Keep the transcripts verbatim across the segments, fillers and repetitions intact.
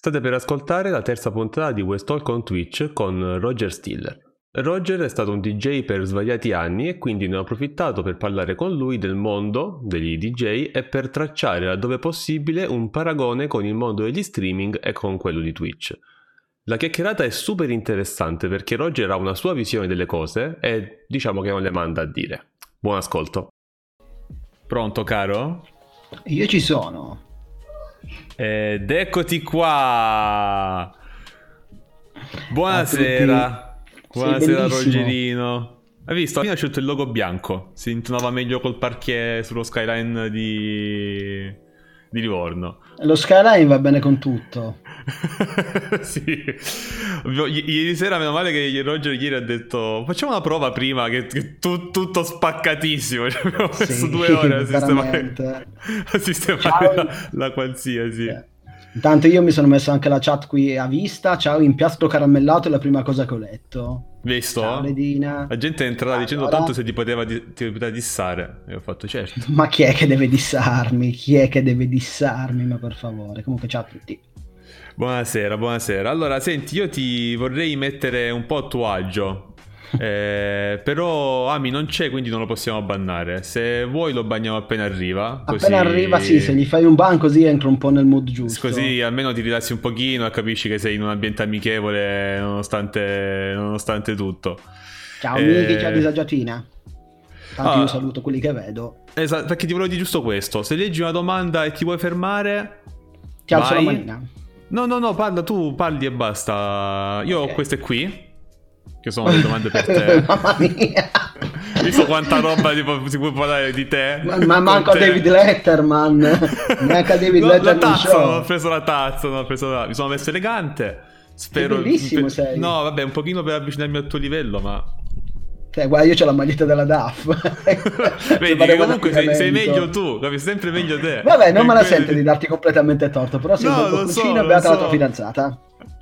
State per ascoltare la terza puntata di West Talk on Twitch con Roger Stiller. Roger è stato un D J per svariati anni e quindi ne ho approfittato per parlare con lui del mondo degli D J e per tracciare laddove possibile un paragone con il mondo degli streaming e con quello di Twitch. La chiacchierata è super interessante perché Roger ha una sua visione delle cose e diciamo che non le manda a dire. Buon ascolto. Pronto, caro? Io ci sono. Ed eccoti qua. Buonasera. Buonasera Rogerino. Hai visto? Appena ha scelto il logo bianco. Si intonava meglio col parquet sullo skyline di, di Livorno. Lo skyline va bene con tutto. Sì. I- ieri sera meno male che Roger ieri ha detto facciamo una prova prima che, che tu, tutto spaccatissimo. Cioè, abbiamo messo Sì, due ore a sistemare, a sistemare la, la qualsiasi. Eh. Intanto io mi sono messo anche la chat qui a vista. Ciao, impiastro caramellato è la prima cosa che ho letto. Visto? Ciao Ledina. La gente è entrata Allora... dicendo tanto se ti poteva, di- ti poteva dissare. E ho fatto certo. Ma chi è che deve dissarmi? Chi è che deve dissarmi? Ma per favore. Comunque ciao a tutti. Buonasera, buonasera. Allora, senti, io ti vorrei mettere un po' a tuo agio. Eh, però Ami non c'è, quindi non lo possiamo bannare. Se vuoi lo banniamo appena arriva. Così... Appena arriva, sì, se gli fai un ban così entro un po' nel mood giusto. Così almeno ti rilassi un pochino e capisci che sei in un ambiente amichevole nonostante, nonostante tutto. Ciao, eh... amici, ciao disagiatina. Tanto ah, io saluto quelli che vedo. Esatto, perché ti volevo dire giusto questo. Se leggi una domanda e ti vuoi fermare, ti alzo vai. la manina. No, no, no, parla tu, parli e basta. Io okay. ho queste qui, che sono le domande per te. Mamma mia. Visto quanta roba si può parlare di te. Ma, ma manco a David Letterman. Neanche a David no, Letterman. La tazza, show. non ho preso la tazza, non ho preso la... Mi sono messo elegante. Spero... È bellissimo per... sei. No, vabbè, un pochino per avvicinarmi al tuo livello, ma... Eh, guarda, io c'ho la maglietta della D A F. Vedi che comunque sei, sei meglio tu, capisci? Sempre meglio te. Vabbè, non me la sento di darti completamente torto, però sei no, un po' cucino so, e beata so. la tua fidanzata.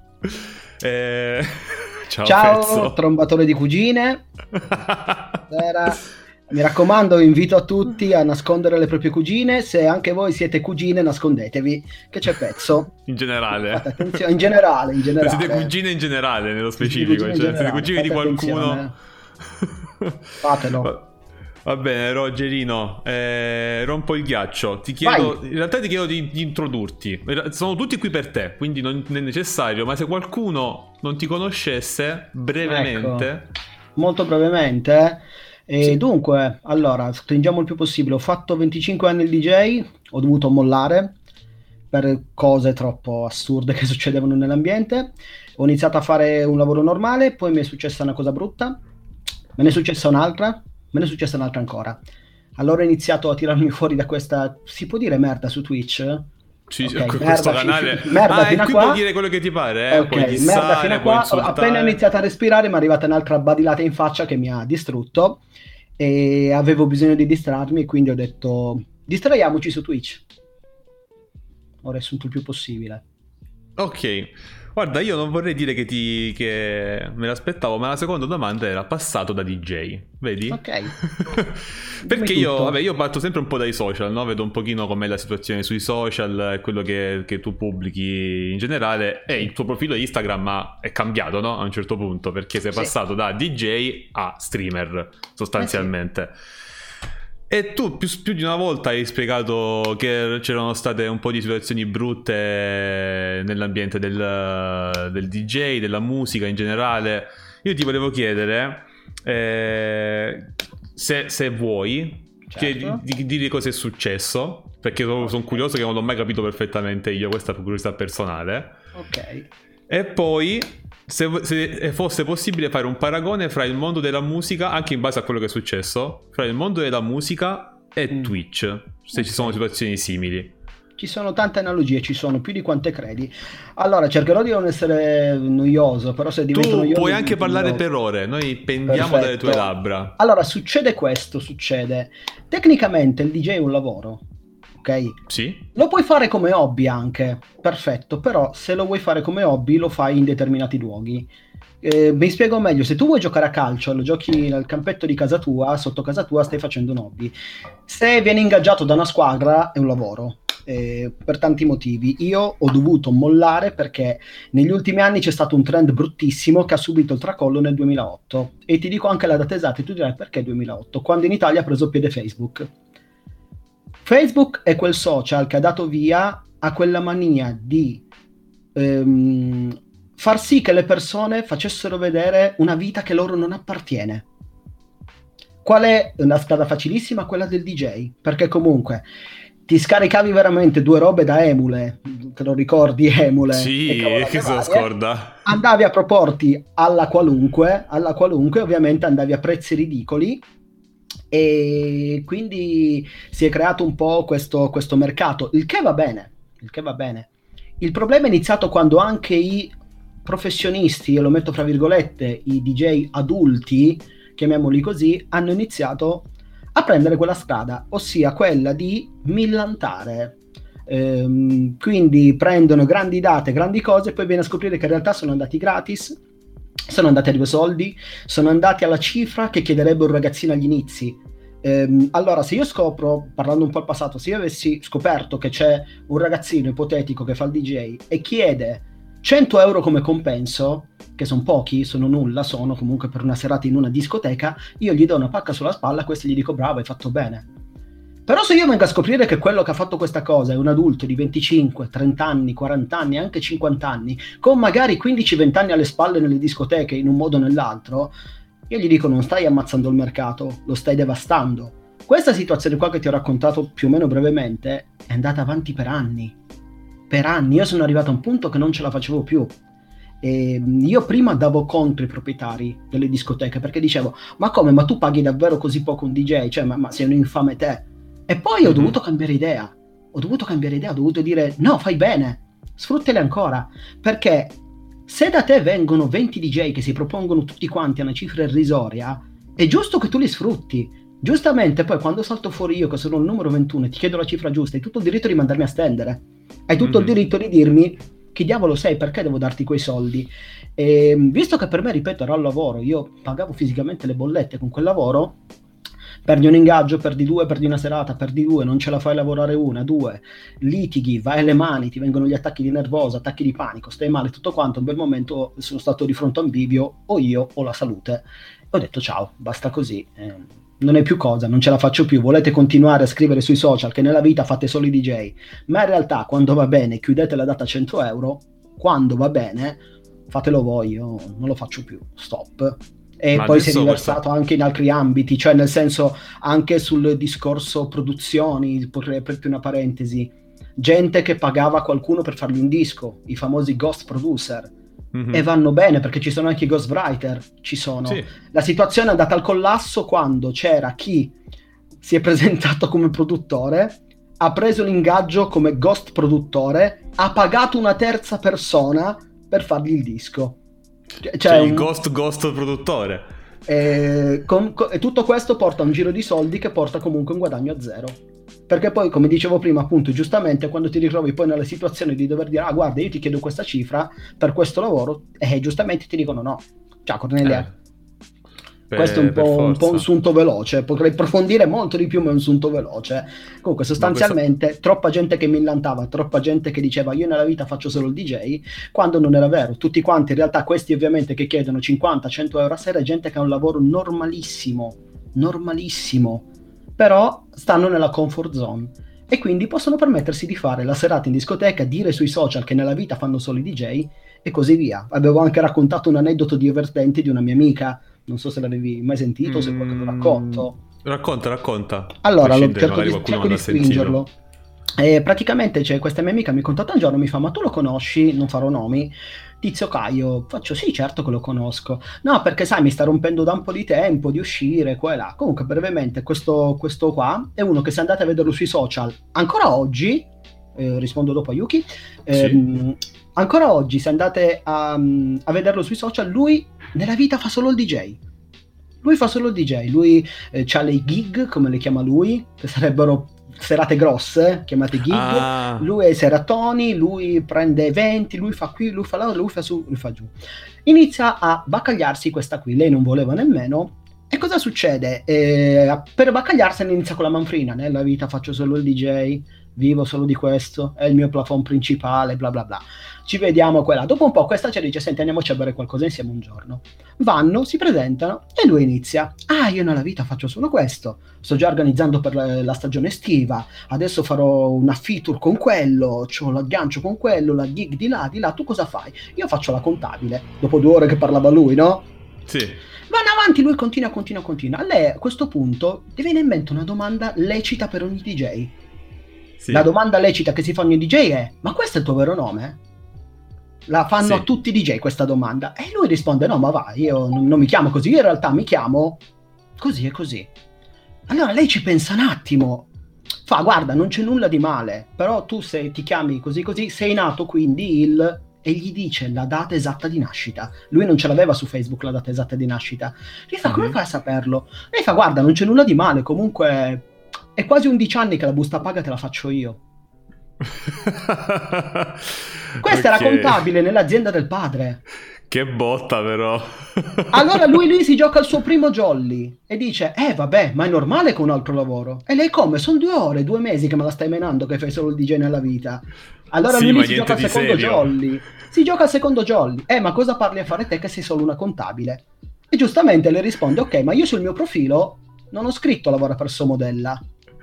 Eh... Ciao, Ciao pezzo. Trombatore di cugine. Era... Mi raccomando, invito a tutti a nascondere le proprie cugine. Se anche voi siete cugine, nascondetevi, che c'è pezzo. In generale. Fate attenzione, in generale, in generale. Se siete cugine in generale, nello specifico. Cioè, generale, siete cugini di qualcuno. Attenzione. Fatelo. Va, va bene, Rogerino, eh, rompo il ghiaccio. Ti chiedo, Vai. in realtà ti chiedo di, di introdurti. Sono tutti qui per te, quindi non è necessario. Ma se qualcuno non ti conoscesse, brevemente. Ecco, molto brevemente. E sì. Dunque, allora, stringiamo il più possibile. Ho fatto venticinque anni il D J, ho dovuto mollare per cose troppo assurde che succedevano nell'ambiente. Ho iniziato a fare un lavoro normale, poi mi è successa una cosa brutta, me ne è successa un'altra, me ne è successa un'altra ancora. Allora ho iniziato a tirarmi fuori da questa, si può dire merda su Twitch? Sì, okay, questo merda, canale. Fi, merda ah, fino e a qui qua. puoi dire quello che ti pare, eh? Ok, puoi dissare, merda fino a qua. insultare. Appena ho iniziato a respirare mi è arrivata un'altra badilata in faccia che mi ha distrutto e avevo bisogno di distrarmi e quindi ho detto distraiamoci su Twitch. Ho riassunto il più possibile. Ok, guarda, io non vorrei dire che, ti, che me l'aspettavo, ma la seconda domanda era passato da D J, vedi? Ok. Perché io, vabbè, io parto sempre un po' dai social, no? Vedo un pochino com'è la situazione sui social, quello che, che tu pubblichi in generale, e il tuo profilo Instagram è cambiato, no? A un certo punto, perché sei passato sì. da D J a streamer, sostanzialmente. Eh sì. E tu più, più di una volta hai spiegato che c'erano state un po' di situazioni brutte nell'ambiente del, del D J, della musica in generale. Io ti volevo chiedere eh, se, se vuoi certo. che, di, dire cosa è successo, perché sono, sono curioso che non l'ho mai capito perfettamente io, questa curiosità personale. Ok. E poi se, se fosse possibile fare un paragone fra il mondo della musica, anche in base a quello che è successo, fra il mondo della musica e mm. Twitch, se okay. ci sono situazioni simili. Ci sono tante analogie, ci sono più di quante credi. Allora, cercherò di non essere noioso, però se divento tu noioso... Tu puoi anche parlare noioso. per ore, noi pendiamo Perfetto. dalle tue labbra. Allora, succede questo, succede. Tecnicamente il D J è un lavoro. Ok? Sì. Lo puoi fare come hobby anche, perfetto, però se lo vuoi fare come hobby lo fai in determinati luoghi. Eh, mi spiego meglio, se tu vuoi giocare a calcio, lo giochi nel campetto di casa tua, sotto casa tua, stai facendo un hobby. Se vieni ingaggiato da una squadra è un lavoro, eh, per tanti motivi. Io ho dovuto mollare perché negli ultimi anni c'è stato un trend bruttissimo che ha subito il tracollo nel duemilaotto, e ti dico anche la data esatta e tu dirai perché duemilaotto, quando in Italia ha preso piede Facebook. Facebook è quel social che ha dato via a quella mania di ehm, far sì che le persone facessero vedere una vita che loro non appartiene. Qual è una strada facilissima? Quella del D J, perché comunque ti scaricavi veramente due robe da emule, te lo ricordi emule? Sì, che se lo scorda. Andavi a proporti alla qualunque, alla qualunque, ovviamente andavi a prezzi ridicoli, e quindi si è creato un po' questo, questo mercato, il che va bene, il che va bene. Il problema è iniziato quando anche i professionisti, e lo metto fra virgolette, i D J adulti, chiamiamoli così, hanno iniziato a prendere quella strada, ossia quella di millantare. Ehm, quindi prendono grandi date, grandi cose, e poi viene a scoprire che in realtà sono andati gratis, sono andati a due soldi, sono andati alla cifra che chiederebbe un ragazzino agli inizi. Ehm, allora, se io scopro, parlando un po' al passato, se io avessi scoperto che c'è un ragazzino ipotetico che fa il D J e chiede cento euro come compenso, che sono pochi, sono nulla, sono comunque per una serata in una discoteca, io gli do una pacca sulla spalla, questo gli dico bravo, hai fatto bene. Però se io vengo a scoprire che quello che ha fatto questa cosa è un adulto di venticinque, trenta anni, quaranta anni, anche cinquanta anni, con magari quindici venti anni alle spalle nelle discoteche in un modo o nell'altro, io gli dico non stai ammazzando il mercato, lo stai devastando. Questa situazione qua che ti ho raccontato più o meno brevemente è andata avanti per anni. Per anni, io sono arrivato a un punto che non ce la facevo più. E io prima davo contro i proprietari delle discoteche perché dicevo ma come, ma tu paghi davvero così poco un D J, cioè ma, ma sei un infame te. E poi mm-hmm. ho dovuto cambiare idea ho dovuto cambiare idea ho dovuto dire no, fai bene, sfruttali ancora, perché se da te vengono venti D J che si propongono tutti quanti a una cifra irrisoria, è giusto che tu li sfrutti. Giustamente poi quando salto fuori io che sono il numero ventuno e ti chiedo la cifra giusta, hai tutto il diritto di mandarmi a stendere, hai tutto mm-hmm. il diritto di dirmi chi diavolo sei, perché devo darti quei soldi. E visto che per me, ripeto, era un lavoro, io pagavo fisicamente le bollette con quel lavoro, perdi un ingaggio, perdi due, perdi una serata, perdi due, non ce la fai lavorare una, due, litighi, vai alle mani, ti vengono gli attacchi di nervosa, attacchi di panico, stai male, tutto quanto. Un bel momento sono stato di fronte a un bivio, o io o la salute, e ho detto ciao, basta così, eh, non è più cosa, non ce la faccio più. Volete continuare a scrivere sui social che nella vita fate solo i D J, ma in realtà quando va bene chiudete la data a cento euro, quando va bene fatelo voi, io non lo faccio più, stop. E ma poi si è riversato questa... anche in altri ambiti, cioè nel senso anche sul discorso produzioni, potrei aprirti una parentesi, gente che pagava qualcuno per fargli un disco, i famosi ghost producer, mm-hmm. e vanno bene perché ci sono anche i ghostwriter, ci sono. Sì. La situazione è andata al collasso quando c'era chi si è presentato come produttore, ha preso l'ingaggio come ghost produttore, ha pagato una terza persona per fargli il disco. Cioè, cioè il un... ghost ghost produttore. E, con, con, e tutto questo porta a un giro di soldi che porta comunque un guadagno a zero, perché poi, come dicevo prima, appunto, giustamente quando ti ritrovi poi nella situazione di dover dire ah guarda io ti chiedo questa cifra per questo lavoro, e eh, giustamente ti dicono no. Ciao Cornelia, eh. questo è un po', un po' un sunto veloce, potrei approfondire molto di più, ma è un sunto veloce. Comunque sostanzialmente questa... troppa gente che millantava, troppa gente che diceva io nella vita faccio solo il D J, quando non era vero. Tutti quanti in realtà, questi ovviamente che chiedono cinquanta cento euro a sera, è gente che ha un lavoro normalissimo normalissimo, però stanno nella comfort zone e quindi possono permettersi di fare la serata in discoteca, dire sui social che nella vita fanno solo i D J e così via. Avevo anche raccontato un aneddoto divertente di una mia amica, non so se l'avevi mai sentito, mm, se vuoi che lo racconto. Racconta, racconta. Allora, lo, cerco di, cerco di spingerlo. E praticamente c'è questa mia amica, mi contatta un giorno, mi fa ma tu lo conosci, non farò nomi, Tizio Caio? Faccio sì, certo che lo conosco. No, perché sai, mi sta rompendo da un po' di tempo di uscire qua e là. Comunque brevemente questo, questo qua è uno che se andate a vederlo sui social ancora oggi, eh, rispondo dopo a Yuki, ehm, sì. ancora oggi se andate a, a vederlo sui social, lui nella vita fa solo il D J. Lui fa solo il D J, lui eh, ha le gig, come le chiama lui, che sarebbero serate grosse, chiamate gig, ah. lui è i seratoni, lui prende eventi, lui fa qui, lui fa là, lui fa su, lui fa giù. Inizia a baccagliarsi questa qui, lei non voleva nemmeno, e cosa succede? Eh, per baccagliarsene inizia con la manfrina, nella vita faccio solo il D J, vivo solo di questo, è il mio plafond principale, bla bla bla. Ci vediamo qua e là. Dopo un po' questa ci dice, senti, andiamoci a bere qualcosa insieme un giorno. Vanno, si presentano e lui inizia, ah, io nella vita faccio solo questo, sto già organizzando per la, la stagione estiva, adesso farò una feature con quello, c'ho l'aggancio con quello, la gig di là, di là, tu cosa fai? Io faccio la contabile, dopo due ore che parlava lui, no? Sì. Vanno avanti, lui continua, continua, continua. A lei a questo punto ti viene in mente una domanda lecita per ogni D J. Sì. La domanda lecita che si fa ogni D J è, ma questo è il tuo vero nome? La fanno sì. a tutti i D J questa domanda. E lui risponde, no, ma va, io non, non mi chiamo così, io in realtà mi chiamo così e così. Allora lei ci pensa un attimo, fa, guarda, non c'è nulla di male, però tu se ti chiami così così, sei nato quindi il... e gli dice la data esatta di nascita. Lui non ce l'aveva su Facebook la data esatta di nascita. Gli fa, mm-hmm. come fai a saperlo? Lei fa, guarda, non c'è nulla di male, comunque è quasi undici anni che la busta paga te la faccio io. Questa okay. era contabile nell'azienda del padre. Che botta però. Allora lui lì si gioca il suo primo jolly e dice, eh vabbè, ma è normale con un altro lavoro. E lei come? Sono due ore, due mesi che me la stai menando che fai solo il D J nella vita. Allora sì, lui lì si gioca al secondo serio. jolly. Si gioca al secondo jolly. Eh, ma cosa parli a fare te che sei solo una contabile? E giustamente le risponde, ok, ma io sul mio profilo non ho scritto lavora presso Modella.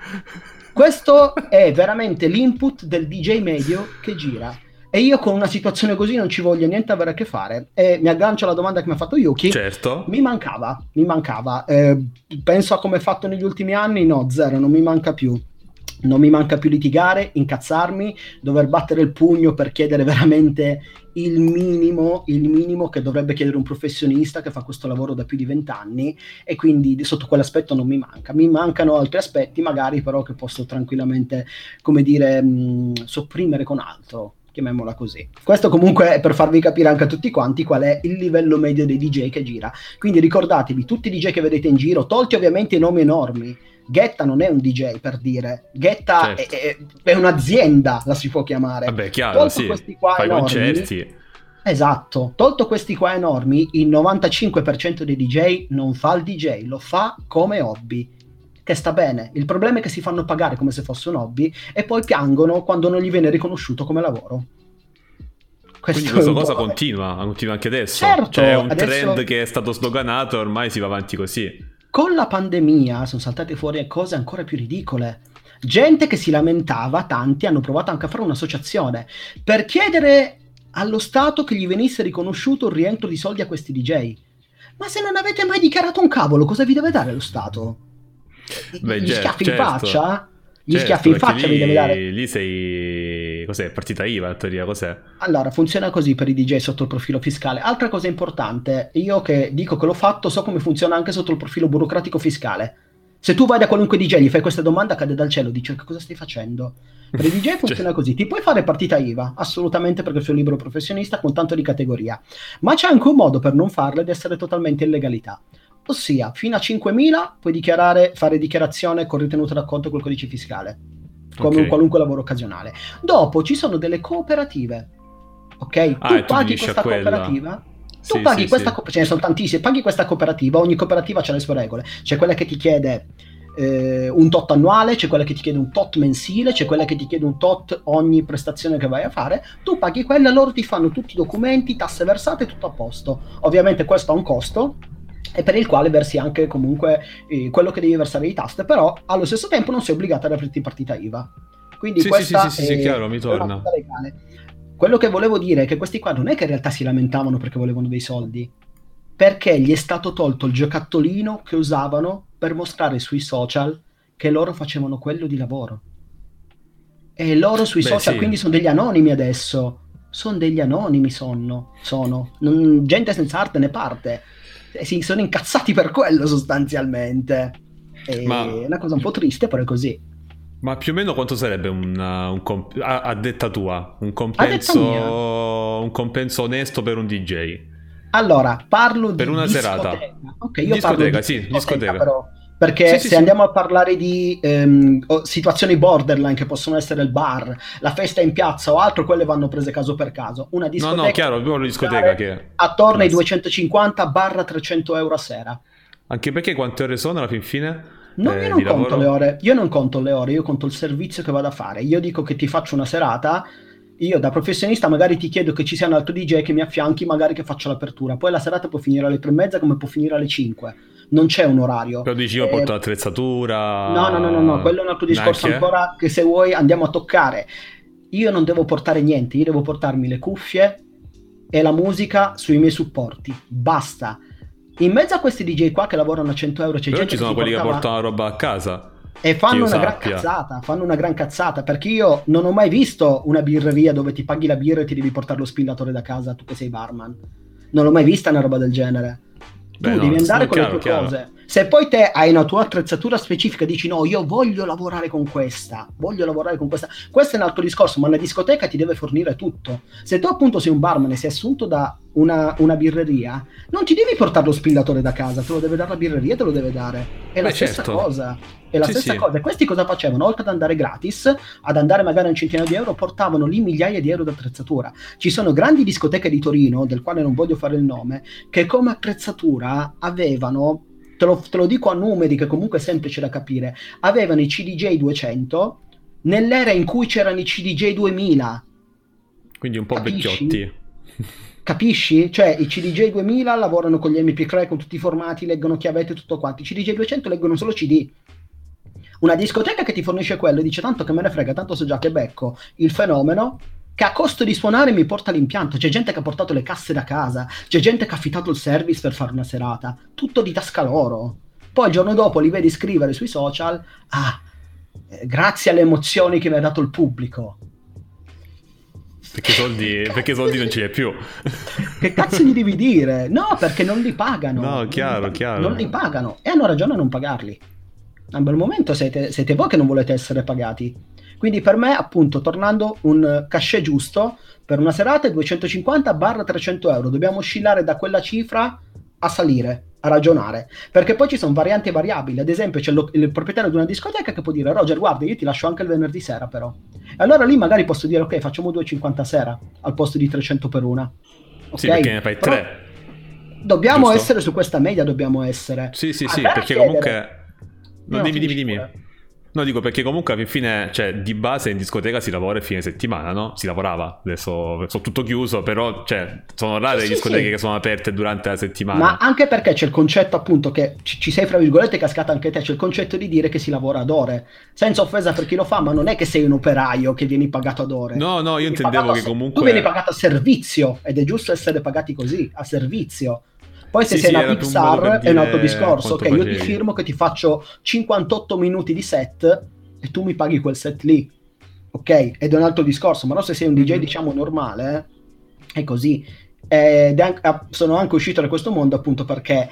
Questo è veramente l'input del D J medio che gira. E io con una situazione così non ci voglio niente avere a che fare. E mi aggancio alla domanda che mi ha fatto Yuki. Certo. Mi mancava, mi mancava. Eh, penso a come fatto negli ultimi anni, no, zero, non mi manca più. Non mi manca più litigare, incazzarmi, dover battere il pugno per chiedere veramente il minimo, il minimo che dovrebbe chiedere un professionista che fa questo lavoro da più di vent'anni, e quindi sotto quell'aspetto non mi manca. Mi mancano altri aspetti magari però che posso tranquillamente, come dire, mh, sopprimere con altro, chiamiamola così. Questo comunque è per farvi capire anche a tutti quanti qual è il livello medio dei D J che gira. Quindi ricordatevi, tutti i D J che vedete in giro, tolti ovviamente i nomi enormi, Guetta non è un D J, per dire. Guetta certo. è, è, è un'azienda, la si può chiamare. Vabbè, chiaro, tolto sì. Questi qua Fai enormi, concerti. Esatto. Tolto questi qua enormi, il novantacinque per cento dei D J non fa il D J, lo fa come hobby. Che sta bene. Il problema è che si fanno pagare come se fosse un hobby e poi piangono quando non gli viene riconosciuto come lavoro. Questo Quindi questa cosa continua, continua anche adesso. Certo, cioè è un adesso... trend che è stato slogato e ormai si va avanti così. Con la pandemia sono saltate fuori cose ancora più ridicole. Gente che si lamentava, tanti hanno provato anche a fare un'associazione per chiedere allo Stato che gli venisse riconosciuto il rientro di soldi a questi D J. Ma se non avete mai dichiarato un cavolo, cosa vi deve dare lo Stato? Beh, Gli certo, schiaffi certo. in faccia? Gli certo, schiaffi in faccia lì, vi deve dare. Lì sei... Cos'è? Partita I V A, in teoria, cos'è? Allora, funziona così per i D J sotto il profilo fiscale. Altra cosa importante, io che dico che l'ho fatto, so come funziona anche sotto il profilo burocratico fiscale. Se tu vai da qualunque D J e gli fai questa domanda, cade dal cielo, dice che cosa stai facendo? Per i D J funziona cioè... così, ti puoi fare partita I V A, assolutamente, perché sei un libero professionista con tanto di categoria, ma c'è anche un modo per non farlo ed essere totalmente in legalità. Ossia, fino a cinquemila puoi dichiarare, fare dichiarazione con ritenuta d'acconto col codice fiscale, come okay. un qualunque lavoro occasionale. Dopo ci sono delle cooperative, ok? Ah, tu paghi questa cooperativa, tu sì, paghi sì, questa sì. co- ce ne sono tantissime, paghi questa cooperativa, ogni cooperativa ha le sue regole, c'è quella che ti chiede eh, un tot annuale, c'è quella che ti chiede un tot mensile, c'è quella che ti chiede un tot ogni prestazione che vai a fare, tu paghi quella, loro ti fanno tutti i documenti, tasse versate, tutto a posto. Ovviamente questo ha un costo, e per il quale versi anche comunque eh, quello che devi versare di tasse, però allo stesso tempo non sei obbligato ad aprirti partita I V A. Quindi sì, questa sì, sì, sì, è, sì, chiaro, mi è torna. una cosa legale. Quello che volevo dire è che questi qua non è che in realtà si lamentavano perché volevano dei soldi, perché gli è stato tolto il giocattolino che usavano per mostrare sui social che loro facevano quello di lavoro. E loro sui Beh, social sì. quindi sono degli anonimi adesso. Sono degli anonimi, sono. sono. Non, gente senza arte ne parte. Eh, si sono incazzati per quello sostanzialmente. E Ma... è una cosa un po' triste, però è così. Ma più o meno quanto sarebbe un, uh, un comp- a, a detta tua un A compenso detta mia. un compenso onesto per un D J? Allora, parlo per di una discoteca. serata. Ok, io discoteca, parlo di sì, discoteca, discoteca. però, perché Sì, se sì, sì. andiamo a parlare di ehm, o- situazioni borderline che possono essere il bar, la festa in piazza o altro, quelle vanno prese caso per caso. Una No, discoteca, no, chiaro, proprio una discoteca che attorno ai classico. duecentocinquanta trecento euro a sera. Anche perché quante ore sono alla fin fine? No, io eh, non di conto le lavoro? ore, io non conto le ore, io conto il servizio che vado a fare. Io dico che ti faccio una serata, io da professionista magari ti chiedo che ci sia un altro D J che mi affianchi, magari che faccia l'apertura. Poi la serata può finire alle tre e mezza come può finire alle cinque. Non c'è un orario. Però dici io porto Eh, no, no, no, no, no, l'attrezzatura, quello è un altro discorso neanche? ancora che se vuoi andiamo a toccare. Io non devo portare niente, io devo portarmi le cuffie e la musica sui miei supporti. Basta. In mezzo a questi D J qua che lavorano a cento euro c'è Però gente ci che sono si quelli che portava portano la roba a casa, e che fanno io una gran sappia. cazzata, fanno una gran cazzata, perché io non ho mai visto una birreria dove ti paghi la birra e ti devi portare lo spillatore da casa, tu che sei barman. Non l'ho mai vista una roba del genere. Beh, Tu devi no, andare no, con le chiaro, tue chiaro. cose. Se poi te hai una tua attrezzatura specifica, dici no, io voglio lavorare con questa, voglio lavorare con questa. Questo è un altro discorso, ma una discoteca ti deve fornire tutto. Se tu appunto sei un barman e sei assunto da una, una birreria, non ti devi portare lo spillatore da casa, te lo deve dare la birreria, te lo deve dare. È la Beh, stessa certo. cosa. È la Sì, stessa sì. cosa. E questi cosa facevano? Oltre ad andare gratis, ad andare magari a un centinaio di euro, portavano lì migliaia di euro di attrezzatura. Ci sono grandi discoteche di Torino, del quale non voglio fare il nome, che come attrezzatura avevano, te lo, te lo dico a numeri che comunque è semplice da capire, avevano i C D J duecento nell'era in cui c'erano i C D J duemila. Quindi un po' Capisci? vecchiotti. Capisci? Cioè i C D J duemila lavorano con gli M P tre, con tutti i formati, leggono chiavette e tutto quanto. I C D J duecento leggono solo C D. Una discoteca che ti fornisce quello e dice tanto che me ne frega, tanto so già che becco il fenomeno, che a costo di suonare mi porta l'impianto. C'è gente che ha portato le casse da casa, c'è gente che ha affittato il service per fare una serata, tutto di tasca loro. Poi il giorno dopo li vedi scrivere sui social, ah, eh, grazie alle emozioni che mi ha dato il pubblico. Perché i soldi, perché i soldi non ce li hai più. Che cazzo gli devi dire? No, perché non li pagano. No, Non chiaro, li, chiaro. non li pagano e hanno ragione a non pagarli. A un bel momento siete, siete voi che non volete essere pagati. Quindi per me, appunto, tornando, un cachet giusto per una serata è duecentocinquanta trecento euro. Dobbiamo oscillare da quella cifra a salire, a ragionare. Perché poi ci sono varianti e variabili. Ad esempio c'è il, il proprietario di una discoteca che può dire Roger, guarda, io ti lascio anche il venerdì sera però. E allora lì magari posso dire ok, facciamo duecentocinquanta sera al posto di trecento per una. Sì, Ok? perché ne fai Però tre. dobbiamo Giusto? essere su questa media, dobbiamo essere. Sì, sì, sì, Andare a perché chiedere- comunque... No, No, dimmi, dimmi, finisci dimmi. pure. No, dico perché comunque alla fine, cioè, di base in discoteca si lavora il fine settimana, no? Si lavorava, adesso sono tutto chiuso, però, cioè, sono rare Sì, le sì, discoteche sì. che sono aperte durante la settimana. Ma anche perché c'è il concetto appunto che ci, ci sei fra virgolette cascata anche te, c'è il concetto di dire che si lavora ad ore, senza offesa per chi lo fa, ma non è che sei un operaio che vieni pagato ad ore. No, no, io Vieni intendevo pagato a che se- comunque... Tu vieni pagato a servizio ed è giusto essere pagati così, a servizio. Poi se Sì, sei sì, una era più un modo per Pixar è un altro dire discorso, quanto ok, io ti facevi. firmo che ti faccio cinquantotto minuti di set e tu mi paghi quel set lì, ok? Ed è un altro discorso, ma no, se sei un D J Mhm. diciamo normale, eh, è così. Ed è anche- ah, sono anche uscito da questo mondo appunto perché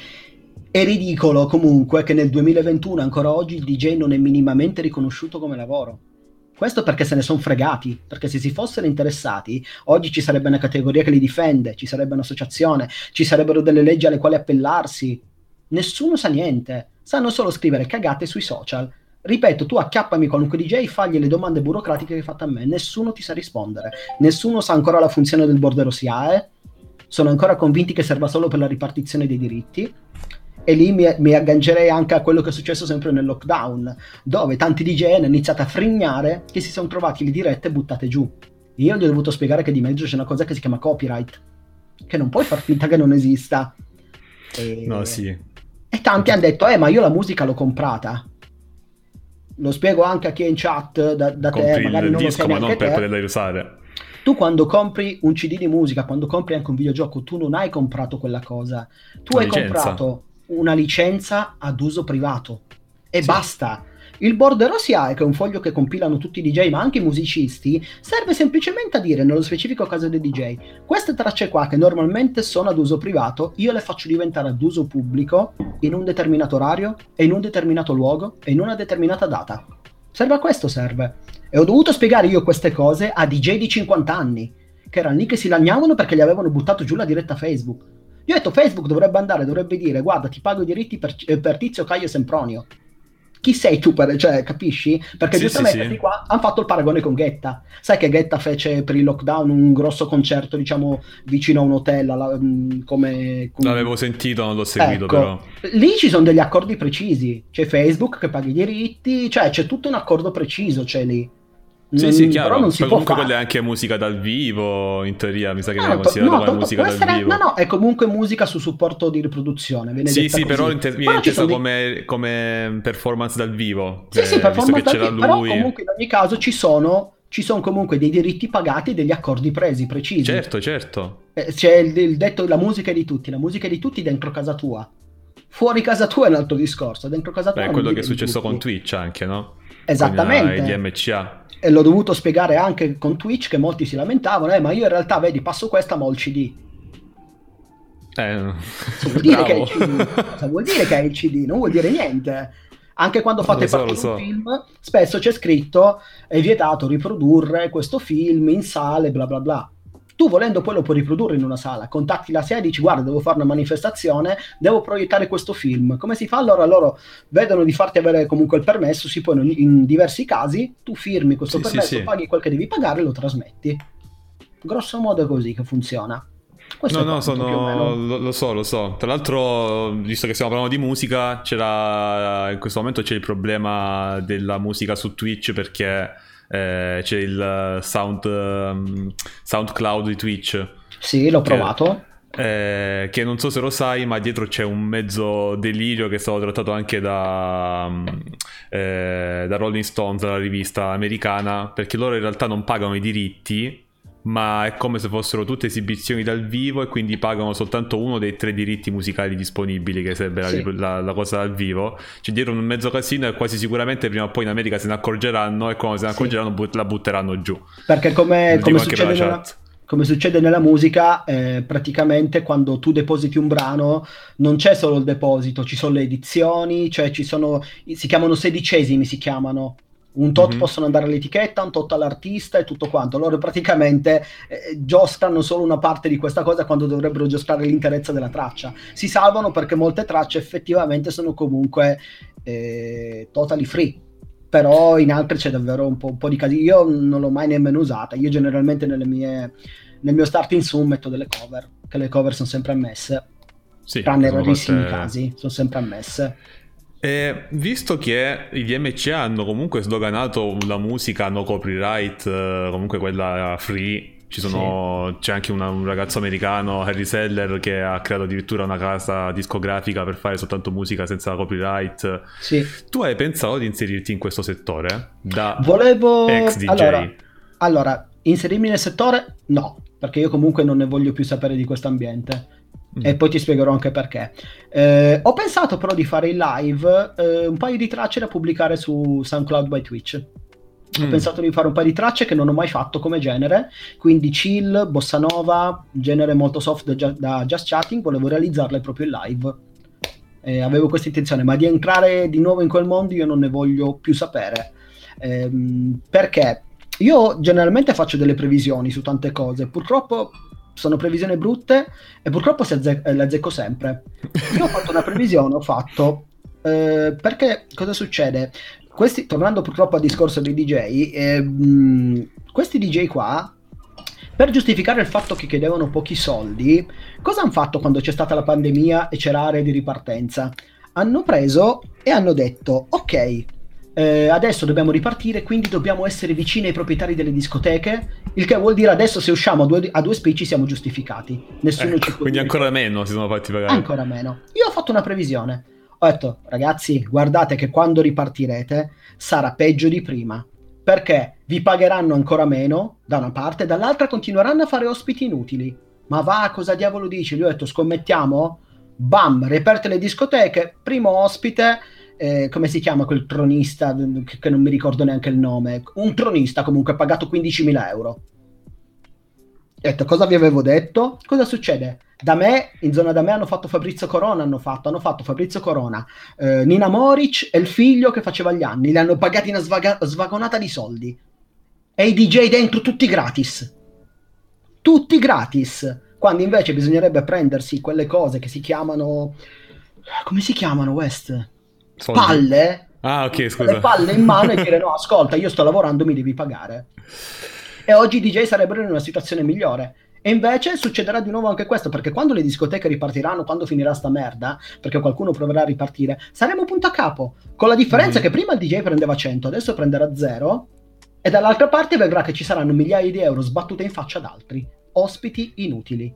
è ridicolo comunque che nel duemilaventuno ancora oggi il D J non è minimamente riconosciuto come lavoro. Questo perché se ne sono fregati, perché se si fossero interessati, oggi ci sarebbe una categoria che li difende, ci sarebbe un'associazione, ci sarebbero delle leggi alle quali appellarsi. Nessuno sa niente, sanno solo scrivere cagate sui social. Ripeto, tu acchiappami qualunque D J, fagli le domande burocratiche che hai fatto a me, nessuno ti sa rispondere, nessuno sa ancora la funzione del bordello S I A E, sono ancora convinti che serva solo per la ripartizione dei diritti. E lì mi, mi aggancerei anche a quello che è successo sempre nel lockdown, dove tanti D J hanno iniziato a frignare che si sono trovati le dirette buttate giù. Io gli ho dovuto spiegare che di mezzo c'è una cosa che si chiama copyright, che non puoi far finta che non esista. E, No, sì. e tanti hanno detto, eh ma io la musica l'ho comprata. Lo spiego anche a chi è in chat da, da te, Compri magari il non lo disco, sai ma neanche non per te. poterla usare. Tu quando compri un C D di musica, quando compri anche un videogioco, tu non hai comprato quella cosa, tu Una hai licenza. comprato una licenza ad uso privato e Sì. basta. Il bordereau S I A E, che è un foglio che compilano tutti i D J ma anche i musicisti, serve semplicemente a dire nello specifico caso dei D J, queste tracce qua che normalmente sono ad uso privato io le faccio diventare ad uso pubblico in un determinato orario e in un determinato luogo e in una determinata data. Serve a questo, serve. E ho dovuto spiegare io queste cose a D J di cinquanta anni che erano lì che si lagnavano perché gli avevano buttato giù la diretta Facebook. Io ho detto Facebook dovrebbe andare, dovrebbe dire guarda ti pago i diritti per, per Tizio, Caio e Sempronio. chi sei tu per, cioè, capisci? Perché Sì, giustamente sì, di sì. qua hanno fatto il paragone con Guetta. Sai che Guetta fece per il lockdown un grosso concerto, diciamo, vicino a un hotel, alla- mh, come... com- L'avevo sentito, non l'ho seguito Ecco, però. lì ci sono degli accordi precisi. C'è Facebook che paga i diritti, cioè c'è tutto un accordo preciso, c'è lì. Sì, sì, Non- però chiaro. non si Poi può comunque quella è fare. anche musica dal vivo, in teoria, mi sa che No, viene no, to- considerata no, come to- to- musica può dal essere, no, vivo. no, è comunque musica su supporto di riproduzione, viene Sì, detta sì, però così. inte- viene Però ci intesa sono dei... come, come performance dal vivo, Sì, sì, eh, visto che performance dal c'era vivo, però lui. comunque in ogni caso ci sono, ci sono comunque dei diritti pagati e degli accordi presi, precisi. Certo, certo. Eh, C'è il, il detto la musica è di tutti, la musica è di tutti dentro casa tua. Fuori casa tua è un altro discorso, dentro casa tua Beh, è non quello che dire è di successo con tutti. Twitch anche, no? Con eh, gli Esattamente. M C A. E l'ho dovuto spiegare anche con Twitch che molti si lamentavano, eh, ma io in realtà, vedi, passo questa ma ho il C D. Eh, Cosa vuol dire che hai bravo. il C D? Cosa vuol dire che hai il C D? Non vuol dire niente. Anche quando Lo fate so, lo partire un so. film, spesso c'è scritto è vietato riprodurre questo film in sale, bla bla bla. Tu volendo poi lo puoi riprodurre in una sala, contatti la sede e dici guarda devo fare una manifestazione, devo proiettare questo film. Come si fa? Allora loro vedono di farti avere comunque il permesso, si può in, in diversi casi, tu firmi questo Sì, sì, permesso, sì. paghi quel che devi pagare e lo trasmetti. Grosso modo è così che funziona. Questo No, è no, quanto più o sono... meno. Lo, lo so, lo so. Tra l'altro, visto che stiamo parlando di musica, c'era... In questo momento c'è il problema della musica su Twitch perché eh, c'è il sound, um, SoundCloud di Twitch. Sì, l'ho Che, provato. eh, che non so se lo sai, ma dietro c'è un mezzo delirio che è stato trattato anche da, um, eh, da Rolling Stones, la rivista americana, perché loro in realtà non pagano i diritti, ma è come se fossero tutte esibizioni dal vivo e quindi pagano soltanto uno dei tre diritti musicali disponibili, che sarebbe la, Sì, la- la cosa dal vivo. C'è dietro un mezzo casino e quasi sicuramente prima o poi in America se ne accorgeranno e quando se ne sì. accorgeranno but- la butteranno giù. Perché come, Lo come dico anche per la succede nella, chat. come succede nella musica, eh, praticamente quando tu depositi un brano non c'è solo il deposito, ci sono le edizioni, cioè ci sono, si chiamano sedicesimi, si chiamano. Un tot Mhm. possono andare all'etichetta, un tot all'artista e tutto quanto. Loro praticamente eh, giostrano solo una parte di questa cosa quando dovrebbero giostrare l'interezza della traccia. Si salvano perché molte tracce effettivamente sono comunque eh, totally free. Però in altre c'è davvero un po', un po' di casi. Io non l'ho mai nemmeno usata. Io generalmente nelle mie, nel mio starting zoom metto delle cover, che le cover sono sempre ammesse, Sì, tranne sono rarissimi fatte... casi, sono sempre ammesse. E visto che gli M C A hanno comunque sdoganato la musica no copyright, eh, comunque quella free, ci sono, c'è anche una- un ragazzo americano, Harry Seller, che ha creato addirittura una casa discografica per fare soltanto musica senza copyright. Sì. Tu hai pensato di inserirti in questo settore? Da Volevo... ex D J? Allora, allora, inserirmi nel settore? No, perché io comunque non ne voglio più sapere di questo ambiente. Mm. E poi ti spiegherò anche perché. Eh, ho pensato però di fare in live eh, un paio di tracce da pubblicare su SoundCloud by Twitch. Ho Mm. pensato di fare un paio di tracce che non ho mai fatto come genere, quindi chill, bossa nova, genere molto soft da, da just chatting, volevo realizzarle proprio in live. Eh, avevo questa intenzione, ma di entrare di nuovo in quel mondo io non ne voglio più sapere. Ehm, perché io generalmente faccio delle previsioni su tante cose, purtroppo sono previsioni brutte e purtroppo si azze- eh, le azzecco sempre. Io ho fatto una previsione, ho fatto eh, perché cosa succede? Questi, tornando purtroppo al discorso dei D J, ehm, questi D J qua, per giustificare il fatto che chiedevano pochi soldi, cosa hanno fatto quando c'è stata la pandemia e c'era area di ripartenza? Hanno preso e hanno detto, ok, eh, adesso dobbiamo ripartire, quindi dobbiamo essere vicini ai proprietari delle discoteche, il che vuol dire adesso se usciamo a due, a due spicci siamo giustificati. Nessuno Ecco, ci può quindi dire ancora che- meno si sono fatti pagare. Ancora meno. Io ho fatto una previsione. Ho detto, ragazzi, guardate che quando ripartirete sarà peggio di prima. Perché vi pagheranno ancora meno, da una parte, dall'altra continueranno a fare ospiti inutili. Ma va, cosa diavolo dici? Gli ho detto, scommettiamo? Bam, riaperte le discoteche, primo ospite, eh, come si chiama quel tronista, che, che non mi ricordo neanche il nome, un tronista comunque, pagato quindicimila euro. Ho detto, cosa vi avevo detto? Cosa succede? Da me, in zona da me hanno fatto Fabrizio Corona, hanno fatto, hanno fatto Fabrizio Corona, eh, Nina Moric e il figlio che faceva gli anni, li hanno pagati una svaga- svagonata di soldi. E i D J dentro tutti gratis. Tutti gratis. Quando invece bisognerebbe prendersi quelle cose che si chiamano... Come si chiamano, West? Soldi? Palle? Ah, ok, scusa. Le palle in mano e dire no, ascolta, io sto lavorando, mi devi pagare. E oggi i D J sarebbero in una situazione migliore. E invece succederà di nuovo anche questo, perché quando le discoteche ripartiranno, quando finirà sta merda, perché qualcuno proverà a ripartire, saremo punto a capo, con la differenza mm. che prima il D J prendeva cento, adesso prenderà zero, e dall'altra parte vedrà che ci saranno migliaia di euro sbattute in faccia ad altri, ospiti inutili.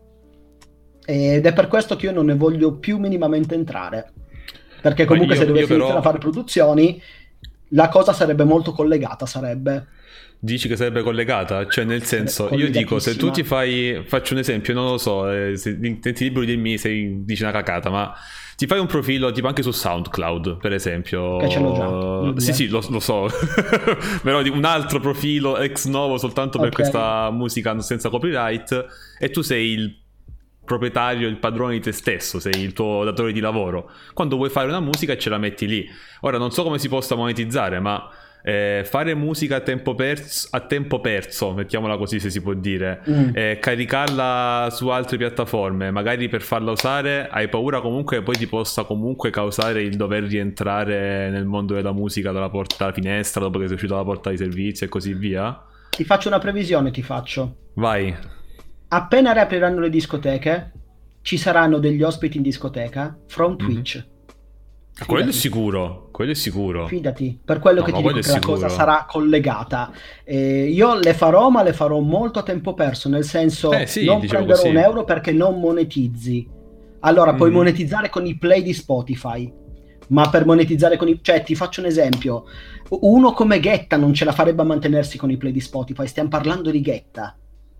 Ed è per questo che io non ne voglio più minimamente entrare, perché comunque io, se dovessi però... iniziare a fare produzioni, la cosa sarebbe molto collegata, sarebbe... Dici che sarebbe collegata? Cioè nel senso, io dico, se tu ti fai, faccio un esempio, non lo so, eh, se ti libero di dirmi se dici una cacata, ma ti fai un profilo tipo anche su SoundCloud, per esempio. Che ce l'ho già. Sì, sì, lo, lo so. Però di un altro profilo ex novo soltanto per okay. questa musica senza copyright, e tu sei il proprietario, il padrone di te stesso, sei il tuo datore di lavoro. Quando vuoi fare una musica ce la metti lì. Ora non so come si possa monetizzare, ma Eh, fare musica a tempo perso, a tempo perso, mettiamola così se si può dire, mm. eh, caricarla su altre piattaforme, magari per farla usare, hai paura comunque che poi ti possa comunque causare il dover rientrare nel mondo della musica dalla porta dalla finestra dopo che sei uscito dalla porta di servizio e così via? Ti faccio una previsione, ti faccio. Vai. Appena riapriranno le discoteche, ci saranno degli ospiti in discoteca from Twitch. Mm-hmm. Fidati. Quello è sicuro, quello è sicuro. Fidati, per quello no, che ti dico che sicuro. La cosa sarà collegata. Eh, io le farò, ma le farò molto a tempo perso, nel senso eh, sì, non prenderò così. un euro perché non monetizzi. Allora, mm. puoi monetizzare con i play di Spotify, ma per monetizzare con i... Cioè, ti faccio un esempio. Uno come Guetta non ce la farebbe a mantenersi con i play di Spotify, stiamo parlando di Guetta.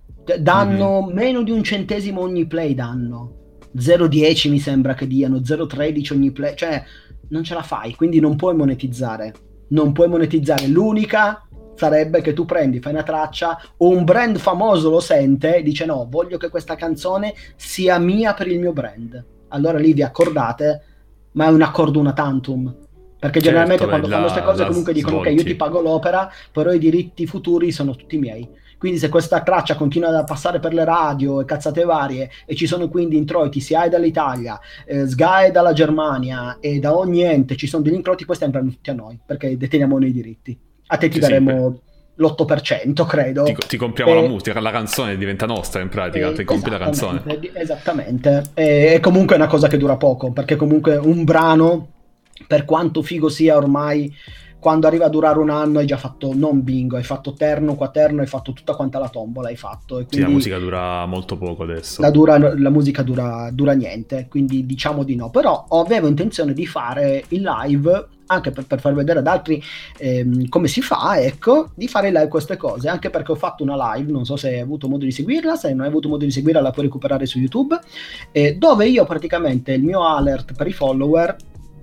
Danno mm-hmm. meno di un centesimo ogni play, danno. zero virgola dieci mi sembra che diano, zero virgola tredici ogni play, cioè non ce la fai, quindi non puoi monetizzare, non puoi monetizzare. L'unica sarebbe che tu prendi, fai una traccia, o un brand famoso lo sente e dice no, voglio che questa canzone sia mia per il mio brand, allora lì vi accordate, ma è un accordo una tantum, perché certo, generalmente quando la, fanno queste cose comunque dicono svolti. Ok, io ti pago l'opera, però i diritti futuri sono tutti miei. Quindi se questa traccia continua a passare per le radio e cazzate varie e ci sono quindi introiti sia dall'Italia, eh, Sky dalla Germania e da ogni ente ci sono degli introiti, questi andranno tutti a noi perché deteniamo noi i diritti. A te ti sì, daremo sì, l'otto per cento credo. Ti, ti compriamo e... la musica, la canzone diventa nostra in pratica, e, ti compri la canzone. Esattamente, e, e comunque è una cosa che dura poco, perché comunque un brano, per quanto figo sia ormai, quando arriva a durare un anno hai già fatto non bingo, hai fatto terno, quaterno, hai fatto tutta quanta la tombola, hai fatto. E quindi sì, la musica dura molto poco adesso. La, dura, la musica dura, dura niente, quindi diciamo di no. Però avevo intenzione di fare il live, anche per, per far vedere ad altri ehm, come si fa, ecco, di fare in live queste cose, anche perché ho fatto una live, non so se hai avuto modo di seguirla, se non hai avuto modo di seguirla la puoi recuperare su YouTube, eh, dove io praticamente il mio alert per i follower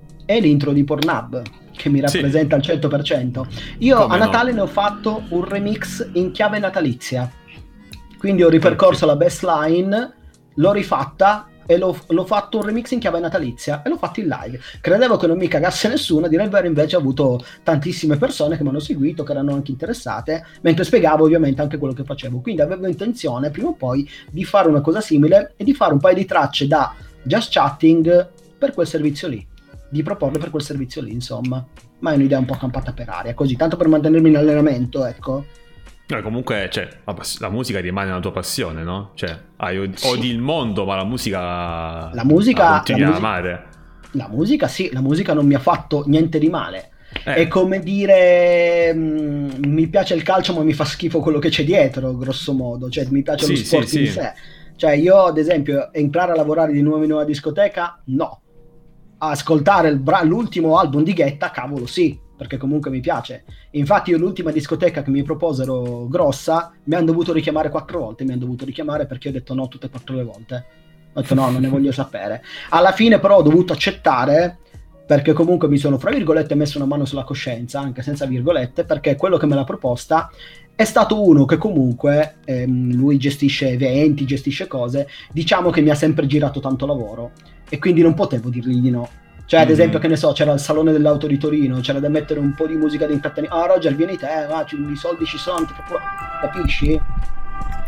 è l'intro di Pornhub, che mi rappresenta al sì. cento per cento. Io Come a Natale no? ne ho fatto un remix in chiave natalizia, quindi ho ripercorso okay. la bassline, l'ho rifatta e l'ho, l'ho fatto un remix in chiave natalizia e l'ho fatto in live. Credevo che non mi cagasse nessuno, a dire il vero invece ho avuto tantissime persone che mi hanno seguito, che erano anche interessate, mentre spiegavo ovviamente anche quello che facevo. Quindi avevo intenzione prima o poi di fare una cosa simile e di fare un paio di tracce da Just Chatting per quel servizio lì, di proporle per quel servizio lì, insomma. Ma è un'idea un po' campata per aria, così, tanto per mantenermi in allenamento, ecco. No, comunque, cioè, la, pass- la musica rimane una tua passione, no? Cioè, hai odi sì. il mondo, ma la musica la musica la continui la a musica, amare. La musica sì, la musica non mi ha fatto niente di male. Eh. È come dire mh, mi piace il calcio ma mi fa schifo quello che c'è dietro, grosso modo. Cioè, mi piace sì, lo sport sì, in sì. sé. Cioè, io, ad esempio, entrare a lavorare di nuovo in una discoteca, no. Ascoltare il bra- l'ultimo album di Guetta, cavolo sì, perché comunque mi piace. Infatti io l'ultima discoteca che mi proposero grossa mi hanno dovuto richiamare quattro volte, mi hanno dovuto richiamare perché ho detto no tutte e quattro le volte. Ho detto no, non ne voglio sapere. Alla fine però ho dovuto accettare, perché comunque mi sono, fra virgolette, messo una mano sulla coscienza, anche senza virgolette, perché quello che me l'ha proposta è stato uno che comunque ehm, lui gestisce eventi, gestisce cose, diciamo che mi ha sempre girato tanto lavoro e quindi non potevo dirgli di no. Cioè, ad mm-hmm. esempio, che ne so, c'era il Salone dell'Auto di Torino, c'era da mettere un po' di musica di intrattenimento. Ah, Roger, vieni te, ah, i soldi ci sono, capisci?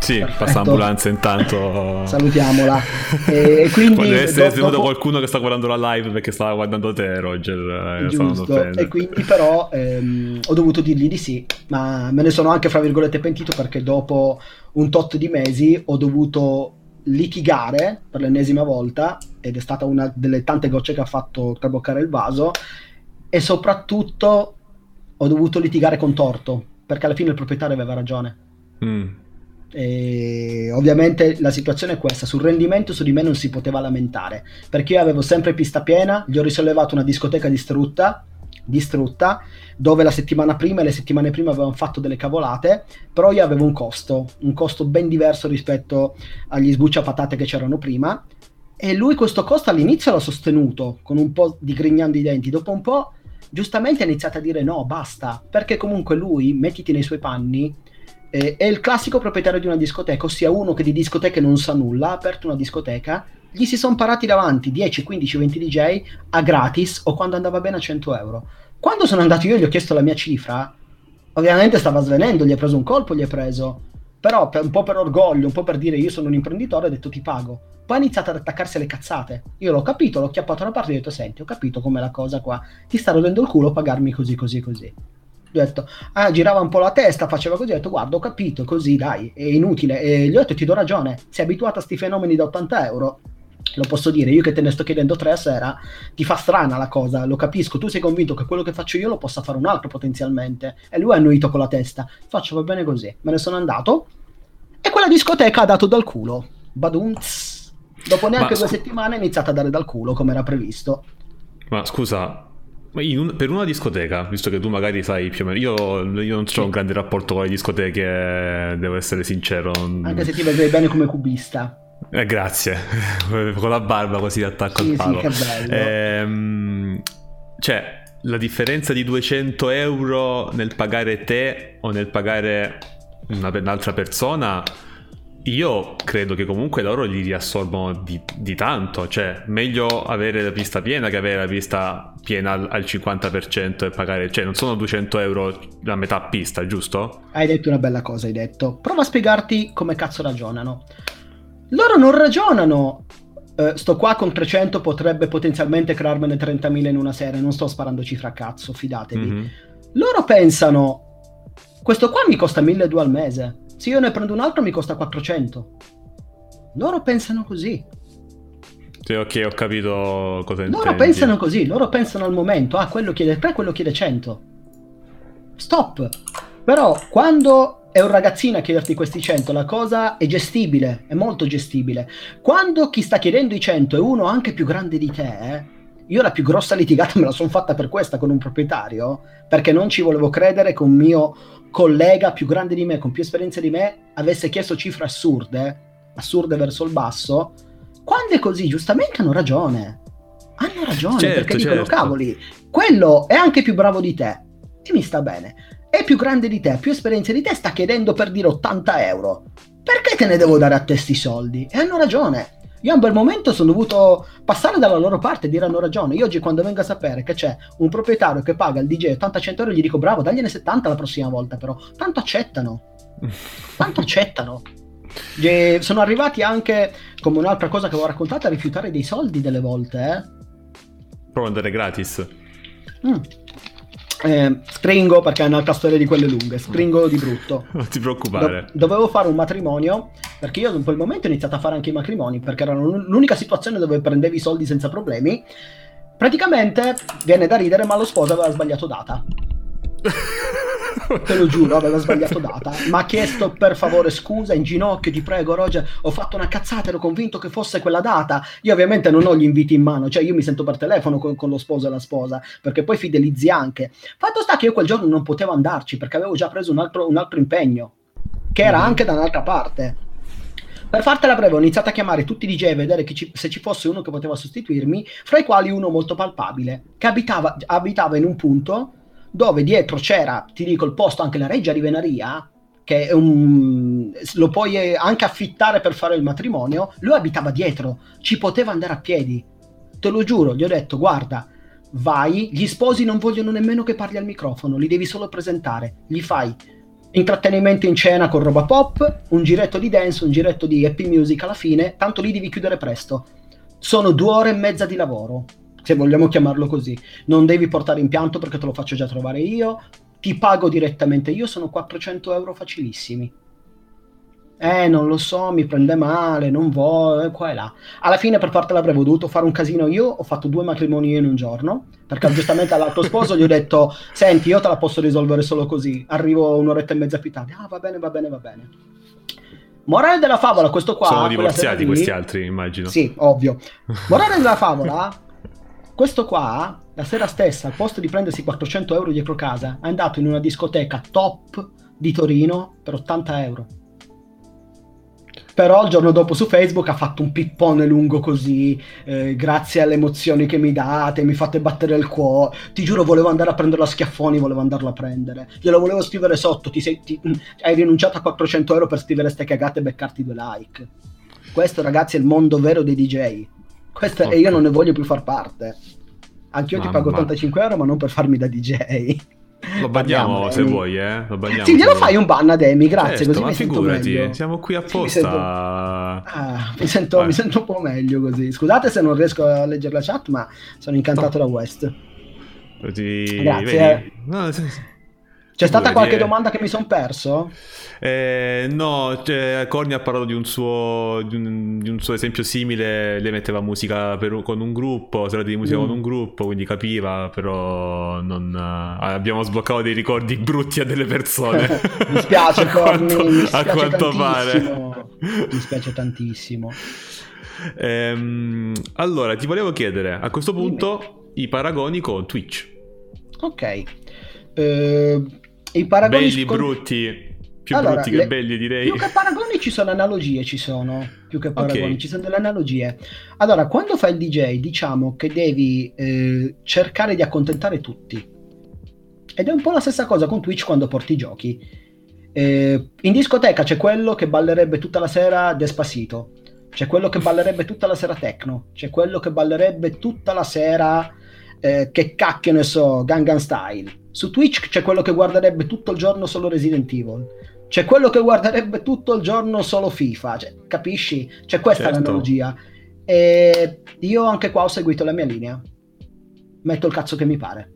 Sì, Perfetto. passa l'ambulanza intanto. Salutiamola. E quindi può essere do- venuto dopo... qualcuno che sta guardando la live perché stava guardando te, Roger. Giusto. E quindi però ehm, ho dovuto dirgli di sì, ma me ne sono anche fra virgolette pentito, perché dopo un tot di mesi ho dovuto litigare per l'ennesima volta, ed è stata una delle tante gocce che ha fatto traboccare il vaso, e soprattutto ho dovuto litigare con torto, perché alla fine il proprietario aveva ragione. Mm. E ovviamente la situazione è questa: sul rendimento su di me non si poteva lamentare, perché io avevo sempre pista piena, gli ho risollevato una discoteca distrutta distrutta dove la settimana prima e le settimane prima avevano fatto delle cavolate, però io avevo un costo un costo ben diverso rispetto agli sbucciapatate che c'erano prima, e lui questo costo all'inizio l'ha sostenuto con un po' di grignando i denti. Dopo un po' giustamente ha iniziato a dire no, basta, perché comunque lui, mettiti nei suoi panni, eh, è il classico proprietario di una discoteca, ossia uno che di discoteche non sa nulla, ha aperto una discoteca, gli si sono parati davanti dieci, quindici, venti D J a gratis, o quando andava bene a cento euro. Quando sono andato io e gli ho chiesto la mia cifra, ovviamente stava svenendo, gli ha preso un colpo, gli ha preso, però per, un po' per orgoglio, un po' per dire io sono un imprenditore, ha detto ti pago. Poi ha iniziato ad attaccarsi alle cazzate, io l'ho capito, l'ho chiappato da una parte e gli ho detto senti, ho capito com'è la cosa qua, ti sta rodendo il culo pagarmi così così così. Gli ho detto, ah, girava un po' la testa, faceva così, ho detto guarda, ho capito, così dai, è inutile, e gli ho detto ti do ragione, sei abituato a sti fenomeni da ottanta euro, lo posso dire, io che te ne sto chiedendo tre a sera, ti fa strana la cosa, lo capisco, tu sei convinto che quello che faccio io lo possa fare un altro potenzialmente, e lui ha annuito con la testa, faccio va bene così, me ne sono andato, e quella discoteca ha dato dal culo, badunz, dopo neanche Ma due scu- settimane è iniziata a dare dal culo come era previsto. Ma scusa, ma in un- per una discoteca, visto che tu magari sai più o meno, io, io non ho un grande rapporto con le discoteche, devo essere sincero. non- Anche se ti vedrei bene come cubista. Eh, grazie, con la barba così attacco Sì, al palo. sì, che bello. Ehm, cioè, la differenza di duecento euro nel pagare te o nel pagare una, un'altra persona, io credo che comunque loro li riassorbono di, di tanto. Cioè, meglio avere la pista piena che avere la pista piena al, al cinquanta per cento e pagare, cioè non sono duecento euro la metà pista, giusto? Hai detto una bella cosa, hai detto. Prova a spiegarti come cazzo ragionano. Loro non ragionano, eh, sto qua con trecento potrebbe potenzialmente crearmene trentamila in una serie, non sto sparando cifra a cazzo, fidatevi. Mhm. Loro pensano, questo qua mi costa milleduecento al mese, se io ne prendo un altro mi costa quattrocento. Loro pensano così. Sì, ok, ho capito cosa Loro intendi. pensano così, loro pensano al momento, ah, quello chiede tre, quello chiede cento. Stop. Però quando è un ragazzino a chiederti questi cento, la cosa è gestibile, è molto gestibile. Quando chi sta chiedendo i cento è uno anche più grande di te, eh, io la più grossa litigata me la sono fatta per questa con un proprietario, perché non ci volevo credere che un mio collega più grande di me, con più esperienza di me, avesse chiesto cifre assurde, assurde verso il basso. Quando è così, giustamente hanno ragione. Hanno ragione, Certo, perché dicono, certo. cavoli, quello è anche più bravo di te e mi sta bene. È più grande di te, più esperienza di te, sta chiedendo per dire ottanta euro. Perché te ne devo dare a te sti soldi? E hanno ragione. Io a un bel momento sono dovuto passare dalla loro parte e dire hanno ragione. Io oggi quando vengo a sapere che c'è un proprietario che paga il D J ottanta cento euro, gli dico bravo, dagliene settanta la prossima volta, però tanto accettano. Tanto accettano. E sono arrivati anche, come un'altra cosa che avevo raccontato, a rifiutare dei soldi delle volte, eh. Proprio andare gratis. Mm. Eh, stringo, perché è un'altra storia di quelle lunghe, stringo di brutto. Non ti preoccupare. Do- dovevo fare un matrimonio, perché io in quel momento ho iniziato a fare anche i matrimoni, perché era l'unica situazione dove prendevi i soldi senza problemi. Praticamente viene da ridere, ma lo sposo aveva sbagliato data. Te lo giuro, aveva sbagliato data. Mi ha chiesto per favore scusa in ginocchio, ti prego Roger, ho fatto una cazzata, ero convinto che fosse quella data. Io ovviamente non ho gli inviti in mano, cioè io mi sento per telefono con, con lo sposo e la sposa, perché poi fidelizzi anche. Fatto sta che io quel giorno non potevo andarci perché avevo già preso un altro, un altro impegno, che era anche da un'altra parte. Per fartela breve ho iniziato a chiamare tutti i D J a vedere che ci, se ci fosse uno che poteva sostituirmi, fra i quali uno molto palpabile, che abitava, abitava in un punto dove dietro c'era, ti dico il posto, anche la Reggia di Venaria, che è un, lo puoi anche affittare per fare il matrimonio. Lui abitava dietro, ci poteva andare a piedi, te lo giuro. Gli ho detto guarda, vai, gli sposi non vogliono nemmeno che parli al microfono, li devi solo presentare, gli fai intrattenimento in cena con roba pop, un giretto di dance, un giretto di happy music alla fine, tanto lì devi chiudere presto. Sono due ore e mezza di lavoro, se vogliamo chiamarlo così. Non devi portare impianto perché te lo faccio già trovare io, ti pago direttamente io, sono quattrocento euro facilissimi. Eh, non lo so, mi prende male, non voglio, qua e là. Alla fine, per fartela breve, ho dovuto fare un casino io, ho fatto due matrimoni io in un giorno, perché giustamente all'altro sposo gli ho detto, senti, io te la posso risolvere solo così, arrivo un'oretta e mezza più tardi. Ah, va bene, va bene, va bene. Morale della favola, questo qua... Sono divorziati questi altri, immagino. Sì, ovvio. Morale della favola, questo qua, la sera stessa, al posto di prendersi quattrocento euro dietro casa, è andato in una discoteca top di Torino per ottanta euro. Però il giorno dopo su Facebook ha fatto un pippone lungo così, eh, grazie alle emozioni che mi date, mi fate battere il cuore, ti giuro volevo andare a prenderlo a schiaffoni, volevo andarlo a prendere, glielo volevo scrivere sotto, ti sei, ti, hai rinunciato a quattrocento euro per scrivere ste cagate e beccarti due like. Questo, ragazzi, è il mondo vero dei D J. Questo, okay. E io non ne voglio più far parte. Anch'io Mamma. ti pago ottantacinque euro, ma non per farmi da D J. Lo banniamo se vuoi, eh? Lo banniamo sì, glielo fai un ban ad Emi, grazie. Certo, così ma mi figurati, sento meglio. siamo qui apposta. Sì, mi, sento... Ah, mi, sento, mi sento un po' meglio così. Scusate se non riesco a leggere la chat, ma sono incantato no. da West. Ti... Grazie. No, sì, sì. C'è stata Figurati, qualche eh. domanda che mi son perso? Eh, no, cioè, Corny ha parlato di un suo di un, di un suo esempio simile. Lei metteva musica per, con un gruppo, serate di musica mm. con un gruppo, quindi capiva, però non uh, abbiamo sbloccato dei ricordi brutti a delle persone. Mi spiace, Corny, mi spiace a quanto tantissimo. pare. Mi spiace tantissimo. Ehm, allora, ti volevo chiedere a questo punto Dimmi. i paragoni con Twitch. Ok. Uh, i paragoni belli, con... brutti. Più allora, brutti che le... belli, direi. Più che paragoni ci sono analogie, ci sono. Più che paragoni, okay. ci sono delle analogie. Allora, quando fai il D J, diciamo che devi eh, cercare di accontentare tutti. Ed è un po' la stessa cosa con Twitch quando porti i giochi. Eh, in discoteca c'è quello che ballerebbe tutta la sera Despacito. C'è quello che ballerebbe tutta la sera techno. C'è quello che ballerebbe tutta la sera... Eh, che cacchio ne so, Gangnam Style. Su Twitch c'è quello che guarderebbe tutto il giorno solo Resident Evil, c'è quello che guarderebbe tutto il giorno solo FIFA, cioè, capisci? C'è questa certo. l'analogia. E io anche qua ho seguito la mia linea, metto il cazzo che mi pare,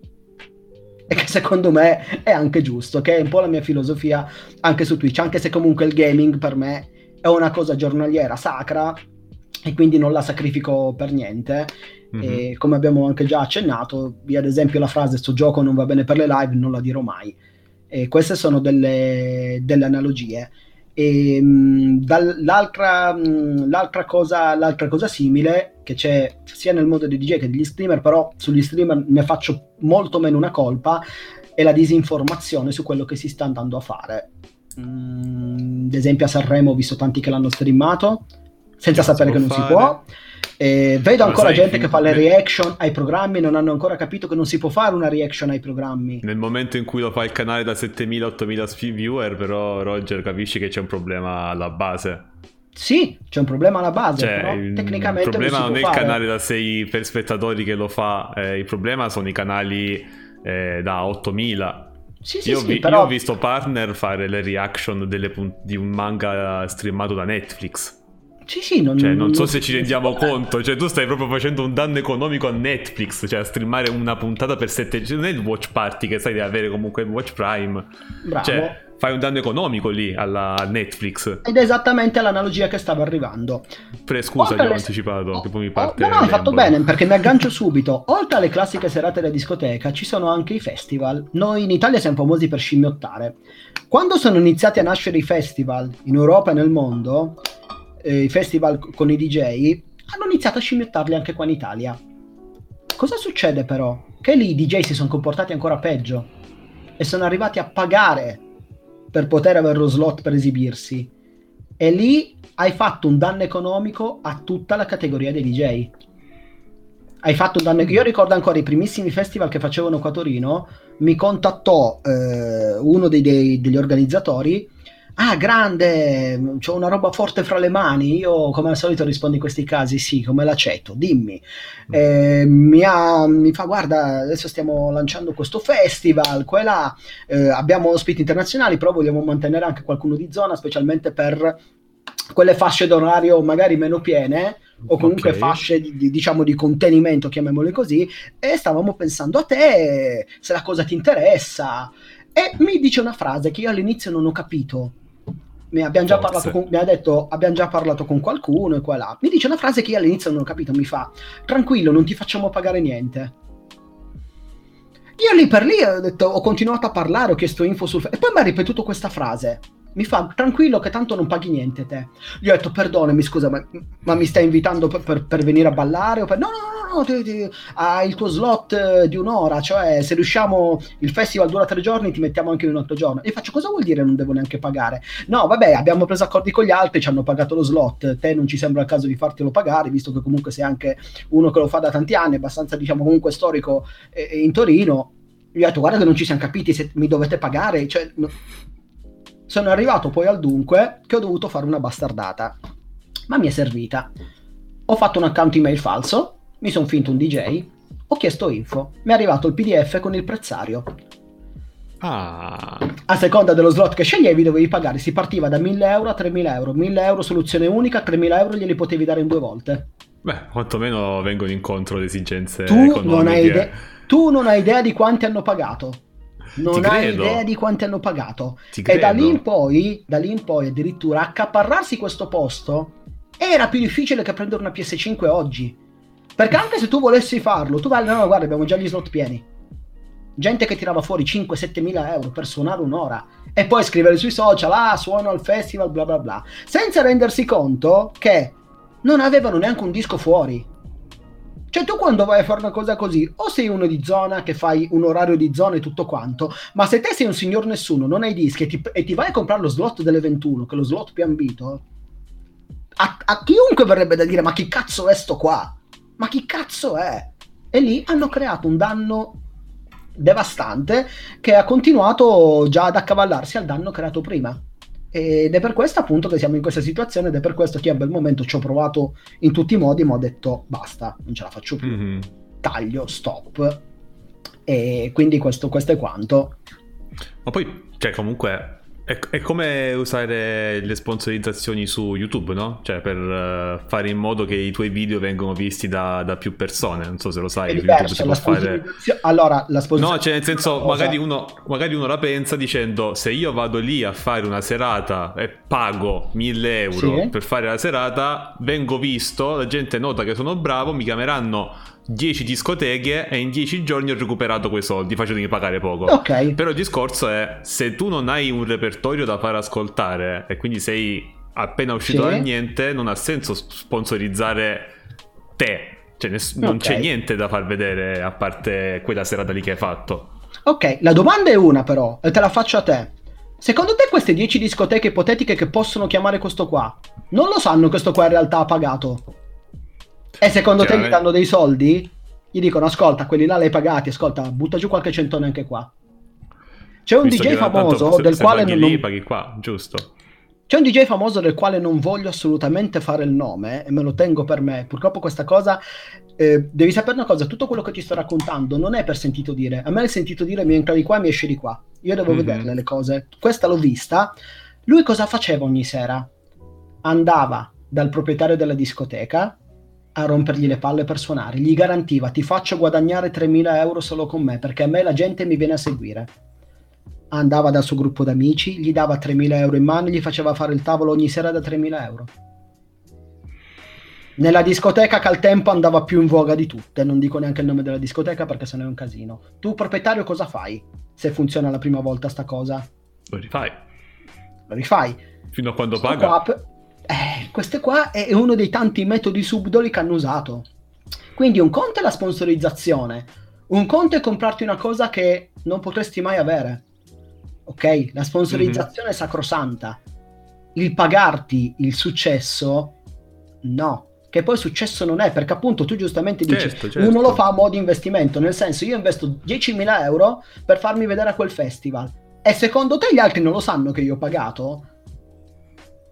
e che secondo me è anche giusto, che è un po' la mia filosofia anche su Twitch, anche se comunque il gaming per me è una cosa giornaliera, sacra, e quindi non la sacrifico per niente. Mm-hmm. E come abbiamo anche già accennato, via ad esempio la frase "sto gioco non va bene per le live" non la dirò mai. E queste sono delle, delle analogie. E mh, dall'altra mh, l'altra cosa l'altra cosa simile che c'è sia nel mondo dei D J che degli streamer, però sugli streamer ne faccio molto meno una colpa, è la disinformazione su quello che si sta andando a fare. Mm, ad esempio a Sanremo ho visto tanti che l'hanno streamato senza Cazzo sapere che non fare. si può. Eh, vedo Ma ancora sai, gente che fa le reaction ai programmi, non hanno ancora capito che non si può fare una reaction ai programmi. Nel momento in cui lo fa il canale da settemila ottomila viewer, però Roger capisci che c'è un problema alla base. Sì, c'è un problema alla base, cioè, però il, tecnicamente il problema non, non si è può il fare. canale da sei per spettatori che lo fa, eh, il problema sono i canali eh, da ottomila. Sì, sì, io, sì, vi, però... io ho visto partner fare le reaction delle punt- di un manga streamato da Netflix. Sì, sì, non, cioè, non so non se ci rendiamo conto, cioè tu stai proprio facendo un danno economico a Netflix, cioè a streamare una puntata per sette giorni, non è il watch party che sai di avere comunque il watch prime. Bravo. Cioè, fai un danno economico lì alla a Netflix. Ed è esattamente l'analogia che stava arrivando. Pre, scusa, Oltre che ho alle... anticipato, oh, che poi mi oh, parte. no, no, hai fatto bene, perché mi aggancio subito. Oltre alle classiche serate da discoteca, ci sono anche i festival. Noi in Italia siamo famosi per scimmiottare. Quando sono iniziati a nascere i festival in Europa e nel mondo, eh, i festival con i D J, hanno iniziato a scimmiottarli anche qua in Italia. Cosa succede però? Che lì i D J si sono comportati ancora peggio e sono arrivati a pagare per poter avere lo slot per esibirsi, e lì hai fatto un danno economico a tutta la categoria dei D J. Hai fatto un danno. Io ricordo ancora i primissimi festival che facevano qua a Torino, mi contattò eh, uno dei, dei, degli organizzatori ah, grande, c'ho una roba forte fra le mani. Io, come al solito, rispondo in questi casi: sì, come l'aceto, dimmi. Eh, mi, ha, mi fa: guarda, adesso stiamo lanciando questo festival, qua e là, eh, abbiamo ospiti internazionali, però vogliamo mantenere anche qualcuno di zona, specialmente per quelle fasce d'orario magari meno piene, o comunque Ok. fasce di, di, diciamo di contenimento, chiamiamole così, e stavamo pensando a te, se la cosa ti interessa. E mi dice una frase che io all'inizio non ho capito. Mi, abbiamo già parlato Forse. con, mi ha detto: abbiamo già parlato con qualcuno e qua e là. Mi dice una frase che io all'inizio non ho capito. Mi fa: tranquillo, non ti facciamo pagare niente. Io lì per lì ho, detto, ho continuato a parlare, ho chiesto info sul... E poi mi ha ripetuto questa frase. Mi fa: tranquillo che tanto non paghi niente te. Gli ho detto: perdonami, scusa, ma, ma mi stai invitando per, per, per venire a ballare? O per... No, no, no, no, ti, ti, hai il tuo slot eh, di un'ora, cioè se riusciamo, il festival dura tre giorni, ti mettiamo anche in un altro giorno. E faccio: cosa vuol dire non devo neanche pagare? No, vabbè, abbiamo preso accordi con gli altri, ci hanno pagato lo slot, te non ci sembra il caso di fartelo pagare, visto che comunque sei anche uno che lo fa da tanti anni, abbastanza, diciamo, comunque storico eh, in Torino. Gli ho detto: guarda che non ci siamo capiti, se mi dovete pagare, cioè... No. Sono arrivato poi al dunque che ho dovuto fare una bastardata, ma mi è servita. Ho fatto un account email falso, mi sono finto un D J, ho chiesto info, mi è arrivato il P D F con il prezzario. Ah. A seconda dello slot che sceglievi dovevi pagare, si partiva da mille euro a tremila euro, mille euro soluzione unica, tremila euro glieli potevi dare in due volte. Beh, quantomeno vengono incontro alle esigenze Tu economiche. non hai idea, tu non hai idea di quanti hanno pagato. Non Ti hai credo. idea di quanti hanno pagato. Ti E da lì credo. in poi, da lì in poi addirittura accaparrarsi questo posto era più difficile che prendere una P S cinque oggi. Perché anche se tu volessi farlo, tu vai, no, guarda, abbiamo già gli slot pieni. Gente che tirava fuori cinque sette mila euro per suonare un'ora e poi scrivere sui social: ah, suono al festival, bla bla bla, senza rendersi conto che non avevano neanche un disco fuori. Cioè tu quando vai a fare una cosa così, o sei uno di zona che fai un orario di zona e tutto quanto, ma se te sei un signor nessuno, non hai dischi e ti, e ti vai a comprare lo slot delle ventuno, che è lo slot più ambito, a, a chiunque verrebbe da dire: ma chi cazzo è sto qua? Ma chi cazzo è? E lì hanno creato un danno devastante che ha continuato già ad accavallarsi al danno creato prima. Ed è per questo appunto che siamo in questa situazione, ed è per questo che a bel momento ci ho provato in tutti i modi, ma ho detto basta, non ce la faccio più, mm-hmm. taglio, stop. E quindi questo, questo è quanto. Ma poi, cioè, comunque è, è come usare le sponsorizzazioni su YouTube, no? Cioè, per uh, fare in modo che i tuoi video vengano visti da, da più persone. Non so se lo sai, è su diverso, YouTube si può fare. Allora, la sponsorizzazione. No, cioè, nel senso, magari uno, magari uno la pensa dicendo: se io vado lì a fare una serata e pago mille euro sì. per fare la serata, vengo visto, la gente nota che sono bravo, mi chiameranno dieci discoteche e in dieci giorni ho recuperato quei soldi facendogli pagare poco. Ok. Però il discorso è: se tu non hai un repertorio da far ascoltare e quindi sei appena uscito sì. dal niente, non ha senso sponsorizzare te. Cioè ness- okay. non c'è niente da far vedere a parte quella serata lì che hai fatto. Ok, la domanda è una però, e te la faccio a te. Secondo te queste dieci discoteche ipotetiche che possono chiamare questo qua non lo sanno che sto qua in realtà ha pagato? E secondo cioè, te gli danno dei soldi? Gli dicono: ascolta, quelli là l'hai pagati, ascolta, butta giù qualche centone anche qua. C'è un D J famoso se, del se quale paghi non... lì, paghi qua, giusto? C'è un D J famoso del quale non voglio assolutamente fare il nome e me lo tengo per me. Purtroppo questa cosa, eh, devi sapere una cosa, tutto quello che ti sto raccontando non è per sentito dire. A me il sentito dire mi entra di qua e mi esce di qua. Io devo mm-hmm. vederle le cose. Questa l'ho vista. Lui cosa faceva ogni sera? Andava dal proprietario della discoteca a rompergli le palle per suonare. Gli garantiva: ti faccio guadagnare tremila euro solo con me, perché a me la gente mi viene a seguire. Andava dal suo gruppo d'amici, gli dava tremila euro in mano e gli faceva fare il tavolo ogni sera da tremila euro. Nella discoteca che al tempo andava più in voga di tutte, non dico neanche il nome della discoteca perché se no è un casino. Tu proprietario cosa fai se funziona la prima volta sta cosa? Lo rifai. Lo rifai. Fino a quando Sto paga. Qua, eh, questo qua è uno dei tanti metodi subdoli che hanno usato. Quindi un conto è la sponsorizzazione, un conto è comprarti una cosa che non potresti mai avere. Ok, la sponsorizzazione mm-hmm. è sacrosanta. Il pagarti il successo, no. Che poi successo non è, perché appunto tu giustamente dici certo, certo. uno lo fa a mo' di investimento, nel senso io investo diecimila euro per farmi vedere a quel festival e secondo te gli altri non lo sanno che io ho pagato?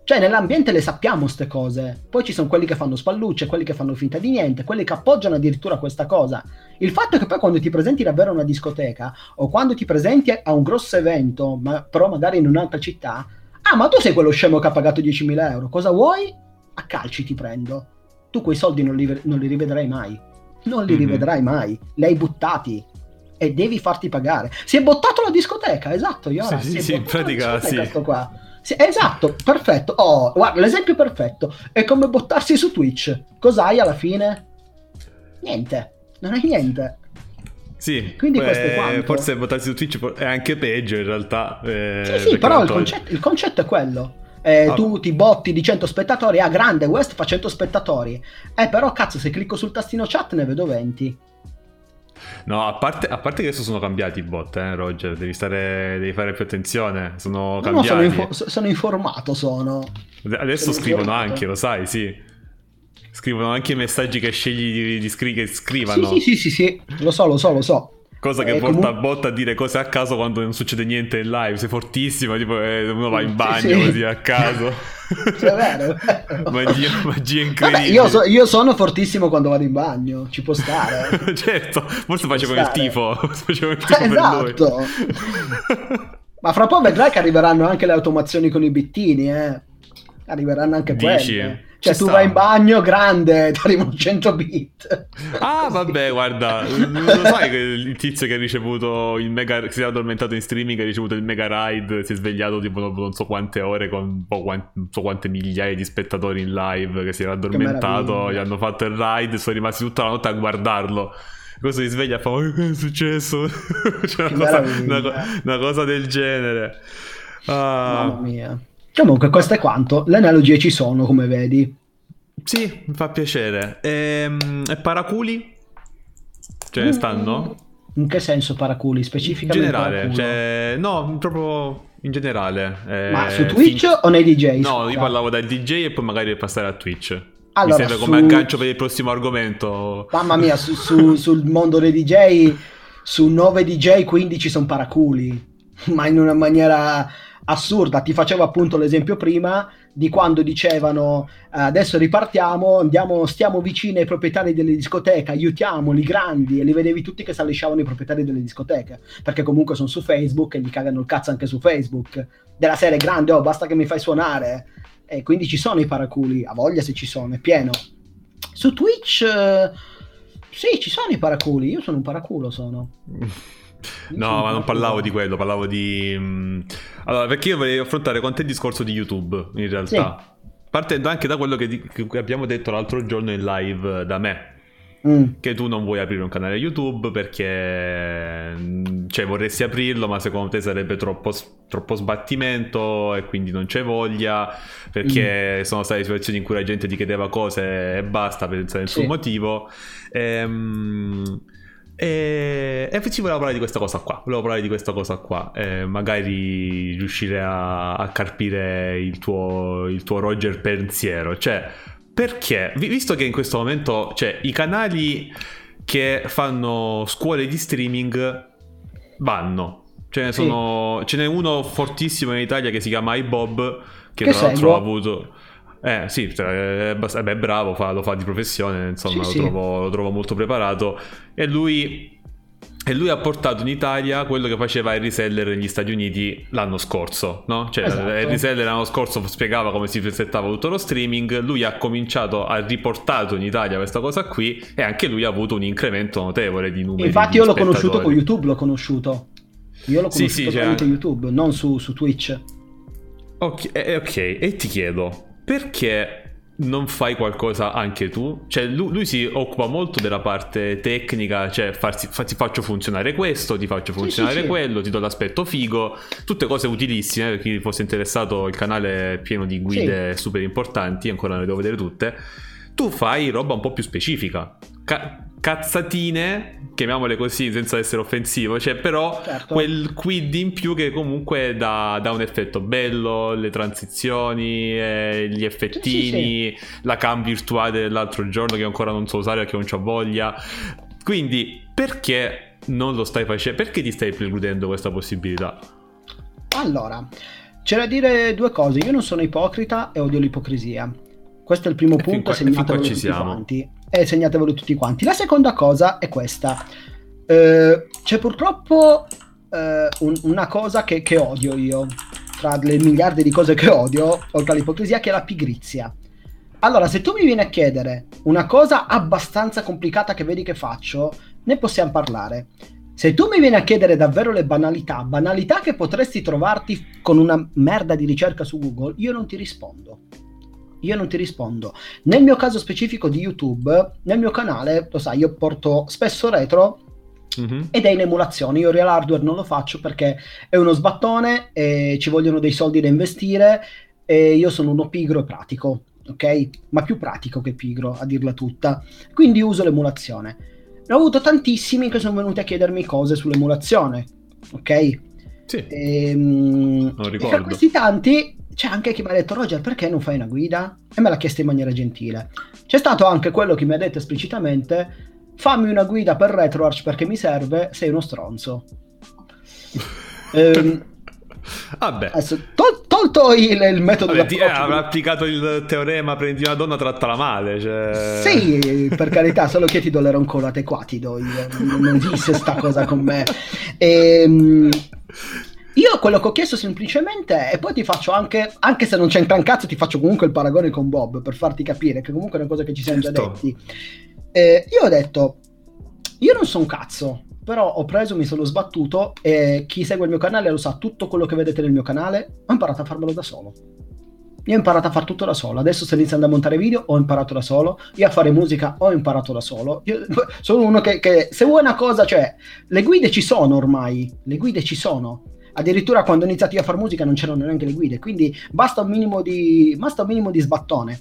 Cioè nell'ambiente le sappiamo ste cose, poi ci sono quelli che fanno spallucce, quelli che fanno finta di niente, quelli che appoggiano addirittura questa cosa. Il fatto è che poi quando ti presenti davvero a una discoteca o quando ti presenti a un grosso evento, ma però magari in un'altra città, ah ma tu sei quello scemo che ha pagato diecimila euro, cosa vuoi? A calci ti prendo. Tu quei soldi non li, non li rivedrai mai, non li mm-hmm. rivedrai mai, li hai buttati e devi farti pagare. Si è bottato la discoteca, esatto, Iora, sì, si sì, è sì, in pratica sì. Sto qua. Sì, esatto, perfetto. Oh, guarda, l'esempio perfetto è come bottarsi su Twitch. Cos'hai alla fine? Niente, non hai niente. Sì, quindi beh, questo è quanto. Forse bottarsi su Twitch è anche peggio in realtà. Eh, sì, sì, però il concetto, il concetto è quello. Eh, ah. Tu ti botti di cento spettatori, ah grande, West fa cento spettatori. Eh però cazzo, se clicco sul tastino chat ne vedo venti. No, a parte, a parte che adesso sono cambiati i bot, eh, Roger, devi stare, devi fare più attenzione, sono no, cambiati. No, sono, info- sono informato, sono. Adesso sono scrivono informato. Anche, lo sai, sì. Scrivono anche i messaggi che scegli di, di scri- che scrivano. Sì, sì, sì, sì, sì, lo so, lo so, lo so. Cosa che eh, porta comunque... a bot a dire cose a caso quando non succede niente in live, sei fortissimo, tipo eh, uno va in bagno sì, sì. così a caso. Sì, è vero, è vero. magia, magia incredibile. Vabbè, io, so, io sono fortissimo quando vado in bagno, ci può stare. Certo, forse facevo il tifo, facevo il tifo esatto. Ma fra poco vedrai che arriveranno anche le automazioni con i bittini, eh. Arriveranno anche Dici? quelle. Cioè tu vai in bagno, grande, ti arrivano cento bit. Ah vabbè, guarda, lo sai che il tizio che ha ricevuto il mega, che si è addormentato in streaming, ha ricevuto il mega ride, si è svegliato tipo non so quante ore con un po' quanti, non so quante migliaia di spettatori in live, che si era addormentato, gli hanno fatto il ride e sono rimasti tutta la notte a guardarlo. Questo si sveglia e fa, ma che è successo? Cioè, una, cosa, una, una cosa del genere. Ah. Mamma mia. Comunque questo è quanto, le analogie ci sono come vedi. Sì, mi fa piacere. E, e paraculi? Ce ne stanno? In che senso paraculi? Specificamente in generale, cioè, no, proprio in generale. Eh, Ma su Twitch fin... o nei D J? No, scusa. Io parlavo dai D J e poi magari passare a Twitch. Allora, mi serve su... come aggancio per il prossimo argomento. Mamma mia, su, su, sul mondo dei D J, su nove D J quindici sono paraculi, ma in una maniera... assurda. Ti facevo appunto l'esempio prima di quando dicevano eh, adesso ripartiamo, andiamo, stiamo vicini ai proprietari delle discoteche, aiutiamoli grandi, e li vedevi tutti che si allisciavano i proprietari delle discoteche perché comunque sono su Facebook e gli cagano il cazzo anche su Facebook della serie grande, oh basta che mi fai suonare, e quindi ci sono i paraculi, a voglia se ci sono, è pieno. Su Twitch eh, sì, ci sono i paraculi, io sono un paraculo, sono no, ma non parlavo di quello, parlavo di... Allora, perché io volevo affrontare con te il discorso di YouTube, in realtà. Sì. Partendo anche da quello che, di- che abbiamo detto l'altro giorno in live da me. Mm. Che tu non vuoi aprire un canale YouTube perché... Cioè, vorresti aprirlo, ma secondo te sarebbe troppo, troppo sbattimento e quindi non c'è voglia, perché mm. sono state situazioni in cui la gente ti chiedeva cose e basta, senza nessun sì. motivo. Ehm... E, e ci volevo parlare di questa cosa qua. Volevo parlare di questa cosa qua. E magari riuscire a, a carpire il tuo, il tuo Roger pensiero. Cioè, perché, visto che in questo momento, cioè, i canali che fanno scuole di streaming vanno. Ce ne sono, sì. Ce n'è uno fortissimo in Italia che si chiama iBob, che, che tra l'altro seguo. ha avuto. Eh sì, cioè, è, è bravo, fa, lo fa di professione, insomma, sì, lo, trovo, lo trovo molto preparato. E lui, e lui ha portato in Italia quello che faceva il reseller negli Stati Uniti l'anno scorso, no? Cioè esatto. Il reseller l'anno scorso spiegava come si settava tutto lo streaming, lui ha cominciato, ha riportato in Italia questa cosa qui e anche lui ha avuto un incremento notevole di numeri. Infatti di io l'ho conosciuto con YouTube, l'ho conosciuto. Io l'ho conosciuto sì, sì, tramite cioè... YouTube, non su, su Twitch. Ok, eh, ok, e ti chiedo... Perché non fai qualcosa anche tu? Cioè lui, lui si occupa molto della parte tecnica, cioè farsi, fa, ti faccio funzionare questo, ti faccio funzionare sì, sì, quello, sì. Ti do l'aspetto figo, tutte cose utilissime, per chi fosse interessato il canale è pieno di guide sì. super importanti, ancora le devo vedere tutte. Tu fai roba un po' più specifica, Ca- cazzatine, chiamiamole così senza essere offensivo, cioè però certo. quel quid in più che comunque dà, dà un effetto bello, le transizioni, eh, gli effettini, sì, sì, sì. la cam virtuale dell'altro giorno che ancora non so usare perché non c'ho voglia. Quindi perché non lo stai facendo? Perché ti stai precludendo questa possibilità? Allora, c'è da dire due cose. Io non sono ipocrita e odio l'ipocrisia. Questo è il primo E fin punto, qua- e fin qua segnatevelo ci tutti siamo. quanti. E segnatevelo tutti quanti. La seconda cosa è questa. Eh, c'è purtroppo eh, un- una cosa che, che odio io, tra le miliardi di cose che odio, oltre all'ipocrisia, che è la pigrizia. Allora, se tu mi vieni a chiedere una cosa abbastanza complicata che vedi che faccio, ne possiamo parlare. Se tu mi vieni a chiedere davvero le banalità, banalità che potresti trovarti con una merda di ricerca su Google, io non ti rispondo. Io non ti rispondo. Nel mio caso specifico di YouTube, nel mio canale, lo sai, io porto spesso retro Mhm. ed è in emulazione. Io real hardware non lo faccio perché è uno sbattone e ci vogliono dei soldi da investire e io sono uno pigro e pratico, ok? Ma più pratico che pigro, a dirla tutta. Quindi uso l'emulazione. Ne ho avuto tantissimi che sono venuti a chiedermi cose sull'emulazione, ok? Sì, Ehm, non e fra ricordo. questi tanti c'è anche chi mi ha detto: Roger, perché non fai una guida? E me l'ha chiesto in maniera gentile. C'è stato anche quello che mi ha detto esplicitamente: fammi una guida per RetroArch perché mi serve, sei uno stronzo. Ehm, Vabbè. adesso, tol- tolto il, il metodo Vabbè, ti- eh, d'approccio avrà di- applicato il teorema prendi una donna trattala male, cioè... Sì, per carità, solo che ti do le roncolate qua, ti do io, non non esiste sta cosa con me. Ehm, io quello che ho chiesto semplicemente, e poi ti faccio anche, anche se non c'entra un cazzo, ti faccio comunque il paragone con Bob, per farti capire che comunque è una cosa che ci siamo già Certo. detti. Eh, io ho detto, io non so un cazzo, però ho preso, mi sono sbattuto, e chi segue il mio canale lo sa, tutto quello che vedete nel mio canale, ho imparato a farmelo da solo. Io ho imparato a fare tutto da solo. Adesso sto iniziando a montare video, ho imparato da solo. Io a fare musica ho imparato da solo. Io sono uno che, che se vuoi una cosa, cioè, le guide ci sono ormai. Le guide ci sono. Addirittura quando ho iniziato io a fare musica non c'erano neanche le guide. Quindi basta un minimo di, basta un minimo di sbattone.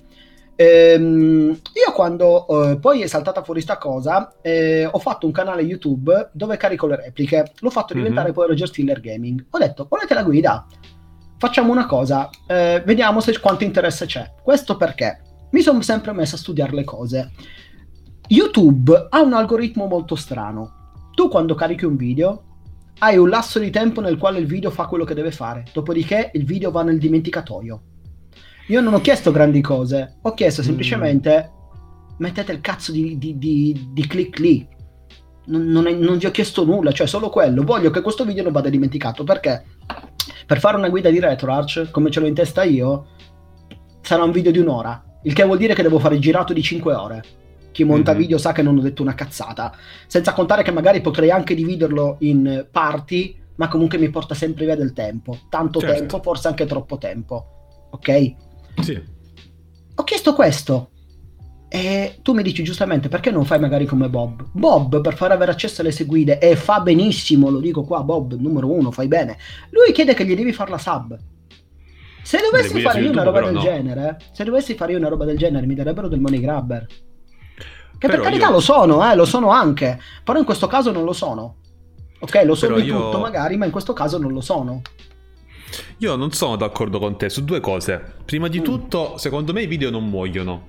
Ehm, io quando eh, poi è saltata fuori sta cosa, eh, ho fatto un canale YouTube dove carico le repliche. L'ho fatto diventare Mhm. poi Roger Stiller Gaming. Ho detto, volete la guida? Facciamo una cosa, eh, vediamo se quanto interesse c'è. Questo perché mi sono sempre messo a studiare le cose. YouTube ha un algoritmo molto strano. Tu quando carichi un video hai un lasso di tempo nel quale il video fa quello che deve fare, dopodiché il video va nel dimenticatoio. Io non ho chiesto grandi cose, ho chiesto Mm. semplicemente mettete il cazzo di, di, di, di click lì. Non, non, è- non vi ho chiesto nulla, cioè solo quello. Voglio che questo video non vada dimenticato perché per fare una guida di RetroArch, come ce l'ho in testa io, sarà un video di un'ora, il che vuol dire che devo fare il girato di cinque ore. Chi monta Mhm. video sa che non ho detto una cazzata, senza contare che magari potrei anche dividerlo in parti, ma comunque mi porta sempre via del tempo, tanto Certo. tempo, forse anche troppo tempo, ok? Sì. Ho chiesto questo e tu mi dici giustamente perché non fai magari come Bob. Bob, per far avere accesso alle sue guide, e fa benissimo, lo dico qua, Bob numero uno, fai bene, lui chiede che gli devi fare la sub. Se dovessi guide fare su io una YouTube, roba però, del no. genere, se dovessi fare io una roba del genere mi darebbero del money grabber, che per Però carità io- lo sono, eh, lo sono anche, però in questo caso non lo sono. Ok, lo sono Però di io- tutto magari, ma in questo caso non lo sono. Io non sono d'accordo con te su due cose. Prima di Mm. tutto, secondo me i video non muoiono.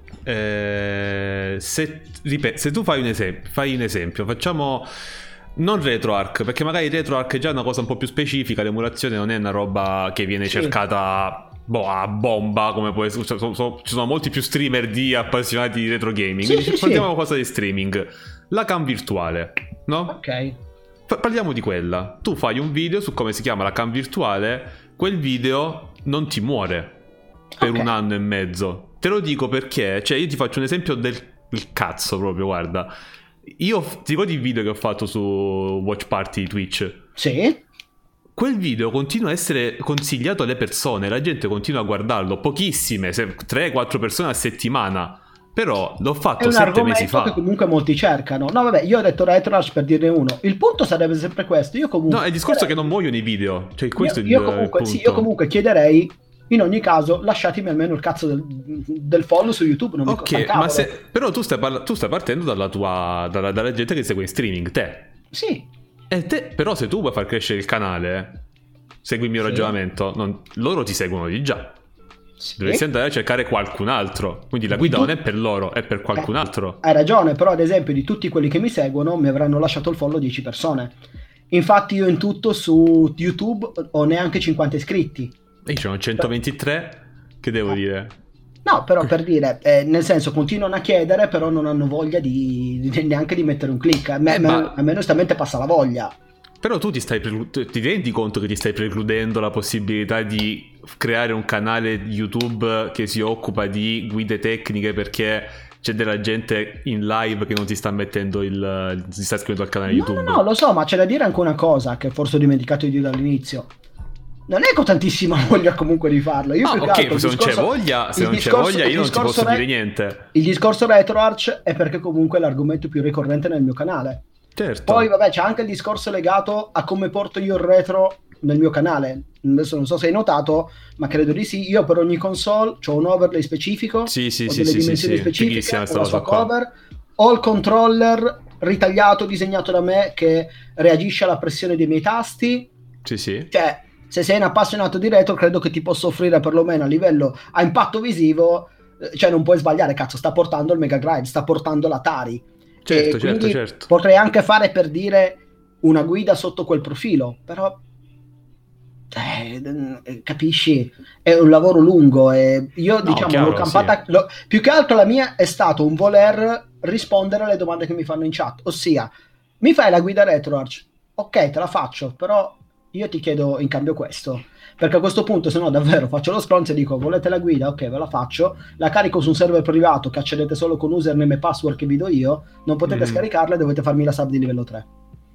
Eh, se, ripeto, se tu fai un esempio, fai un esempio, facciamo non RetroArch, perché magari RetroArch è già una cosa un po' più specifica, l'emulazione non è una roba che viene Sì. cercata boh, a bomba, come può essere. Cioè, so- so- ci sono molti più streamer di appassionati di retro gaming. Sì, Quindi sì, parliamo sì. una cosa di streaming. La cam virtuale, no? Ok. Fa- Parliamo di quella. Tu fai un video su come si chiama la cam virtuale, quel video non ti muore per Ok. un anno e mezzo. Te lo dico perché, cioè io ti faccio un esempio del il cazzo proprio, guarda. Io f- ti ricordi il video che ho fatto su Watch Party di Twitch? Sì. Quel video continua a essere consigliato alle persone, la gente continua a guardarlo, pochissime, tre quattro persone a settimana. Però l'ho È fatto un sette mesi argomento fa. che comunque molti cercano. No, vabbè, io ho detto RetroArch per dirne uno. Il punto sarebbe sempre questo. Io comunque No, è il discorso che non muoiono i video. Cioè, questo io, è il, io il comunque, punto. sì, io comunque chiederei, in ogni caso, lasciatemi almeno il cazzo del, del follow su YouTube. Non mi costa un Ok, cavolo. ma se, però tu stai, parla- tu stai partendo dalla tua dalla, dalla gente che segue in streaming, te. Sì, E te, però se tu vuoi far crescere il canale, eh, segui il mio Sì. ragionamento, non- loro ti seguono di già. sì. Dovresti andare a cercare qualcun altro. Quindi la Di guida tu- non è per loro, è per qualcun Eh, altro. Hai ragione, però ad esempio di tutti quelli che mi seguono mi avranno lasciato il follow dieci persone. Infatti io in tutto su YouTube ho neanche cinquanta iscritti. E io c'erano centoventitré, che devo eh. dire? No, però per dire, eh, nel senso, continuano a chiedere, però non hanno voglia di, di- neanche di mettere un click. A me, Eh, me- ma- a me onestamente passa la voglia. Però tu ti stai preclu- ti rendi conto che ti stai precludendo la possibilità di creare un canale YouTube che si occupa di guide tecniche perché c'è della gente in live che non ti sta mettendo il si sta iscrivendo al canale No, YouTube? no, no, lo so, ma c'è da dire anche una cosa che forse ho dimenticato di dire dall'inizio. Non è con tantissima voglia comunque di farlo. Io Ah, più che ok, altro il se non c'è discorso- voglia, se il non c'è discorso- voglia il io non ti discorso posso re- dire niente. Il discorso RetroArch è perché comunque è l'argomento più ricorrente nel mio canale. Certo. Poi vabbè c'è anche il discorso legato a come porto io il retro nel mio canale. Adesso non so se hai notato, ma credo di sì. Io per ogni console ho un overlay specifico, Sì, sì, ho sì, delle sì, sì, dimensioni sì. specifiche, Fighissima ho sta la sua cosa qua. cover, ho il controller ritagliato, disegnato da me che reagisce alla pressione dei miei tasti. Sì, sì. Cioè, se sei un appassionato di retro, credo che ti possa offrire perlomeno a livello a impatto visivo, eh, cioè non puoi sbagliare, cazzo, sta portando il Mega Drive, sta portando l'Atari. Certo, E certo, quindi certo. potrei anche fare, per dire, una guida sotto quel profilo, però eh, capisci, è un lavoro lungo e io No, diciamo chiaro, l'ho campata, sì. l'ho- più che altro la mia è stato un voler rispondere alle domande che mi fanno in chat, ossia mi fai la guida RetroArch? Ok, te la faccio, però io ti chiedo in cambio questo, perché a questo punto se no davvero faccio lo stronzo e dico volete la guida? Ok, ve la faccio, la carico su un server privato che accedete solo con username e password che vi do io, non potete Mhm. scaricarla e dovete farmi la sub di livello tre.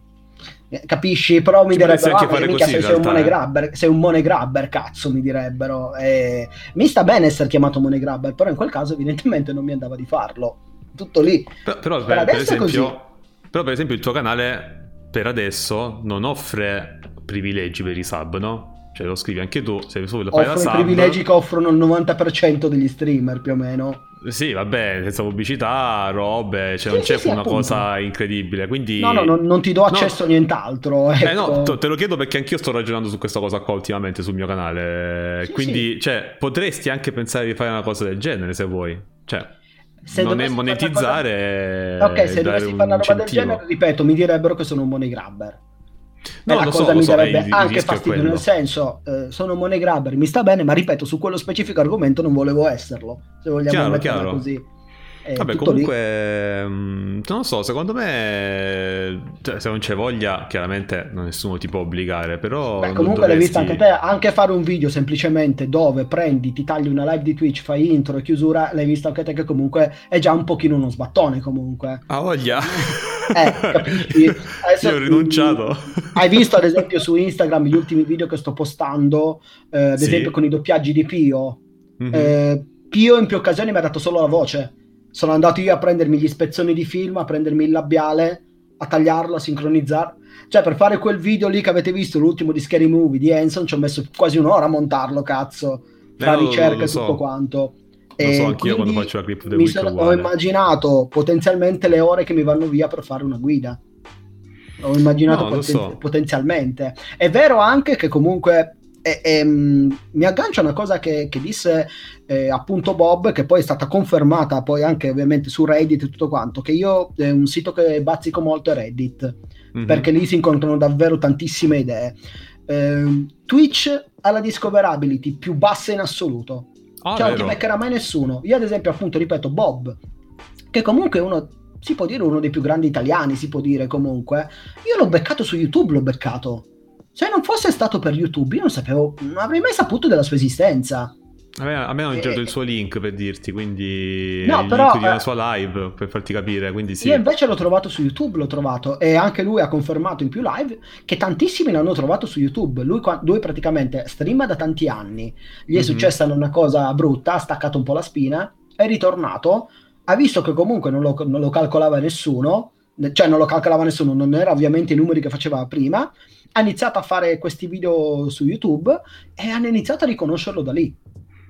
Eh, Capisci? Però mi Ci potresti direbbero anche ah, fare mica così, sei, in sei un realtà, money eh. grabber, sei un money grabber, cazzo, mi direbbero. E mi sta bene essere chiamato money grabber, però in quel caso evidentemente non mi andava di farlo. Tutto lì. Però, però Per per, per adesso è così. esempio, però per esempio il tuo canale per adesso non offre privilegi per i sub, no? Cioè lo scrivi anche tu, se tu fai la Offro i sub. privilegi che offrono il novanta per cento degli streamer più o meno. Sì, vabbè, senza pubblicità, robe, cioè Sì, non sì, c'è sì, una appunto. cosa incredibile, quindi... No, no, no, non ti do accesso No. a nient'altro. Ecco. Eh no, te te lo chiedo perché anch'io sto ragionando su questa cosa qua ultimamente sul mio canale, Sì, quindi, cioè, potresti anche pensare di fare una cosa del genere se vuoi, cioè, Se non è dovessi fare una monetizzare, cosa- Ok, se dare dovessi un fare una roba del incentivo. genere, ripeto, mi direbbero che sono un money grabber. No, E la lo cosa so, lo mi so, darebbe eh, il- il anche rischio è fastidio, quello. nel senso, eh, sono un money grabber, mi sta bene, ma ripeto, su quello specifico argomento non volevo esserlo, se vogliamo Chiaro, metterla chiaro. così. È Vabbè, tutto lì. comunque, mh, non so, secondo me, cioè, se non c'è voglia, chiaramente nessuno ti può obbligare, però Beh, non comunque l'hai dovresti... vista anche te, anche fare un video semplicemente dove prendi, ti tagli una live di Twitch, fai intro e chiusura, l'hai visto anche te che comunque è già un pochino uno sbattone comunque. Ah, voglia! Eh, capisci? Adesso, Io ho rinunciato. mh, Hai visto ad esempio su Instagram gli ultimi video che sto postando, eh, ad Sì. esempio con i doppiaggi di Pio. Mhm. Eh, Pio in più occasioni mi ha dato solo la voce. Sono andato io a prendermi gli spezzoni di film, a prendermi il labiale, a tagliarlo, a sincronizzare. Cioè, per fare quel video lì che avete visto, l'ultimo di Scary Movie di Hanson, ci ho messo quasi un'ora a montarlo, cazzo. Tra Eh, lo- ricerche lo e so. tutto quanto. Lo E so anch'io quando quindi faccio la clip del mi week sono- è ho uguale. immaginato potenzialmente le ore che mi vanno via per fare una guida. Ho immaginato No, lo poten- so. potenzialmente. È vero anche che comunque e, e, mh, mi aggancio a una cosa che, che disse eh, appunto Bob, che poi è stata confermata poi anche ovviamente su Reddit e tutto quanto, che io è un sito che bazzico molto è Reddit, Mhm. perché lì si incontrano davvero tantissime idee. Eh, Twitch ha la discoverability più bassa in assoluto, Ah, cioè non ti vero. beccherà mai nessuno. Io ad esempio appunto ripeto Bob, che comunque è uno, si può dire uno dei più grandi italiani, si può dire comunque, io l'ho beccato su YouTube, l'ho beccato. Se non fosse stato per YouTube io non sapevo, non avrei mai saputo della sua esistenza. A me, a me hanno Eh, girato il suo link per dirti, quindi No, il però, link di una eh, sua live per farti capire, quindi sì. Io invece l'ho trovato su YouTube, l'ho trovato, e anche lui ha confermato in più live che tantissimi l'hanno trovato su YouTube. Lui, qua- lui praticamente streama da tanti anni, gli è Mhm. successa una cosa brutta, ha staccato un po' la spina, è ritornato, ha visto che comunque non lo, non lo calcolava nessuno, cioè non lo calcolava nessuno, non era ovviamente i numeri che faceva prima, ha iniziato a fare questi video su YouTube e hanno iniziato a riconoscerlo da lì.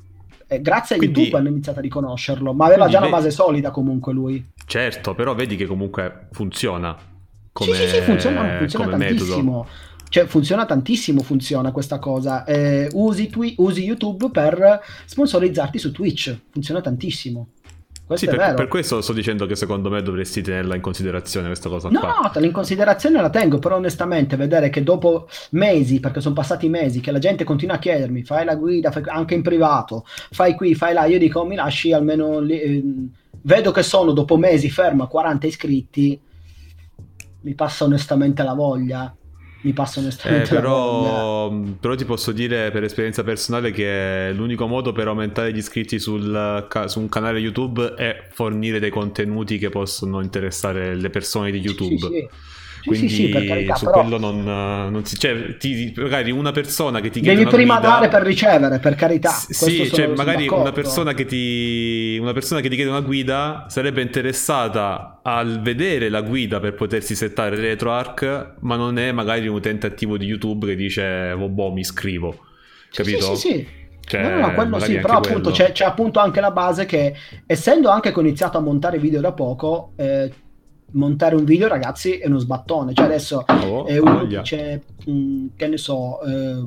Eh, grazie a Quindi- YouTube hanno iniziato a riconoscerlo, ma aveva quindi già una vedi- base solida comunque lui. Certo, però vedi che comunque funziona come, Sì, sì, sì, funziona, funziona come metodo. tantissimo. Cioè, funziona tantissimo, funziona questa cosa. Eh, usi, twi- usi YouTube per sponsorizzarti su Twitch, funziona tantissimo. Questo sì, è per, vero. per questo sto dicendo che secondo me dovresti tenerla in considerazione questa cosa No, qua. no, te- in considerazione la tengo, però onestamente vedere che dopo mesi, perché sono passati mesi, che la gente continua a chiedermi, fai la guida, fai- anche in privato, fai qui, fai là, io dico, mi lasci almeno lì, ehm, vedo che sono dopo mesi fermo a quaranta iscritti, mi passa onestamente la voglia, mi passa Eh, onestamente la voglia. però, però ti posso dire per esperienza personale che l'unico modo per aumentare gli iscritti sul, ca- su un canale YouTube è fornire dei contenuti che possono interessare le persone di Sì, sì, YouTube. sì, sì, sì, sì, per Quindi carità, su però quello non, non si... Cioè, ti- magari una persona che ti chiede devi una prima dare per guida... ricevere, per carità, S- questo Sì, cioè sono, sono magari una d'accordo. persona che ti una persona che ti chiede una guida sarebbe interessata al vedere la guida per potersi settare RetroArch, ma non è magari un utente attivo di YouTube che dice oh, boh, mi iscrivo, Sì, sì, sì, capito? sì. No, no, no, Cioè, quello magari sì, anche però appunto quello. c'è, c'è appunto anche la base che, essendo anche che ho iniziato a montare video da poco, eh, montare un video, ragazzi, è uno sbattone. Cioè adesso Oh, eh, uno voglia. dice, mh, che ne so, eh,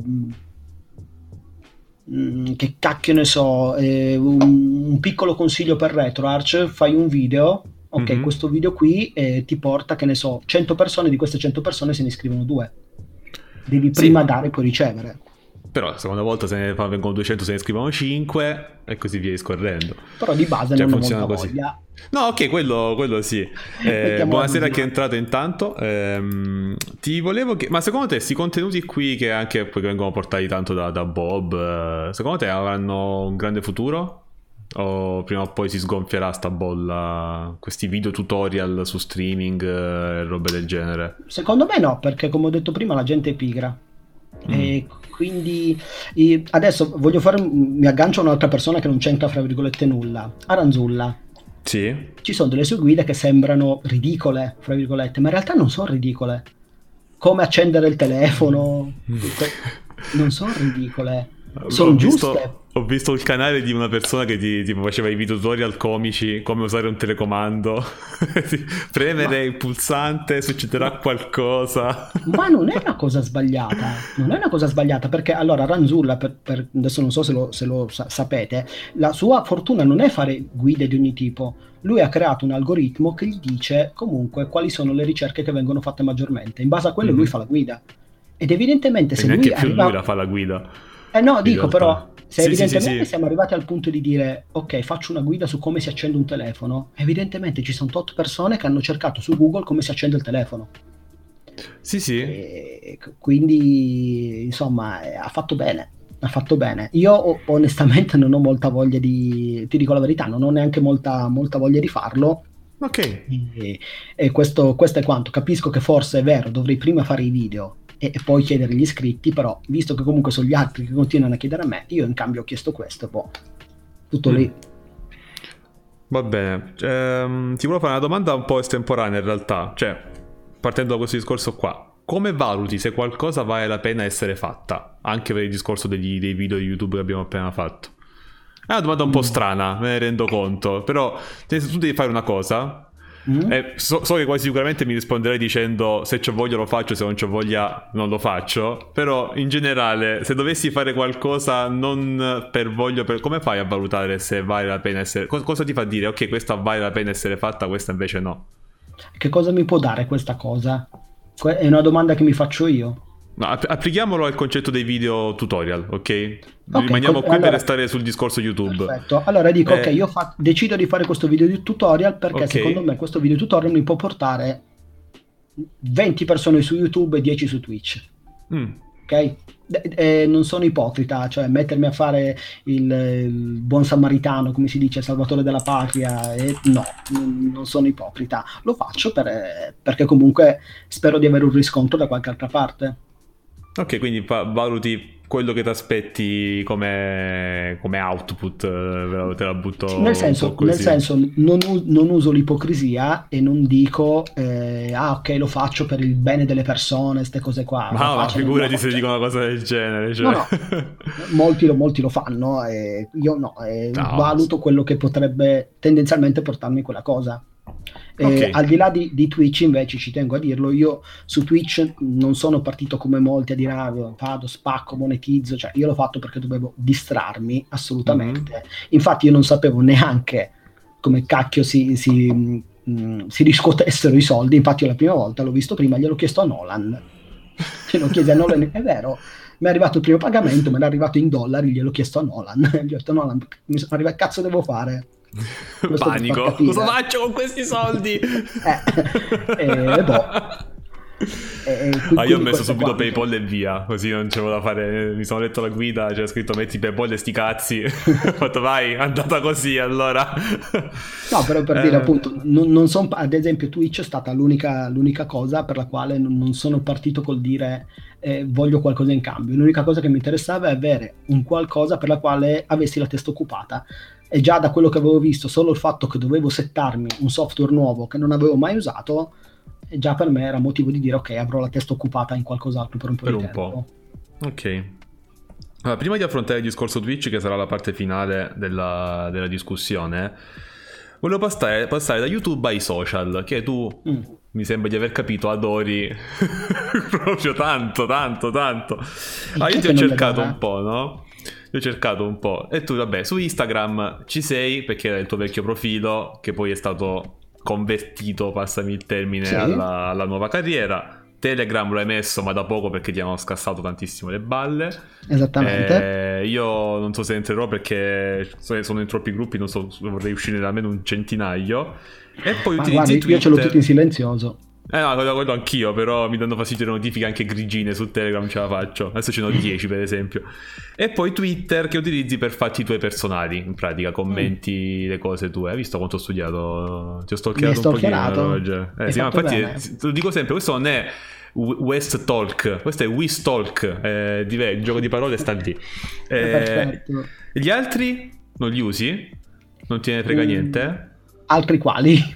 mh, che cacchio ne so, eh, un, un piccolo consiglio per RetroArch, fai un video, ok, Mhm. questo video qui eh, ti porta, che ne so, cento persone, di queste cento persone se ne iscrivono due. Devi prima Sì, dare e poi ricevere. però la seconda volta se ne fa- vengono duecento, se ne scrivono cinque e così via discorrendo. Però di base Cioè non ho funziona molta così. voglia. No, ok, quello, quello sì. Eh, Mettiamola buonasera a così. chi è entrato intanto. Ehm, ti volevo che... Ma secondo te questi contenuti qui che anche poi vengono portati tanto da, da Bob, eh, secondo te avranno un grande futuro? O prima o poi si sgonfierà sta bolla? Questi video tutorial su streaming eh, e robe del genere? Secondo me no, perché come ho detto prima la gente è pigra. Mm. E quindi e adesso voglio fare, un- mi aggancio a un'altra persona che non c'entra fra virgolette nulla. Aranzulla. Sì? Ci sono delle sue guide che sembrano ridicole, fra virgolette, ma in realtà non sono ridicole. Come accendere il telefono, que- non sono ridicole, Ho sono giuste. visto, ho visto il canale di una persona che ti, tipo, faceva i video tutorial comici, come usare un telecomando. Sì, Ma premere il pulsante, succederà qualcosa. Ma non è una cosa sbagliata, non è una cosa sbagliata perché allora Ranzulla, per, per- adesso non so se lo, se lo sa- sapete, la sua fortuna non è fare guide di ogni tipo, lui ha creato un algoritmo che gli dice comunque quali sono le ricerche che vengono fatte maggiormente, in base a quello lui Mhm. fa la guida ed evidentemente E se lui neanche più lui arriva... la fa la guida, Eh no, in dico realtà. però, se Sì, sì, sì, evidentemente sì. siamo arrivati al punto di dire ok, faccio una guida su come si accende un telefono, evidentemente ci sono tot persone che hanno cercato su Google come si accende il telefono. Sì, sì. E quindi insomma eh, ha fatto bene, ha fatto bene. Io o- onestamente non ho molta voglia di, ti dico la verità, non ho neanche molta, molta voglia di farlo. Ok. E, e questo, questo è quanto. Capisco che forse è vero, dovrei prima fare i video e, e poi chiedere gli iscritti, però visto che comunque sono gli altri che continuano a chiedere a me, io in cambio ho chiesto questo, boh, tutto Mm. lì. Va bene. Ehm, ti volevo fare una domanda un po' estemporanea in realtà. Cioè, partendo da questo discorso qua. Come valuti se qualcosa vale la pena essere fatta? Anche per il discorso degli- dei video di YouTube che abbiamo appena fatto. È una domanda un po' Mm. strana, me ne rendo conto. Però, se tu devi fare una cosa... Mm? eh, so, so che quasi sicuramente mi risponderai dicendo se c'ho voglia lo faccio, se non c'ho voglia non lo faccio. Però in generale, se dovessi fare qualcosa non per voglia, per... come fai a valutare se vale la pena essere... co- cosa ti fa dire ok, questa vale la pena essere fatta, questa invece no? Che cosa mi può dare questa cosa? Que- è una domanda che mi faccio io. No, app- applichiamolo al concetto dei video tutorial, ok? Ok, Rimaniamo co- qui per allora, restare sul discorso YouTube. perfetto. Allora dico, ok, Eh, io fa- decido di fare questo video di tutorial perché ok. secondo me questo video tutorial mi può portare venti persone su YouTube e dieci su Twitch. Mm. Ok? E- e non sono ipocrita, cioè mettermi a fare il, il buon samaritano, come si dice, salvatore della patria, e no, non non sono ipocrita. Lo faccio per- perché comunque spero di avere un riscontro da qualche altra parte. Ok, quindi va- valuti quello che ti aspetti come, come output, eh, te la butto Sì, un nel po' senso, nel così. senso non, u- non uso l'ipocrisia e non dico eh, ah ok lo faccio per il bene delle persone, queste cose qua, la Ma, ma pace nel figurati mondo, se cioè, dico una cosa del genere, no cioè. no, molti lo, molti lo fanno e io no, e No. valuto quello che potrebbe tendenzialmente portarmi quella cosa. Ok. E al di là di, di Twitch invece ci tengo a dirlo, io su Twitch non sono partito come molti a dire ah, vado, spacco, monetizzo, cioè io l'ho fatto perché dovevo distrarmi Mhm. assolutamente. Infatti io non sapevo neanche come cacchio si, si, mh, si riscuotessero i soldi. Infatti io la prima volta l'ho visto prima, gliel'ho chiesto a Nolan, ce lo chiesi a Nolan, è vero, mi è arrivato il primo pagamento, me l'è arrivato in dollari, gliel'ho chiesto a Nolan, gli ho detto Nolan, mi sono arrivato, cazzo devo fare? Questo panico, cosa faccio con questi soldi? eh, e boh. E, ah, io ho messo subito quanto. PayPal e via, così non c'avevo da fare. Mi sono letto la guida, c'era scritto metti PayPal e sti cazzi. Ho fatto vai, è andata così allora. No, però per eh. dire appunto, non, non son, ad esempio Twitch è stata l'unica, l'unica cosa per la quale non, non sono partito col dire eh, voglio qualcosa in cambio. L'unica cosa che mi interessava è avere un qualcosa per la quale avessi la testa occupata. E già da quello che avevo visto, solo il fatto che dovevo settarmi un software nuovo che non avevo mai usato, già per me era motivo di dire ok, avrò la testa occupata in qualcos'altro per un po' per di un tempo. Po'. Ok. Allora, prima di affrontare il discorso Twitch, che sarà la parte finale della, della discussione, volevo passare, passare da YouTube ai social, che tu mm. mi sembra di aver capito adori proprio tanto, tanto, tanto. Ah, io ti ho cercato un po', no? Ti ho cercato un po'. E tu, vabbè, su Instagram ci sei perché era il tuo vecchio profilo, che poi è stato convertito, passami il termine, sì. alla, alla nuova carriera. Telegram lo hai messo ma da poco perché ti hanno scassato tantissimo le balle. Esattamente. Eh, io non so se entrerò perché sono in troppi gruppi, non so, vorrei uscire da almeno un centinaio. E poi ma utilizzi guarda, Twitter. Io ce l'ho tutto in silenzioso. Eh no, quello anch'io, però mi danno fastidio le notifiche anche grigine su Telegram, ce la faccio. Adesso ce ne ho dieci per esempio. E poi Twitter che utilizzi per fatti tuoi personali, in pratica commenti mm. le cose tue. Hai visto quanto ho studiato? Ti ho stalkerato un pochino. Eh, sì, ma infatti bene. Lo dico sempre, questo non è West Talk, questo è West Talk, eh, il gioco di parole sta lì. Eh, gli altri non li usi? Non te ne frega mm. niente? Altri quali?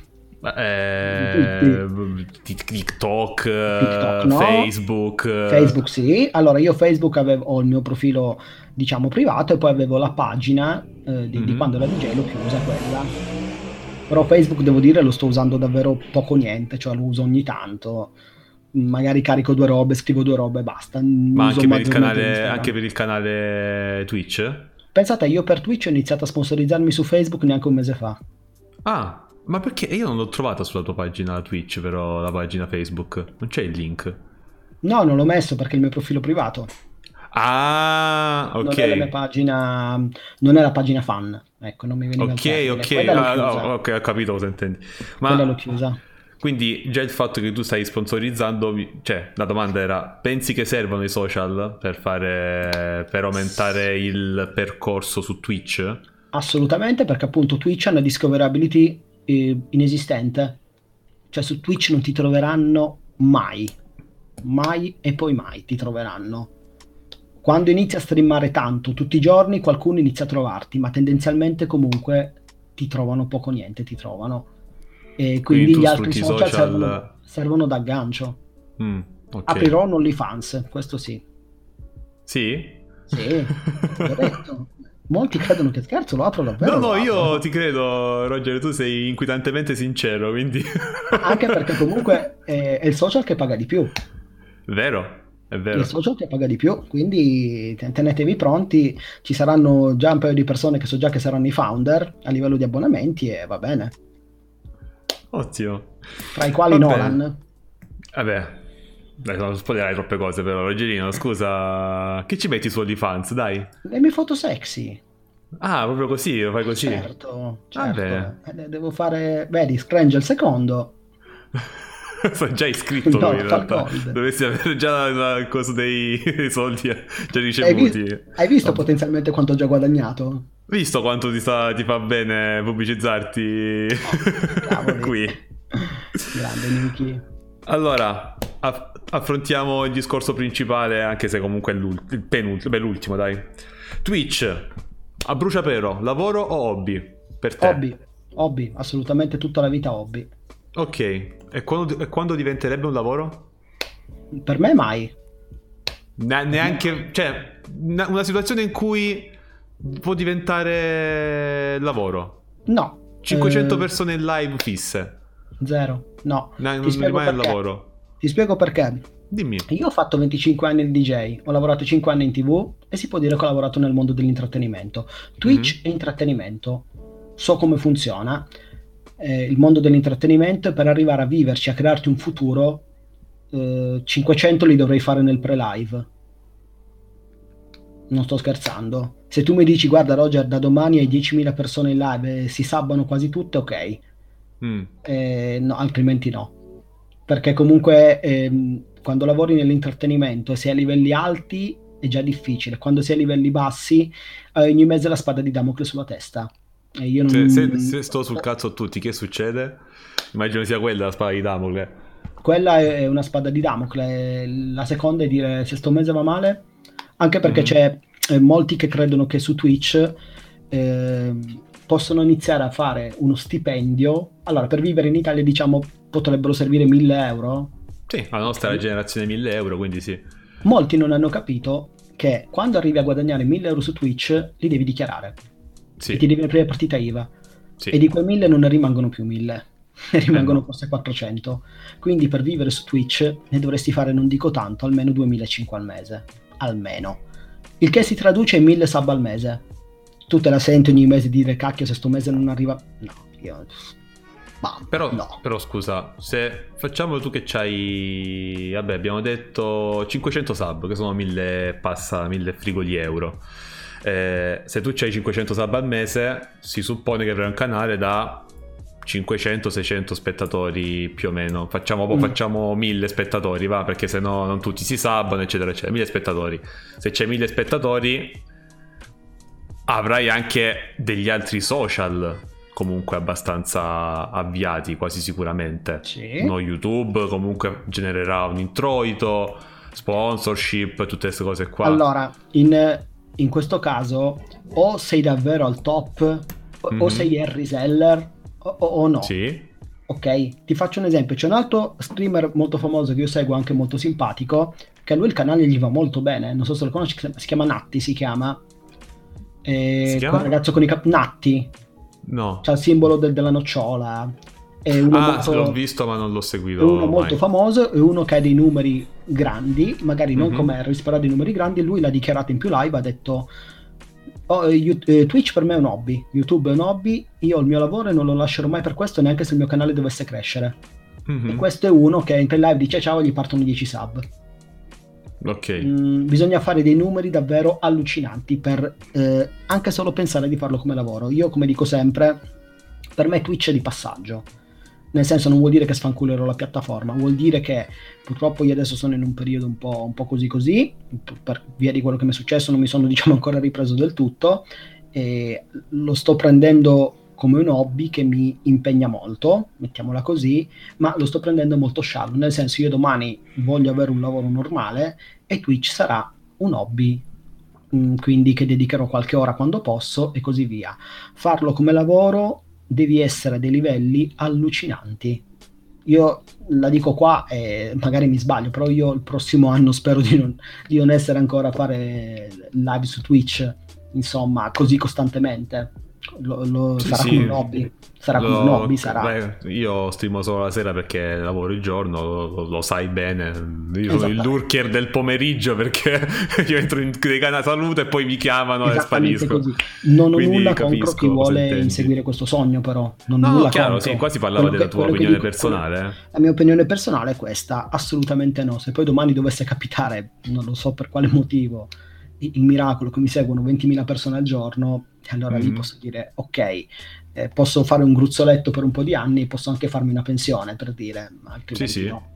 Eh, TikTok, TikTok no. Facebook Facebook sì, allora io Facebook avevo, ho il mio profilo diciamo privato e poi avevo la pagina eh, di, mm-hmm. di quando era D J, l'ho chiusa quella, però Facebook devo dire lo sto usando davvero poco niente, cioè lo uso ogni tanto, magari carico due robe, scrivo due robe e basta. Ma anche per, il canale, anche per il canale Twitch? Pensate, io per Twitch ho iniziato a sponsorizzarmi su Facebook neanche un mese fa. Ah, ma perché? Io non l'ho trovata sulla tua pagina Twitch, però la pagina Facebook. Non c'è il link? No, non l'ho messo perché è il mio profilo privato. Ah, ok. Non è la mia pagina, non è la pagina fan. Ecco, non mi veniva Ok, ok, ah, oh, ok, ho capito cosa intendi. Ma quella l'ho chiusa. Quindi già il fatto che tu stai sponsorizzando, cioè la domanda era, pensi che servono i social per fare, per aumentare il percorso su Twitch? Assolutamente, perché appunto Twitch ha una discoverability inesistente, cioè su Twitch non ti troveranno mai mai e poi mai ti troveranno. Quando inizi a streamare tanto tutti i giorni qualcuno inizia a trovarti, ma tendenzialmente comunque ti trovano poco niente, ti trovano, e quindi, quindi gli altri social, social... Servono, servono da aggancio. mm, okay. Aprirò un OnlyFans, questo sì sì? Sì, l'ho detto. Molti credono che scherzo, lo apro davvero. No, no, io ti credo, Roger, tu sei inquietantemente sincero, quindi... Anche perché comunque è, è il social che paga di più. Vero, è vero. È il social che paga di più, quindi tenetevi pronti, ci saranno già un paio di persone che so già che saranno i founder a livello di abbonamenti e va bene. Ottimo. Tra i quali Vabbè. Nolan. Vabbè. Dai, non spoilerai troppe cose però, Rogerino, scusa, che ci metti su OnlyFans, dai? Le mie foto sexy. Ah, proprio così, lo fai così? Certo, certo. Eh, devo fare, vedi, Scrange il secondo. Sono già iscritto no, lui in realtà. Gold. Dovresti avere già il coso dei, dei soldi già ricevuti. Hai, vi- hai visto Vabbè. potenzialmente quanto ho già guadagnato? Visto quanto ti, sta, ti fa bene pubblicizzarti oh, qui. Grande Niki. Allora, aff- affrontiamo il discorso principale, anche se comunque è l'ult- il penultimo, beh, l'ultimo, dai. Twitch, a bruciapelo, lavoro o hobby? Per te? Hobby, hobby, assolutamente tutta la vita hobby. Ok, e quando, e quando diventerebbe un lavoro? Per me mai. Ne- neanche, cioè, una, una situazione in cui può diventare lavoro? No. cinquecento eh... persone in live fisse? Zero, no. no non rimane il lavoro. Ti spiego perché. Dimmi. Io ho fatto venticinque anni di D J, ho lavorato cinque anni in tivù e si può dire che ho lavorato nel mondo dell'intrattenimento. Twitch mm-hmm. è intrattenimento. so come funziona eh, il mondo dell'intrattenimento, e per arrivare a viverci, a crearti un futuro, eh, cinquecento li dovrei fare nel pre-live. Non sto scherzando. Se tu mi dici guarda Roger, da domani hai diecimila persone in live e si sabbano quasi tutte, ok. Mm. Eh, no, altrimenti no. Perché comunque ehm, quando lavori nell'intrattenimento e sei a livelli alti è già difficile. Quando sei a livelli bassi hai ogni mese la spada di Damocle sulla testa. E io non... se, se, se sto sul cazzo a tutti, che succede? Immagino sia quella la spada di Damocle. Quella è una spada di Damocle. La seconda è dire se sto mese va male, anche perché Mm-hmm. c'è eh, molti che credono che su Twitch eh, possono iniziare a fare uno stipendio. Allora, per vivere in Italia, diciamo, potrebbero servire mille euro. Sì, alla nostra Ok. generazione mille euro, quindi sì. Molti non hanno capito che quando arrivi a guadagnare mille euro su Twitch li devi dichiarare Sì. e ti devi aprire partita I V A, Sì. e di quei mille non ne rimangono più mille, ne rimangono Eh no. forse quattrocento. Quindi per vivere su Twitch ne dovresti fare, non dico tanto, almeno duemilacinquecento al mese, almeno, il che si traduce in mille sub al mese. Tu te la senti ogni mese dire cacchio, se sto mese non arriva, no, io ma Però, no. però scusa, se facciamo tu che c'hai, vabbè, abbiamo detto cinquecento sub, che sono mille passa, mille frigo di euro. Eh, se tu c'hai cinquecento sub al mese, si suppone che avrai un canale da cinquecento seicento spettatori più o meno. Facciamo, boh, Mm. facciamo mille spettatori, va, perché se no non tutti si subbano, eccetera, eccetera. mille spettatori. Se c'hai mille spettatori, avrai anche degli altri social comunque abbastanza avviati, quasi sicuramente. Sì. No, YouTube comunque genererà un introito, sponsorship, tutte queste cose qua. Allora, in, in questo caso o sei davvero al top o, Mhm. o sei Harry Seller o, o- o no. Sì. Ok, ti faccio un esempio. C'è un altro streamer molto famoso che io seguo, anche molto simpatico, che a lui il canale gli va molto bene. Non so se lo conosci, si chiama Natti, si chiama. Eh, Si chiama? quel ragazzo con i cap... Natti, No. c'ha il simbolo del- della nocciola. È uno Ah, molto... l'ho visto ma non l'ho È seguito uno mai. molto famoso, è uno che ha dei numeri grandi, magari non Mhm. come Harris, però ha dei numeri grandi, e lui l'ha dichiarato in più live, ha detto "Oh, eh, you- eh, Twitch per me è un hobby, YouTube è un hobby, io ho il mio lavoro e non lo lascerò mai per questo, neanche se il mio canale dovesse crescere." Mhm. E questo è uno che entra in live, dice ciao e gli partono dieci sub. Ok. Mm, bisogna fare dei numeri davvero allucinanti per eh, anche solo pensare di farlo come lavoro. Io, come dico sempre, per me Twitch è di passaggio. Nel senso, non vuol dire che sfanculerò la piattaforma, vuol dire che purtroppo io adesso sono in un periodo un po', un po' così così, per via di quello che mi è successo non mi sono, diciamo, ancora ripreso del tutto, e lo sto prendendo come un hobby che mi impegna molto, mettiamola così, ma lo sto prendendo molto sciallo, nel senso, io domani voglio avere un lavoro normale e Twitch sarà un hobby, mh, quindi che dedicherò qualche ora quando posso e così via. Farlo come lavoro devi essere a dei livelli allucinanti. Io la dico qua e magari mi sbaglio, però io il prossimo anno spero di non, di non essere ancora a fare live su Twitch, insomma, così costantemente. Lo, lo- Sì, sarà sì. come un hobby, sarà come un Lo- hobby, sarà. beh, io streamo solo la sera perché lavoro il giorno, lo, lo sai bene. Io sono il Esattamente. lurker del pomeriggio perché io entro in dei canali salute e poi mi chiamano e Esattamente sparisco. così. Non ho Quindi nulla contro capisco chi cosa vuole intendi. inseguire questo sogno, però non ho No, nulla chiaro, contro. sì, qua si parlava Quello della che- tua quello che opinione dico- quello- personale. eh. La mia opinione personale è questa, assolutamente no. Se poi domani dovesse capitare, non lo so per quale motivo, il il miracolo che mi seguono ventimila persone al giorno, allora lì Mhm. posso dire ok, eh, posso fare un gruzzoletto per un po' di anni, posso anche farmi una pensione, per dire, ma altrimenti Sì, sì. no.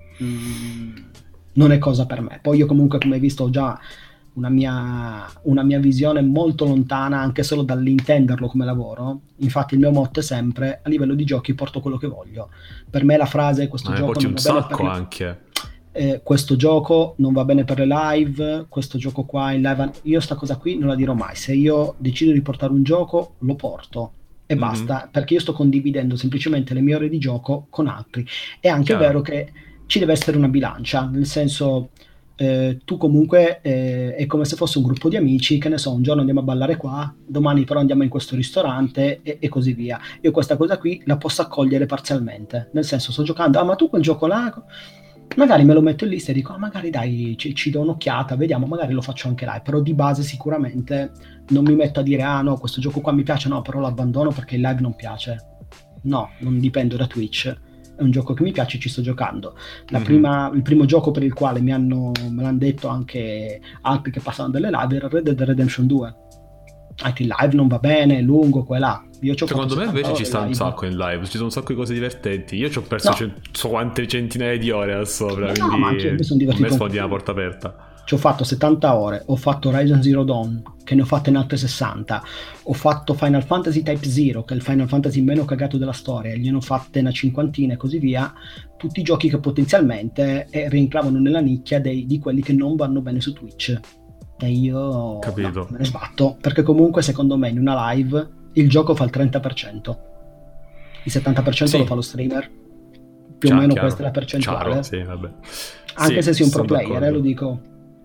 Mm, non è cosa per me. Poi io comunque, come hai visto, ho già una mia, una mia visione molto lontana anche solo dall'intenderlo come lavoro. Infatti il mio motto è sempre: a livello di giochi porto quello che voglio. Per me la frase questo Ma ne gioco porti non un va bene sacco per le- anche. eh, questo gioco non va bene per le live, questo gioco qua in live, io sta cosa qui non la dirò mai. Se io decido di portare un gioco lo porto e Mhm. basta, perché io sto condividendo semplicemente le mie ore di gioco con altri. È anche Chiaro. vero che ci deve essere una bilancia, nel senso, eh, tu comunque eh, è come se fosse un gruppo di amici, che ne so, un giorno andiamo a ballare qua, domani però andiamo in questo ristorante e, e così via. Io questa cosa qui la posso accogliere parzialmente, nel senso, sto giocando, ah ma tu quel gioco là, magari me lo metto in lista e dico, ah, magari dai, ci, ci do un'occhiata, vediamo, magari lo faccio anche live, però di base sicuramente non mi metto a dire, ah no, questo gioco qua mi piace, no, però lo abbandono perché il live non piace. No, non dipendo da Twitch, è un gioco che mi piace e ci sto giocando. La Mhm. prima, il primo gioco per il quale mi hanno, me l'hanno detto anche altri che passavano delle live era Red Dead Redemption due. Anche il live non va bene, è lungo, qua e là. Io ci ho Secondo fatto me invece ci settanta sta ore un live. sacco in live, ci sono un sacco di cose divertenti. Io ci ho perso No, cent- so quante centinaia di ore là sopra, no, quindi ma anche io mi sono a me divertito un sfondi una po'. porta aperta. Ci ho fatto settanta ore, ho fatto Horizon Zero Dawn, che ne ho fatte in altre sessanta, ho fatto Final Fantasy Type Zero, che è il Final Fantasy meno cagato della storia, gliene ho fatte una cinquantina e così via, tutti giochi che potenzialmente eh, rientravano nella nicchia dei, di quelli che non vanno bene su Twitch. E io Capito. no, me ne sbatto, perché comunque secondo me in una live il gioco fa il trenta per cento, il settanta per cento Sì. lo fa lo streamer, più Chiaro, o meno chiaro. questa è la percentuale. Chiaro, sì, vabbè. Anche Sì, se sei un pro sono player, eh, d'accordo. lo dico.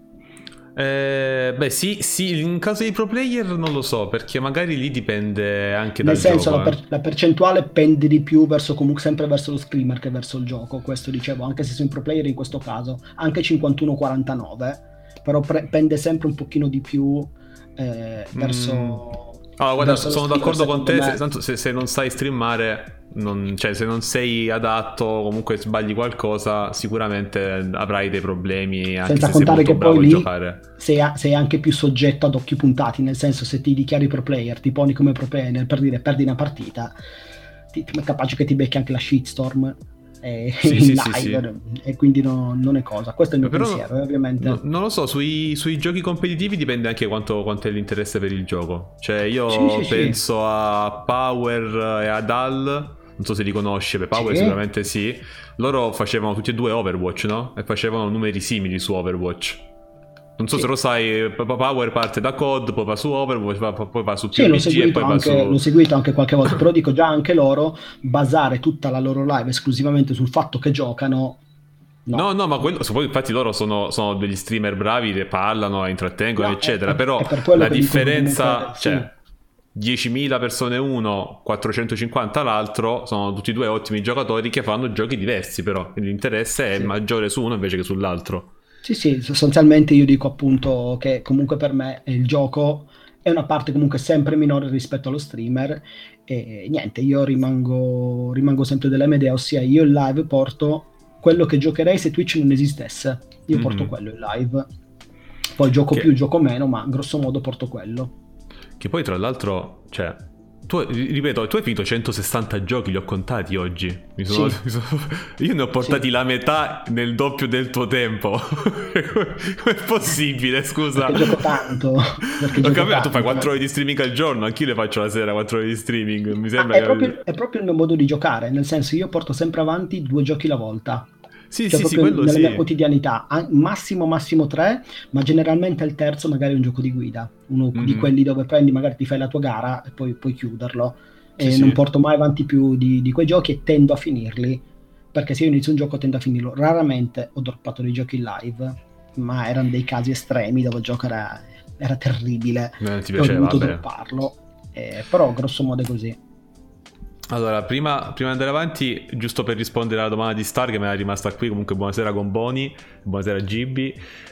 Eh, beh, sì, sì, in caso di pro player non lo so, perché magari lì dipende anche Nel dal senso, gioco. la, per- eh. la percentuale pende di più verso comunque sempre verso lo streamer che verso il gioco. Questo dicevo, anche se sei un pro player in questo caso, anche cinquantuno quarantanove, però pre- pende sempre un pochino di più eh, verso, Mm. Ah, guarda, verso lo sono streamer, d'accordo con secondo te. me. Se, tanto se, se non sai streamare, non- cioè se non sei adatto, comunque sbagli qualcosa, sicuramente avrai dei problemi, anche Senza se sei contare molto che bravo poi a lì giocare. sei, a- sei anche più soggetto ad occhi puntati, nel senso se ti dichiari pro player, ti poni come pro player per dire perdi una partita, ti, ti- è capace che ti becchi anche la shitstorm eh, Sì, in sì, sì, sì. live e quindi no- non è cosa. Questo è il mio Però pensiero, eh, no- ovviamente. non lo so, sui, sui giochi competitivi dipende anche quanto, quanto è l'interesse per il gioco. Cioè, Sì, io sì, sì. penso a Power e ad Al, non so se li conosci, beh, Power Sì. sicuramente sì. Loro facevano tutti e due Overwatch, no? E facevano numeri simili su Overwatch. Non so Sì. se lo sai, P- Power parte da C O D, poi va su Overwatch, va- poi va su Sì, l'ho P U B G e seguito poi va anche, l'ho su... seguito anche qualche volta, però dico già anche loro, basare tutta la loro live esclusivamente sul fatto che giocano, no. No, no, ma quello, poi infatti loro sono, sono degli streamer bravi che parlano, intrattengono, No, è, eccetera. è- Però è per quello la che dico che comunque differenza, sì, cioè, diecimila persone uno, quattrocentocinquanta l'altro, sono tutti e due ottimi giocatori che fanno giochi diversi, però quindi l'interesse è sì. maggiore su uno invece che sull'altro. Sì, sì, sostanzialmente io dico appunto che comunque per me il gioco è una parte comunque sempre minore rispetto allo streamer e niente, io rimango, rimango sempre della mia idea, ossia io in live porto quello che giocherei se Twitch non esistesse, io porto Mhm. quello in live, poi gioco più, Che, gioco meno, ma grosso modo porto quello. che poi tra l'altro, cioè, tu, ripeto, tu hai finito centosessanta giochi, li ho contati oggi. Mi sono, Sì, mi sono- io ne ho portati sì, la metà nel doppio del tuo tempo. Come è possibile, scusa? perché gioco tanto, perché Ho gioco capito, tu fai tanto. quattro ore di streaming al giorno, anch'io le faccio la sera quattro ore di streaming. Mi Ah, sembra è proprio, che... è proprio il mio modo di giocare, nel senso io porto sempre avanti due giochi alla volta. Sì, Cioè sì, sì, proprio quello nella mia sì. quotidianità, an- massimo massimo tre, ma generalmente il terzo magari è un gioco di guida, uno di Mhm. quelli dove prendi, magari ti fai la tua gara e poi puoi chiuderlo. Sì, E non sì. porto mai avanti più di, di quei giochi e tendo a finirli, perché se io inizio un gioco tendo a finirlo. Raramente ho droppato dei giochi in live, ma erano dei casi estremi dove il gioco era, era terribile Non ti e ho piaceva, dovuto vabbè. dropparlo. Eh, però grosso modo è così. Allora, prima, prima di andare avanti, giusto per rispondere alla domanda di Star che mi era rimasta qui, comunque buonasera Gomboni, buonasera Gibi,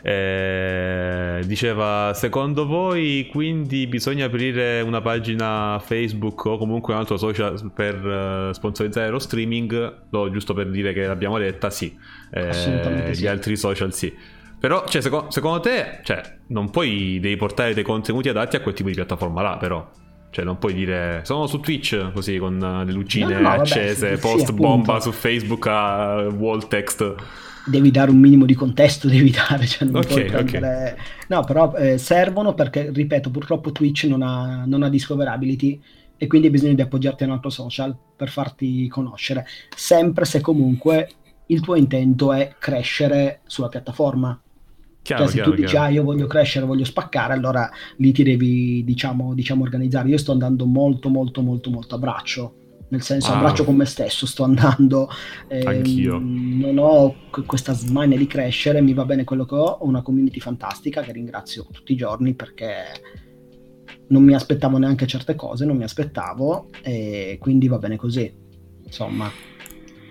eh, diceva, secondo voi quindi bisogna aprire una pagina Facebook o comunque un altro social per eh, sponsorizzare lo streaming? No, giusto per dire che l'abbiamo letta, sì. Eh, Assolutamente gli sì. altri social sì. Però, cioè, seco- secondo te, cioè, non puoi, devi portare dei contenuti adatti a quel tipo di piattaforma là, però. Cioè, non puoi dire sono su Twitch così con uh, le No, lucine no, no, vabbè, accese, sì, sì, post bomba appunto. su Facebook a wall text. Devi dare un minimo di contesto, devi dare, cioè non puoi Ok, ok. prendere... No, però eh, servono perché, ripeto, purtroppo Twitch non ha, non ha discoverability e quindi hai bisogno di appoggiarti a un altro social per farti conoscere, sempre se comunque il tuo intento è crescere sulla piattaforma. Cioè Chiaro, se tu chiaro, dici, ah, chiaro. io voglio crescere, voglio spaccare, allora lì ti devi, diciamo, diciamo organizzare. Io sto andando molto, molto, molto, molto a braccio, nel senso a Ah, braccio con me stesso, sto andando, anch'io. ehm, non ho que- questa smania di crescere, mi va bene quello che ho, ho una community fantastica che ringrazio tutti i giorni perché non mi aspettavo neanche certe cose, non mi aspettavo e quindi va bene così, insomma.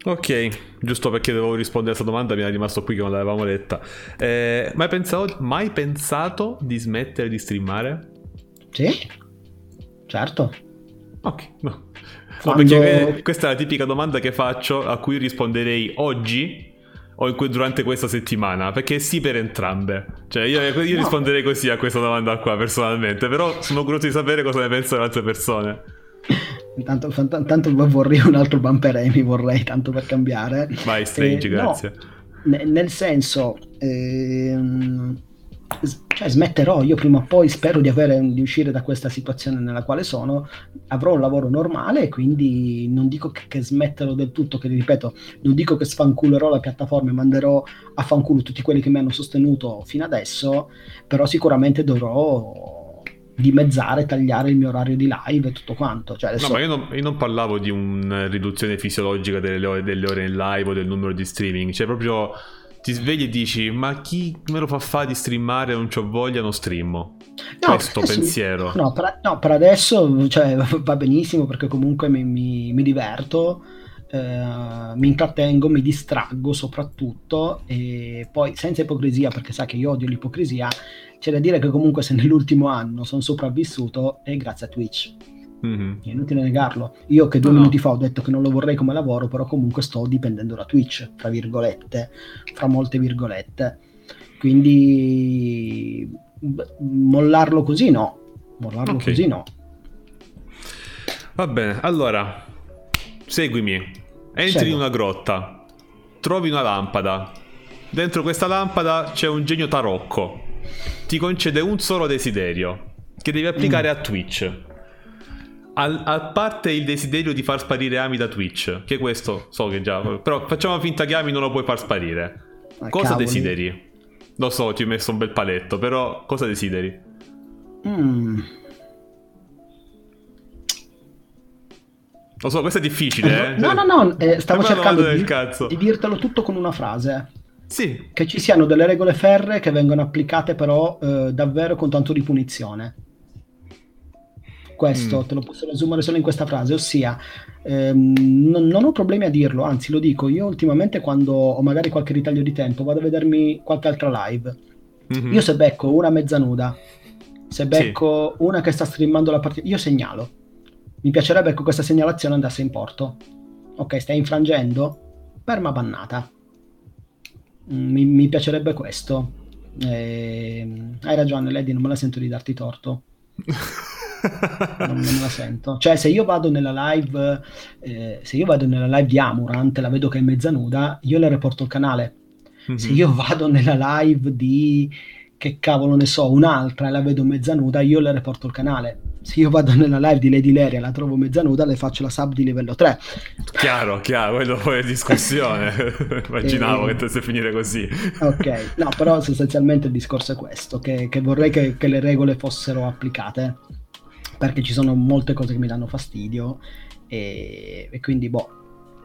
Ok, giusto perché dovevo rispondere a questa domanda, mi era rimasto qui che non l'avevamo letta. Eh, mai pensato, mai pensato di smettere di streamare? Sì, certo. Ok, no. Quando... No, perché questa è la tipica domanda che faccio, a cui risponderei oggi o in que- durante questa settimana, perché sì per entrambe. Cioè io, io no. risponderei così a questa domanda qua personalmente, però sono curioso di sapere cosa ne pensano le altre persone. Intanto, tanto vorrei un altro bumper Amy, vorrei, tanto per cambiare. Vai Strange, eh, grazie. No, n- nel senso, ehm, cioè smetterò, io prima o poi spero di, avere, di uscire da questa situazione nella quale sono, avrò un lavoro normale e quindi non dico che, che smetterò del tutto, che ripeto, non dico che sfanculerò la piattaforma e manderò a fanculo tutti quelli che mi hanno sostenuto fino adesso, però sicuramente dovrò dimezzare, tagliare il mio orario di live e tutto quanto. Cioè adesso... No, ma io non, io non parlavo di una riduzione fisiologica delle ore, delle ore in live o del numero di streaming, cioè proprio ti svegli e dici ma chi me lo fa fare di streamare, non c'ho voglia, non streammo. No, questo adesso, pensiero no per, no, per adesso cioè, va benissimo perché comunque mi, mi, mi diverto, eh, mi intrattengo, mi distraggo soprattutto, e poi senza ipocrisia, perché sa che io odio l'ipocrisia, c'è da dire che comunque se nell'ultimo anno sono sopravvissuto è grazie a Twitch. Mm-hmm. È inutile negarlo. Io che due no, minuti no. fa ho detto che non lo vorrei come lavoro, però comunque sto dipendendo da Twitch, fra virgolette, fra molte virgolette. Quindi mollarlo così no. Mollarlo okay. così no. Va bene, allora seguimi. Entri Seguo. in una grotta, trovi una lampada. Dentro questa lampada c'è un genio tarocco. Ti concede un solo desiderio che devi applicare mm. a Twitch. A, a parte il desiderio di far sparire Ami da Twitch, che questo so che già, però facciamo finta che Ami non lo puoi far sparire. Ah, cosa cavoli. desideri? Lo so, ti ho messo un bel paletto, però cosa desideri? Mm. Lo so, questo è difficile, eh? No, no, no, eh, stavo cercando di, di dirtelo tutto con una frase. Sì. Che ci siano delle regole ferree che vengono applicate però eh, davvero con tanto di punizione. Questo mm. te lo posso resumere solo in questa frase, ossia ehm, non, non ho problemi a dirlo, anzi lo dico, io ultimamente quando ho magari qualche ritaglio di tempo vado a vedermi qualche altra live, mm-hmm. io se becco una mezza nuda, se becco sì. una che sta streamando la partita, io segnalo, mi piacerebbe che questa segnalazione andasse in porto. Ok, stai infrangendo? Perma bannata. Mi, mi piacerebbe questo. Eh, hai ragione Lady, non me la sento di darti torto. Non, non me la sento. Cioè se io vado nella live eh, se io vado nella live di Amurant, la vedo che è mezza nuda, io le reporto il canale. Mm-hmm. Se io vado nella live di che cavolo ne so, un'altra e la vedo mezza nuda, io le reporto il canale. Se io vado nella live di Lady Leria e la trovo mezza nuda, le faccio la sub di livello tre. Chiaro, chiaro, quello poi è discussione. Immaginavo e... che dovesse finire così. Ok, no, però sostanzialmente il discorso è questo, che, che vorrei che, che le regole fossero applicate, perché ci sono molte cose che mi danno fastidio e, e quindi boh.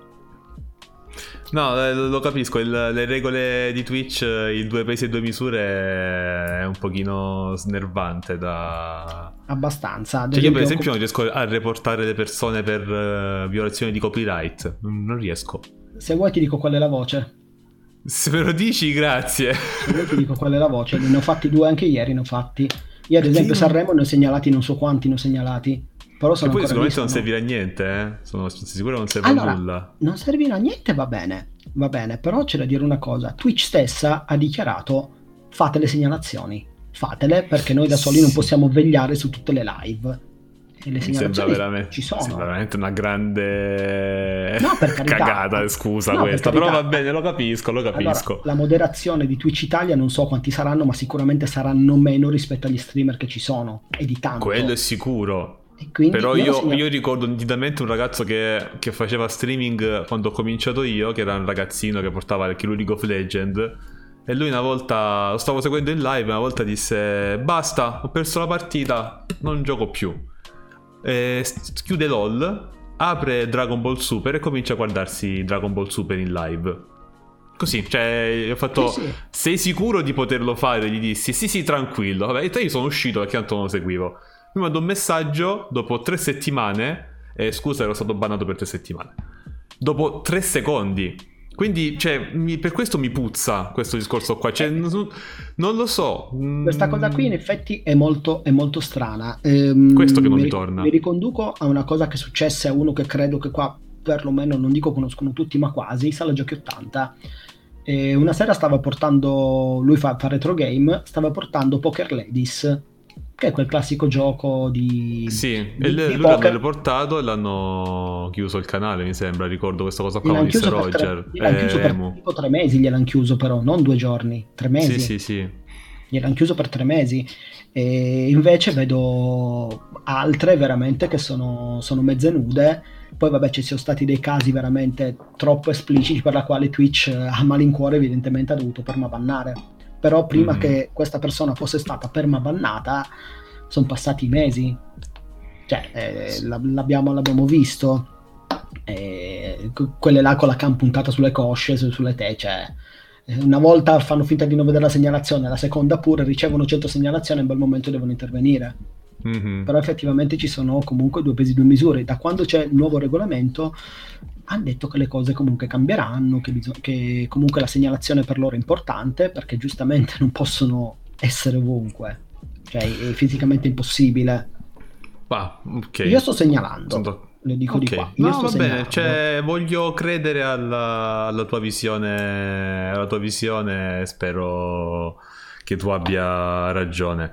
No, lo capisco, il, le regole di Twitch, il due pesi e due misure è un pochino snervante da... Abbastanza. Cioè io per esempio non riesco a reportare le persone per uh, violazione di copyright, non riesco. Se vuoi ti dico qual è la voce. Se me lo dici, grazie. Se vuoi ti dico qual è la voce, ne ho fatti due anche ieri, ne ho fatti. Io ad esempio Sanremo ne ho segnalati non so quanti, ne ho segnalati. Però sono e poi ancora sicuramente non servirà a niente, eh? Sono sicuro non serve allora, a nulla. Non servirà a niente, va bene, va bene, però c'è da dire una cosa. Twitch stessa ha dichiarato fate le segnalazioni, fatele perché noi da soli sì. non possiamo vegliare su tutte le live. E le segnalazioni veramente, ci sono. Sembra veramente una grande no, per carità, cagata, scusa no, questa, per però va bene, lo capisco, lo capisco. Allora, la moderazione di Twitch Italia non so quanti saranno, ma sicuramente saranno meno rispetto agli streamer che ci sono, e di tanto. Quello è sicuro. Però io, segna... io ricordo nitidamente un ragazzo che, che faceva streaming quando ho cominciato io, che era un ragazzino che portava il League of Legends, e lui una volta, lo stavo seguendo in live, una volta disse basta, ho perso la partita, non gioco più, e chiude LOL, apre Dragon Ball Super e comincia a guardarsi Dragon Ball Super in live. Così, cioè, ho fatto sì, sì. sei sicuro di poterlo fare? Gli dissi sì sì tranquillo. Vabbè, io sono uscito perché tanto non lo seguivo. Mi mando un messaggio dopo tre settimane e scusa ero stato bannato per tre settimane. dopo tre secondi. Quindi, cioè, mi, per questo mi puzza questo discorso qua. Cioè, non, non lo so. Questa cosa qui in effetti è molto, è molto strana. Ehm, Questo che non mi, mi, torna. Mi riconduco a una cosa che successe a uno che credo che qua, perlomeno, non dico conoscono tutti, ma quasi, Sala Giochi ottanta. E una sera stava portando, lui fa, fa retro game, stava portando Poker Ladies, che è quel classico gioco di sì, di, e di lui poker. l'hanno riportato e l'hanno chiuso il canale, mi sembra, ricordo questa cosa qua con Gliel'hanno mister chiuso per tre, Roger gliel'hanno e chiuso per Emu. tipo tre mesi, gliel'hanno chiuso però, non due giorni, tre mesi. Sì, sì, sì. Gliel'hanno chiuso per tre mesi. E invece vedo altre veramente che sono, sono mezze nude. Poi vabbè, ci sono stati dei casi veramente troppo espliciti per la quale Twitch eh, a malincuore evidentemente ha dovuto permabannare. Però prima Mhm. che questa persona fosse stata permabannata sono passati mesi. Cioè, eh, la- l'abbiamo, l'abbiamo visto. Eh, que- quelle là con la cam puntata sulle cosce, su- sulle te, cioè, eh, una volta fanno finta di non vedere la segnalazione, la seconda pure ricevono cento segnalazioni e in quel momento devono intervenire. Mhm. Però effettivamente ci sono comunque due pesi due misure. Da quando c'è il nuovo regolamento hanno detto che le cose comunque cambieranno, che, bisog- che comunque la segnalazione per loro è importante perché giustamente non possono essere ovunque, cioè è fisicamente impossibile. Ah, ok. Io sto segnalando, Sono- lo dico ok. di qua. Io No, sto va bene, segnalando. cioè, voglio credere alla, alla tua visione, alla tua visione, spero che tu abbia ragione.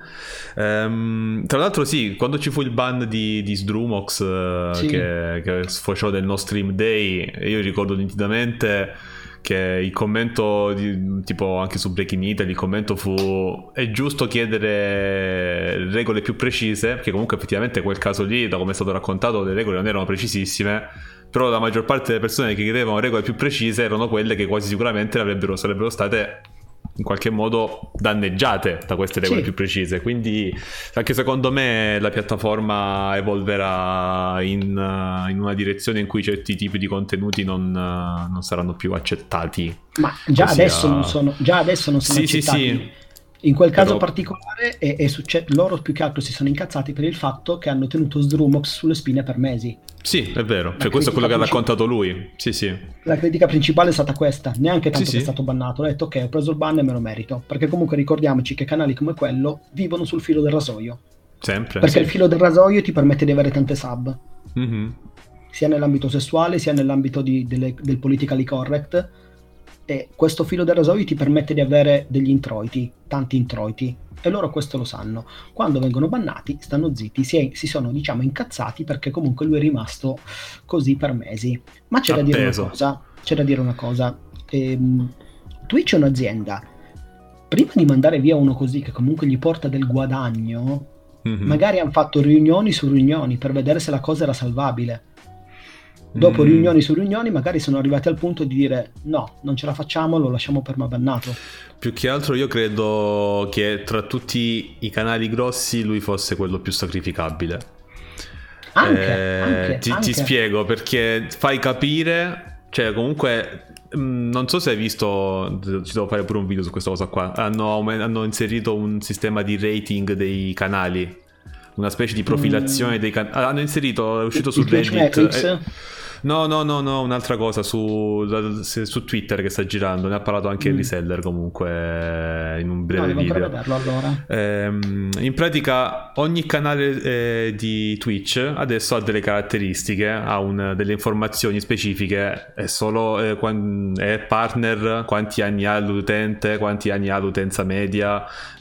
Ehm, tra l'altro sì, quando ci fu il ban di, di Sdrumox eh, Sì. che, che sfociò del No Stream Day, io ricordo nitidamente che il commento di- tipo anche su Breaking Italy, il commento fu: è giusto chiedere regole più precise, perché comunque effettivamente quel caso lì, da come è stato raccontato, le regole non erano precisissime, però la maggior parte delle persone che chiedevano regole più precise erano quelle che quasi sicuramente avrebbero, sarebbero state in qualche modo danneggiate da queste regole Sì. più precise. Quindi anche secondo me la piattaforma evolverà in, uh, in una direzione in cui certi tipi di contenuti non, uh, non saranno più accettati. Ma già Così adesso a- non sono, già adesso non sono Sì, sì, accettati. sì. In quel caso Però- particolare è, è succe- loro più che altro si sono incazzati per il fatto che hanno tenuto Sdrumox sulle spine per mesi. Sì, è vero, La cioè questo è quello che ha critica raccontato lui. Sì, sì. La critica principale è stata questa, neanche tanto Sì, che è sì. stato bannato, ho detto ok, ho preso il ban e me lo merito, perché comunque ricordiamoci che canali come quello vivono sul filo del rasoio, Sempre. perché sì. il filo del rasoio ti permette di avere tante sub, Mhm. sia nell'ambito sessuale sia nell'ambito di- delle- del politically correct, e questo filo del rasoio ti permette di avere degli introiti, tanti introiti, e loro questo lo sanno. Quando vengono bannati stanno zitti, si, si sono diciamo incazzati perché comunque lui è rimasto così per mesi. Ma c'è da dire una Appeso. cosa, c'è da dire una cosa, ehm, Twitch è un'azienda, prima di mandare via uno così che comunque gli porta del guadagno, Mhm. magari hanno fatto riunioni su riunioni per vedere se la cosa era salvabile. Dopo Mm. riunioni su riunioni magari sono arrivati al punto di dire no, non ce la facciamo, lo lasciamo permabannato. Più che altro io credo che tra tutti i canali grossi lui fosse quello più sacrificabile. Anche, Eh, anche, ti, anche. ti spiego perché fai capire, cioè comunque mh, non so se hai visto, ci devo fare pure un video su questa cosa qua, hanno, aumen- hanno inserito un sistema di rating dei canali, una specie di profilazione Mm. dei canali, hanno inserito, è uscito su Il Twitch Reddit. Matrix? eh, No, no, no, no, un'altra cosa su, la- se- su Twitter che sta girando, ne ha parlato anche Mm. il reseller comunque eh, in un No, breve devo ancora video. vederlo allora. Ehm, in pratica ogni canale eh, di Twitch adesso ha delle caratteristiche, ha un- delle informazioni specifiche, è solo eh, quan- è partner, quanti anni ha l'utente, quanti anni ha l'utenza media,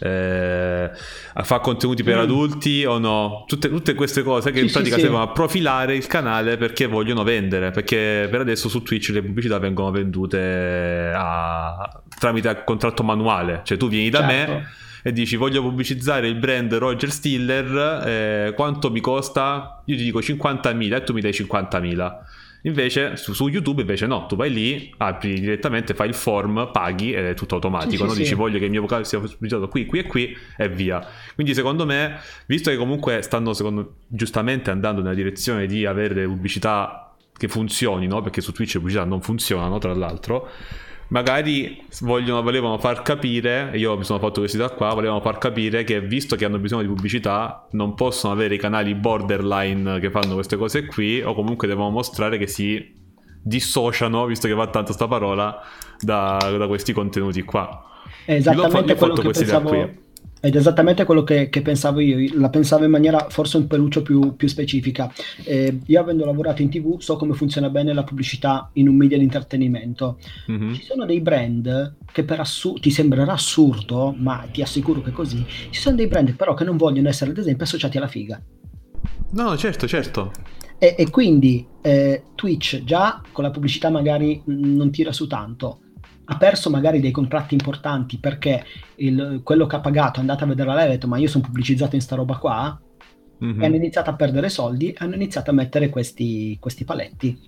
eh, fa contenuti per Mm. adulti o no, tutte, tutte queste cose che Sì, in sì, pratica sì. servono a profilare il canale perché vogliono vendere, perché per adesso su Twitch le pubblicità vengono vendute a- tramite a contratto manuale, cioè tu vieni da Certo. me e dici voglio pubblicizzare il brand Roger Stiller, eh, quanto mi costa? Io ti dico cinquantamila e tu mi dai cinquantamila. Invece su, su YouTube invece no, tu vai lì, apri direttamente, fai il form, paghi ed è tutto automatico, Sì, sì, no? sì. Dici voglio che il mio vocale sia pubblicizzato qui, qui e qui e via. Quindi secondo me, visto che comunque stanno secondo, giustamente andando nella direzione di avere delle pubblicità che funzionino, perché su Twitch le pubblicità non funzionano tra l'altro, magari vogliono, volevano far capire, e io mi sono fatto questa idea qua, volevano far capire che visto che hanno bisogno di pubblicità non possono avere i canali borderline che fanno queste cose qui, o comunque devono mostrare che si dissociano, visto che va tanto sta parola, da, da questi contenuti qua. È esattamente quello che pensavo. Ed esattamente quello che, che pensavo io, la pensavo in maniera forse un peluccio più, più specifica. Eh, io avendo lavorato in tivù so come funziona bene la pubblicità in un media di intrattenimento. Mm-hmm. Ci sono dei brand che per assu- ti sembrerà assurdo, ma ti assicuro che è così, ci sono dei brand però che non vogliono essere ad esempio associati alla figa. No, certo, certo. E, e quindi eh, Twitch già con la pubblicità magari mh, non tira su tanto, ha perso magari dei contratti importanti perché il, quello che ha pagato è andato a vedere la live e ha detto ma io sono pubblicizzato in sta roba qua, mm-hmm. e hanno iniziato a perdere soldi, hanno iniziato a mettere questi, questi paletti,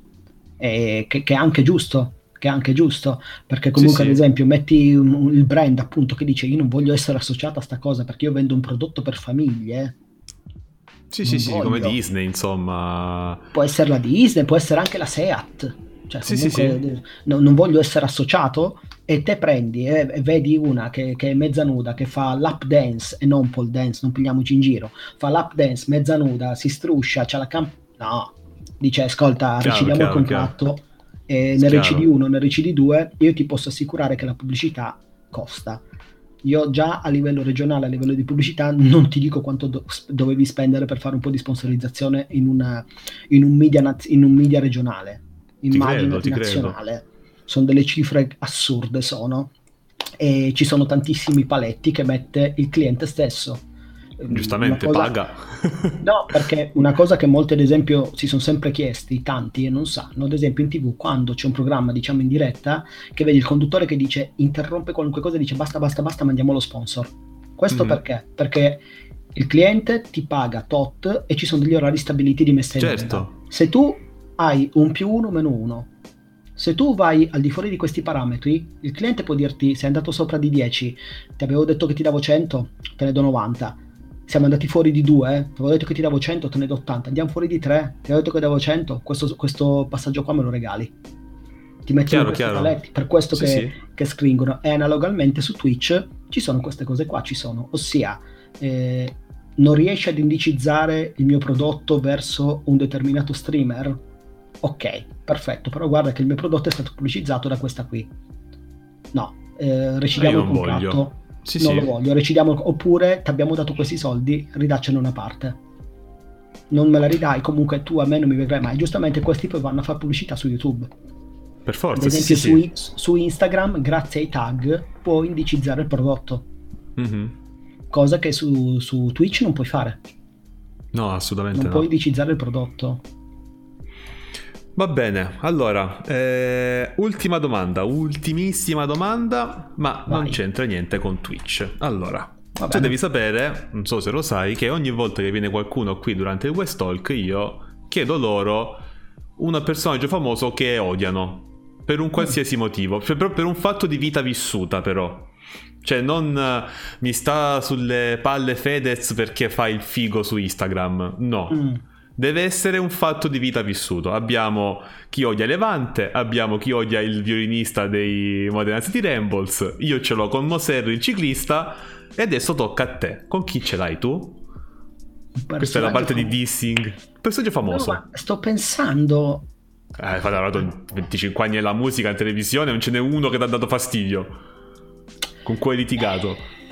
e che, che è anche giusto, che è anche giusto, perché comunque sì, ad esempio sì. metti un, un, il brand appunto che dice io non voglio essere associato a sta cosa perché io vendo un prodotto per famiglie. Sì, sì, sì, come Disney, insomma. Può essere la Disney, può essere anche la Seat. Cioè, sì, sì, sì. No, non voglio essere associato, e te prendi e, e vedi una che, che è mezza nuda, che fa lap dance e non pole dance, non pigliamoci in giro, fa lap dance mezza nuda, si struscia, c'ha la camp... No, dice, ascolta, chiaro, recidiamo chiaro, il contratto, chiaro. E ne recidi uno, ne recidi due, io ti posso assicurare che la pubblicità costa. Io già a livello regionale, a livello di pubblicità, non ti dico quanto do- dovevi spendere per fare un po' di sponsorizzazione in, una, in, un, media naz- in un media regionale. Immagine nazionale, credo. Sono delle cifre assurde, sono, e ci sono tantissimi paletti che mette il cliente stesso. Giustamente cosa... paga. No, perché una cosa che molti ad esempio si sono sempre chiesti, tanti e non sanno, ad esempio in tivù quando c'è un programma diciamo in diretta che vedi il conduttore che dice interrompe qualunque cosa e dice basta basta basta mandiamo lo sponsor. Questo mm-hmm. perché? Perché il cliente ti paga tot e ci sono degli orari stabiliti di messa in certo. onda. Se tu hai un più uno meno uno, se tu vai al di fuori di questi parametri il cliente può dirti sei andato sopra di dieci, ti avevo detto che ti davo cento, te ne do novanta, siamo andati fuori di due, eh? ti avevo detto che ti davo cento, te ne do ottanta, andiamo fuori di tre, ti avevo detto che davo cento, questo, questo passaggio qua me lo regali, ti mettono questi paletti, per questo sì, che, sì. che stringono. E analogamente su Twitch ci sono queste cose qua, ci sono, ossia eh, non riesci ad indicizzare il mio prodotto verso un determinato streamer? Ok, perfetto, però guarda che il mio prodotto è stato pubblicizzato da questa qui. No, eh, recidiamo il contratto. Voglio. Sì, non sì. lo voglio, recidiamo, oppure ti abbiamo dato questi soldi, ridaccene una parte. Non me la ridai, comunque tu a me non mi vedrai mai. Giustamente questi poi vanno a fare pubblicità su YouTube. Per forza, ad esempio sì, su, sì. su Instagram, grazie ai tag, puoi indicizzare il prodotto. Mm-hmm. Cosa che su, su Twitch non puoi fare. No, assolutamente non no. puoi indicizzare il prodotto. Va bene, allora, eh, ultima domanda, ultimissima domanda, ma Vai. non c'entra niente con Twitch. Allora, Va tu bene. devi sapere, non so se lo sai, che ogni volta che viene qualcuno qui durante il West Talk io chiedo loro un personaggio famoso che odiano, per un qualsiasi mm. motivo, cioè per, per un fatto di vita vissuta però. Cioè non uh, mi sta sulle palle Fedez perché fa il figo su Instagram, no. Mm. Deve essere un fatto di vita vissuto. Abbiamo chi odia Levante, abbiamo chi odia il violinista dei Modena City Rambles, io ce l'ho con Moser il ciclista, e adesso tocca a te. Con chi ce l'hai tu? Questa è la parte fam- di dissing. Personaggio famoso. No, ma sto pensando... Eh, hai lavorato venticinque anni nella musica, in televisione, non ce n'è uno che ti ha dato fastidio. Con cui hai litigato?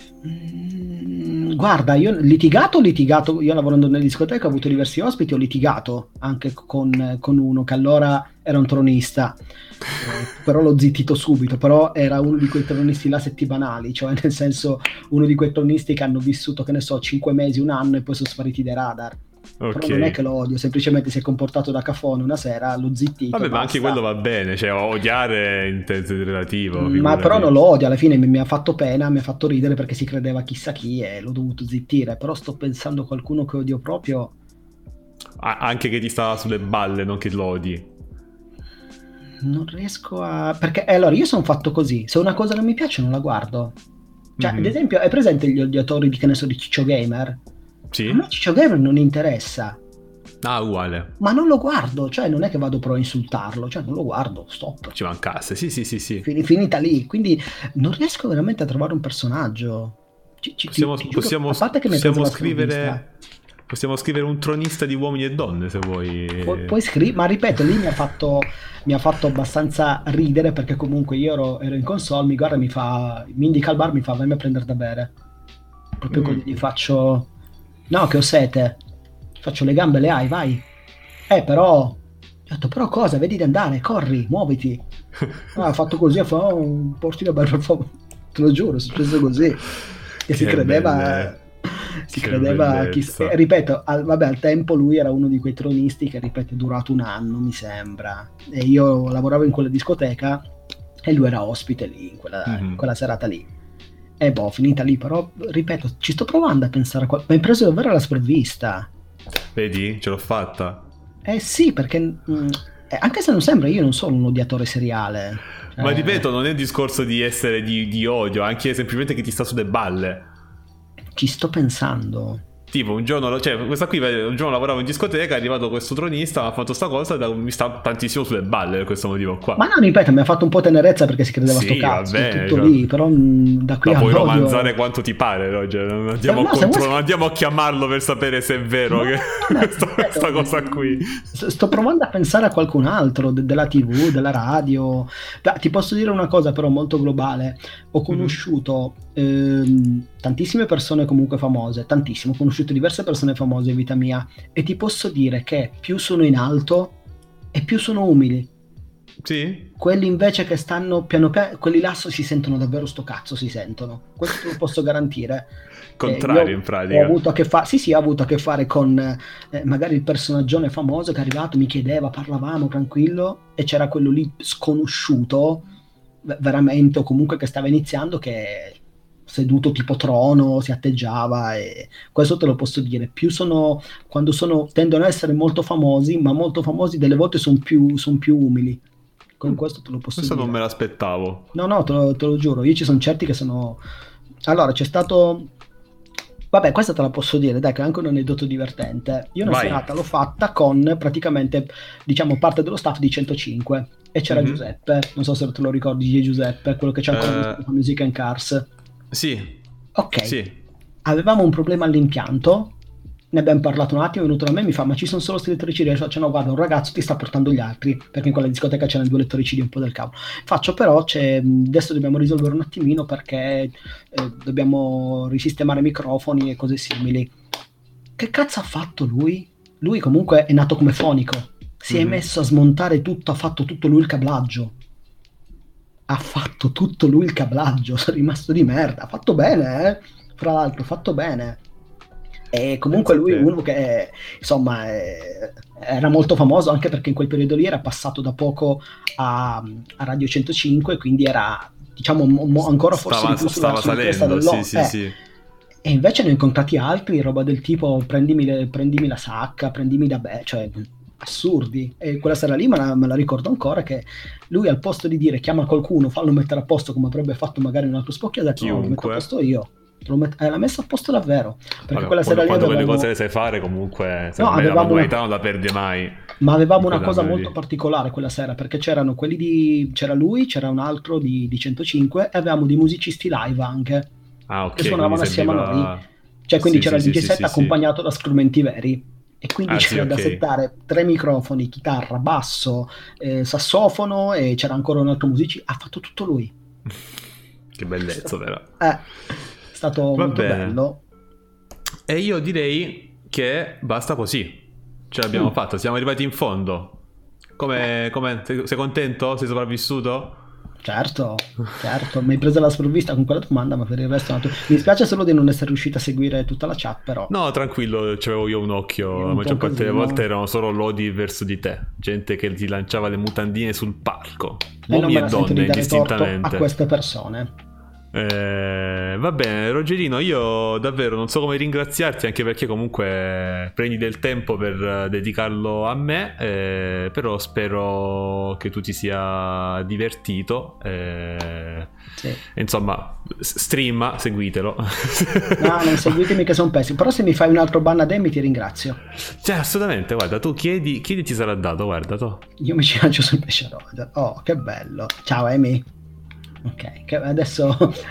Guarda, io litigato, litigato, io lavorando nelle discoteche ho avuto diversi ospiti, ho litigato anche con, con uno che allora era un tronista, eh, però l'ho zittito subito, però era uno di quei tronisti là settimanali, cioè nel senso uno di quei tronisti che hanno vissuto, che ne so, cinque mesi, un anno e poi sono spariti dai radar. Okay. Però non è che lo odio, semplicemente si è comportato da cafone una sera, l'ho zittito. Vabbè, basta. Ma anche quello va bene, cioè odiare in senso relativo. Mm, ma però non lo odio, alla fine mi, mi ha fatto pena, mi ha fatto ridere perché si credeva chissà chi e l'ho dovuto zittire. Però sto pensando a qualcuno che odio proprio. Ah, anche che ti stava sulle balle, non che lo odi. Non riesco a... Perché eh, allora io sono fatto così, se una cosa non mi piace non la guardo. Cioè, mm-hmm. ad esempio, è presente gli odiatori di, che ne so, di Ciccio Gamer? Sì. A me Ciccio Gamer non interessa. Ah, uguale. Ma non lo guardo, cioè non è che vado però a insultarlo, cioè non lo guardo, stop. Ci mancasse, sì sì sì sì. Fin- finita lì, quindi non riesco veramente a trovare un personaggio. Ci, ci, possiamo ti, ti giuro, possiamo, a parte che possiamo scrivere Possiamo scrivere un tronista di uomini e donne, se vuoi. Pu- puoi scrivere, ma ripeto, lì mi ha fatto, mi ha fatto abbastanza ridere, perché comunque io ero, ero in console, mi guarda e mi fa, mi indica al bar, mi fa, vai a prendere da bere. Proprio Mm. così gli faccio, no, che ho sete. Faccio, le gambe le hai, vai. Eh, però, ho detto, però cosa? Vedi di andare, corri, muoviti. Ah, ha fatto così, ha fatto, oh, porti da bere, per favore. Te lo giuro, è successo così. E Che si credeva... belle- si che credeva chi, bellezza. eh, ripeto, al, vabbè, al tempo lui era uno di quei tronisti che, ripeto, è durato un anno, mi sembra, e io lavoravo in quella discoteca e lui era ospite lì in quella, Mhm. in quella serata lì, e boh, finita lì. Però ripeto, ci sto provando a pensare a qual- mi hai preso davvero alla sprovvista. Vedi? Ce l'ho fatta. Eh sì, perché mh, eh, anche se non sembra, io non sono un odiatore seriale. Ma Eh, ripeto, non è un discorso di essere di, di odio, anche semplicemente che ti sta sulle balle. ci sto pensando. Tipo un giorno, cioè questa qui un giorno lavoravo in discoteca, è arrivato questo tronista, mi ha fatto sta cosa e mi sta tantissimo sulle balle per questo motivo qua. Ma no, ripeto, mi ha fatto un po' tenerezza perché si credeva Sì, sto cazzo, vabbè, tutto cioè- lì, però mh, da qui La puoi all'odio- romanzare quanto ti pare, Roger. Non andiamo, No, a se contro- vuoi- non andiamo a chiamarlo per sapere se è vero No, che no, questa, ripeto, questa cosa qui. s- Sto provando a pensare a qualcun altro, de- della tivù, della radio. Beh, ti posso dire una cosa però molto globale. Ho conosciuto ehm, tantissime persone comunque famose, tantissimo, ho conosciuto diverse persone famose in vita mia, e ti posso dire che più sono in alto e più sono umili. Sì? Quelli invece che stanno piano piano, quelli là si sentono davvero sto cazzo, si sentono. Questo te lo posso garantire. Contrario, Eh, io in pratica. Ho avuto a che fare, sì, sì, ho avuto a che fare con eh, magari il personaggione famoso che è arrivato, mi chiedeva, parlavamo tranquillo, e c'era quello lì sconosciuto, v- veramente, o comunque che stava iniziando, che seduto tipo trono si atteggiava, e questo te lo posso dire. Più sono, quando sono, tendono a essere molto famosi, ma molto famosi delle volte sono più, son più umili. Con questo te lo posso Questo dire. non me l'aspettavo. No, no, te lo, te lo giuro, io ci sono certi che sono... Allora, c'è stato... Vabbè, questa te la posso dire, dai, che è anche un aneddoto divertente. Io una Vai. serata l'ho fatta con praticamente, diciamo, parte dello staff di centocinque, e c'era Mhm. Giuseppe, non so se te lo ricordi, di Giuseppe, quello che c'è ancora Eh. con Music and Cars. Sì. Ok, Sì. avevamo un problema all'impianto, ne abbiamo parlato un attimo, è venuto da me e mi fa, ma ci sono solo sti lettori C D? Faccio, no, guarda, un ragazzo ti sta portando gli altri, perché in quella discoteca c'erano due lettori C D un po' del cavolo. Faccio, però c'è, adesso dobbiamo risolvere un attimino perché eh, dobbiamo risistemare microfoni e cose simili. Che cazzo ha fatto lui? Lui comunque è nato come fonico, si è Mhm. messo a smontare tutto, ha fatto tutto lui il cablaggio. Ha fatto tutto lui il cablaggio, sono rimasto di merda. Ha fatto bene, eh? Fra l'altro, fatto bene. E comunque Pensa lui te. uno che insomma eh, era molto famoso, anche perché in quel periodo lì era passato da poco a, a Radio centocinque, quindi era, diciamo, mo- mo- ancora forse Stava, di più sulla, stava sulla cresta salendo, dell'o- sì, sì, eh. sì. E invece ne ho incontrati altri, roba del tipo prendimi, le- prendimi la sacca, prendimi da beh, cioè assurdi. E quella sera lì me la, me la ricordo ancora, che lui, al posto di dire chiama qualcuno, fallo mettere a posto come avrebbe fatto magari un altro spocchio, ha detto no, lo metto Chiunque. a posto io. Te lo met- eh, l'ha messo a posto davvero, perché Vabbè, quella sera quando, lì quando quelle avevamo- cose le sai fare, comunque, secondo No, me la avevamo manualità una- non la perdi mai. Ma avevamo in una quella cosa zona molto lì. particolare quella sera, perché c'erano quelli di... c'era lui, c'era un altro di, di centocinque, e avevamo dei musicisti live anche, Ah, ok. che suonavano quindi assieme a serviva- noi. Cioè, quindi Sì, c'era sì, il D J sì, set sì, sì, accompagnato da strumenti veri. E quindi Ah, c'era sì, da ok. settare tre microfoni, chitarra, basso, eh, sassofono, e c'era ancora un altro musicista. Ha fatto tutto lui. Che bellezza, però. Eh, è stato Va molto bene. bello. E io direi che basta così. Ce l'abbiamo Mm. fatta, siamo arrivati in fondo. Come, come- sei, sei contento? Sei sopravvissuto? Certo, certo, mi hai preso alla sprovvista con quella domanda, ma per il resto no. Mi dispiace solo di non essere riuscito a seguire tutta la chat, però. No, tranquillo, c'avevo io un occhio. Io un La po' maggior parte delle casino. volte erano solo lodi verso di te. Gente che ti lanciava le mutandine sul palco. E non Uomini me e la sento donne, di dare torto a indistintamente. queste persone. Eh, va bene, Rogerino, io davvero non so come ringraziarti, anche perché comunque prendi del tempo per eh, dedicarlo a me, eh, però spero che tu ti sia divertito. eh, Sì. e insomma, s- streama, seguitelo. No, non seguitemi che sono pessimo, però se mi fai un altro ban ad Emi ti ringrazio. Cioè, assolutamente, guarda, tu chiedi, chiedi ti sarà dato, guarda, tu. Io mi ci lancio sul pesce rosa. Oh, che bello. Ciao Emi. Ok, che adesso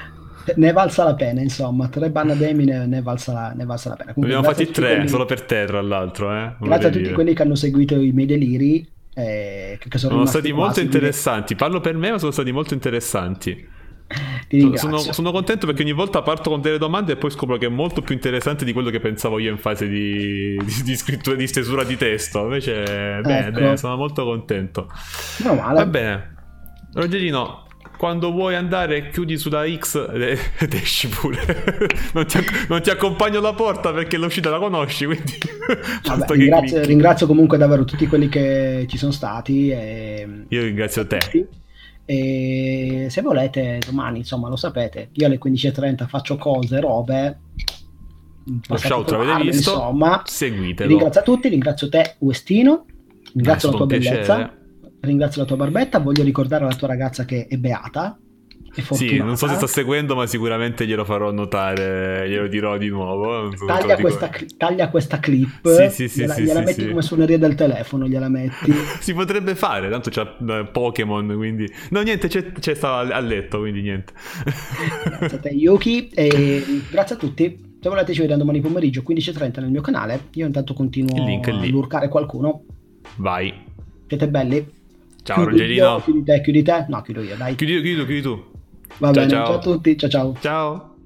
ne è valsa la pena, insomma, tre Bannademi ne, ne, è valsa la, ne è valsa la pena. Ne Comunque, abbiamo grazie fatti a tutti tre, quelli, solo per te, tra l'altro. Eh? grazie a tutti dire. quelli che hanno seguito i miei deliri, eh, che, che sono, Sono stati molto quasi, interessanti. Parlo per me, ma sono stati molto interessanti. ti ringrazio. Sono, sono contento perché ogni volta parto con delle domande e poi scopro che è molto più interessante di quello che pensavo io in fase di, di, di scrittura, di stesura di testo. Invece, bene, Ecco. bene, sono molto contento. Meno male. Va bene, Rogerino. Quando vuoi andare, chiudi sulla X ed esci pure. non, ti, non ti accompagno alla porta perché l'uscita la conosci. Quindi Vabbè, basta che ringrazio, clicchi. ringrazio comunque davvero tutti quelli che ci sono stati. E... Io ringrazio te. E se volete, domani, insomma, lo sapete, io alle quindici e trenta faccio cose, robe. Lo shout l'avete visto? Insomma, Seguitelo. ringrazio a tutti, ringrazio te, Westino. Ringrazio la tua un bellezza. piacere. Ringrazio la tua barbetta. Voglio ricordare alla tua ragazza che è beata. È Sì, non so se sta seguendo, ma sicuramente glielo farò notare, glielo dirò di nuovo. Non so, taglia, questa, taglia questa clip, sì, sì, sì, gliela, sì, gliela sì, metti sì. come suoneria del telefono, gliela metti. Si potrebbe fare, tanto c'ha uh, Pokémon, quindi... No, niente, c'è, c'è sta a letto, quindi niente. Grazie a te, Yuki, e grazie a tutti. Se volete ci vediamo domani pomeriggio quindici e trenta nel mio canale. Io intanto continuo Il link è a lì. lurcare qualcuno. Vai. Siete belli? Ciao, Chiudo Rogerino. io, chiudi te, chiudi te? No, chiudo io, dai. Chiudi, chiudi, chiudi tu. Va Ciao, bene, ciao. ciao a tutti, ciao ciao. Ciao.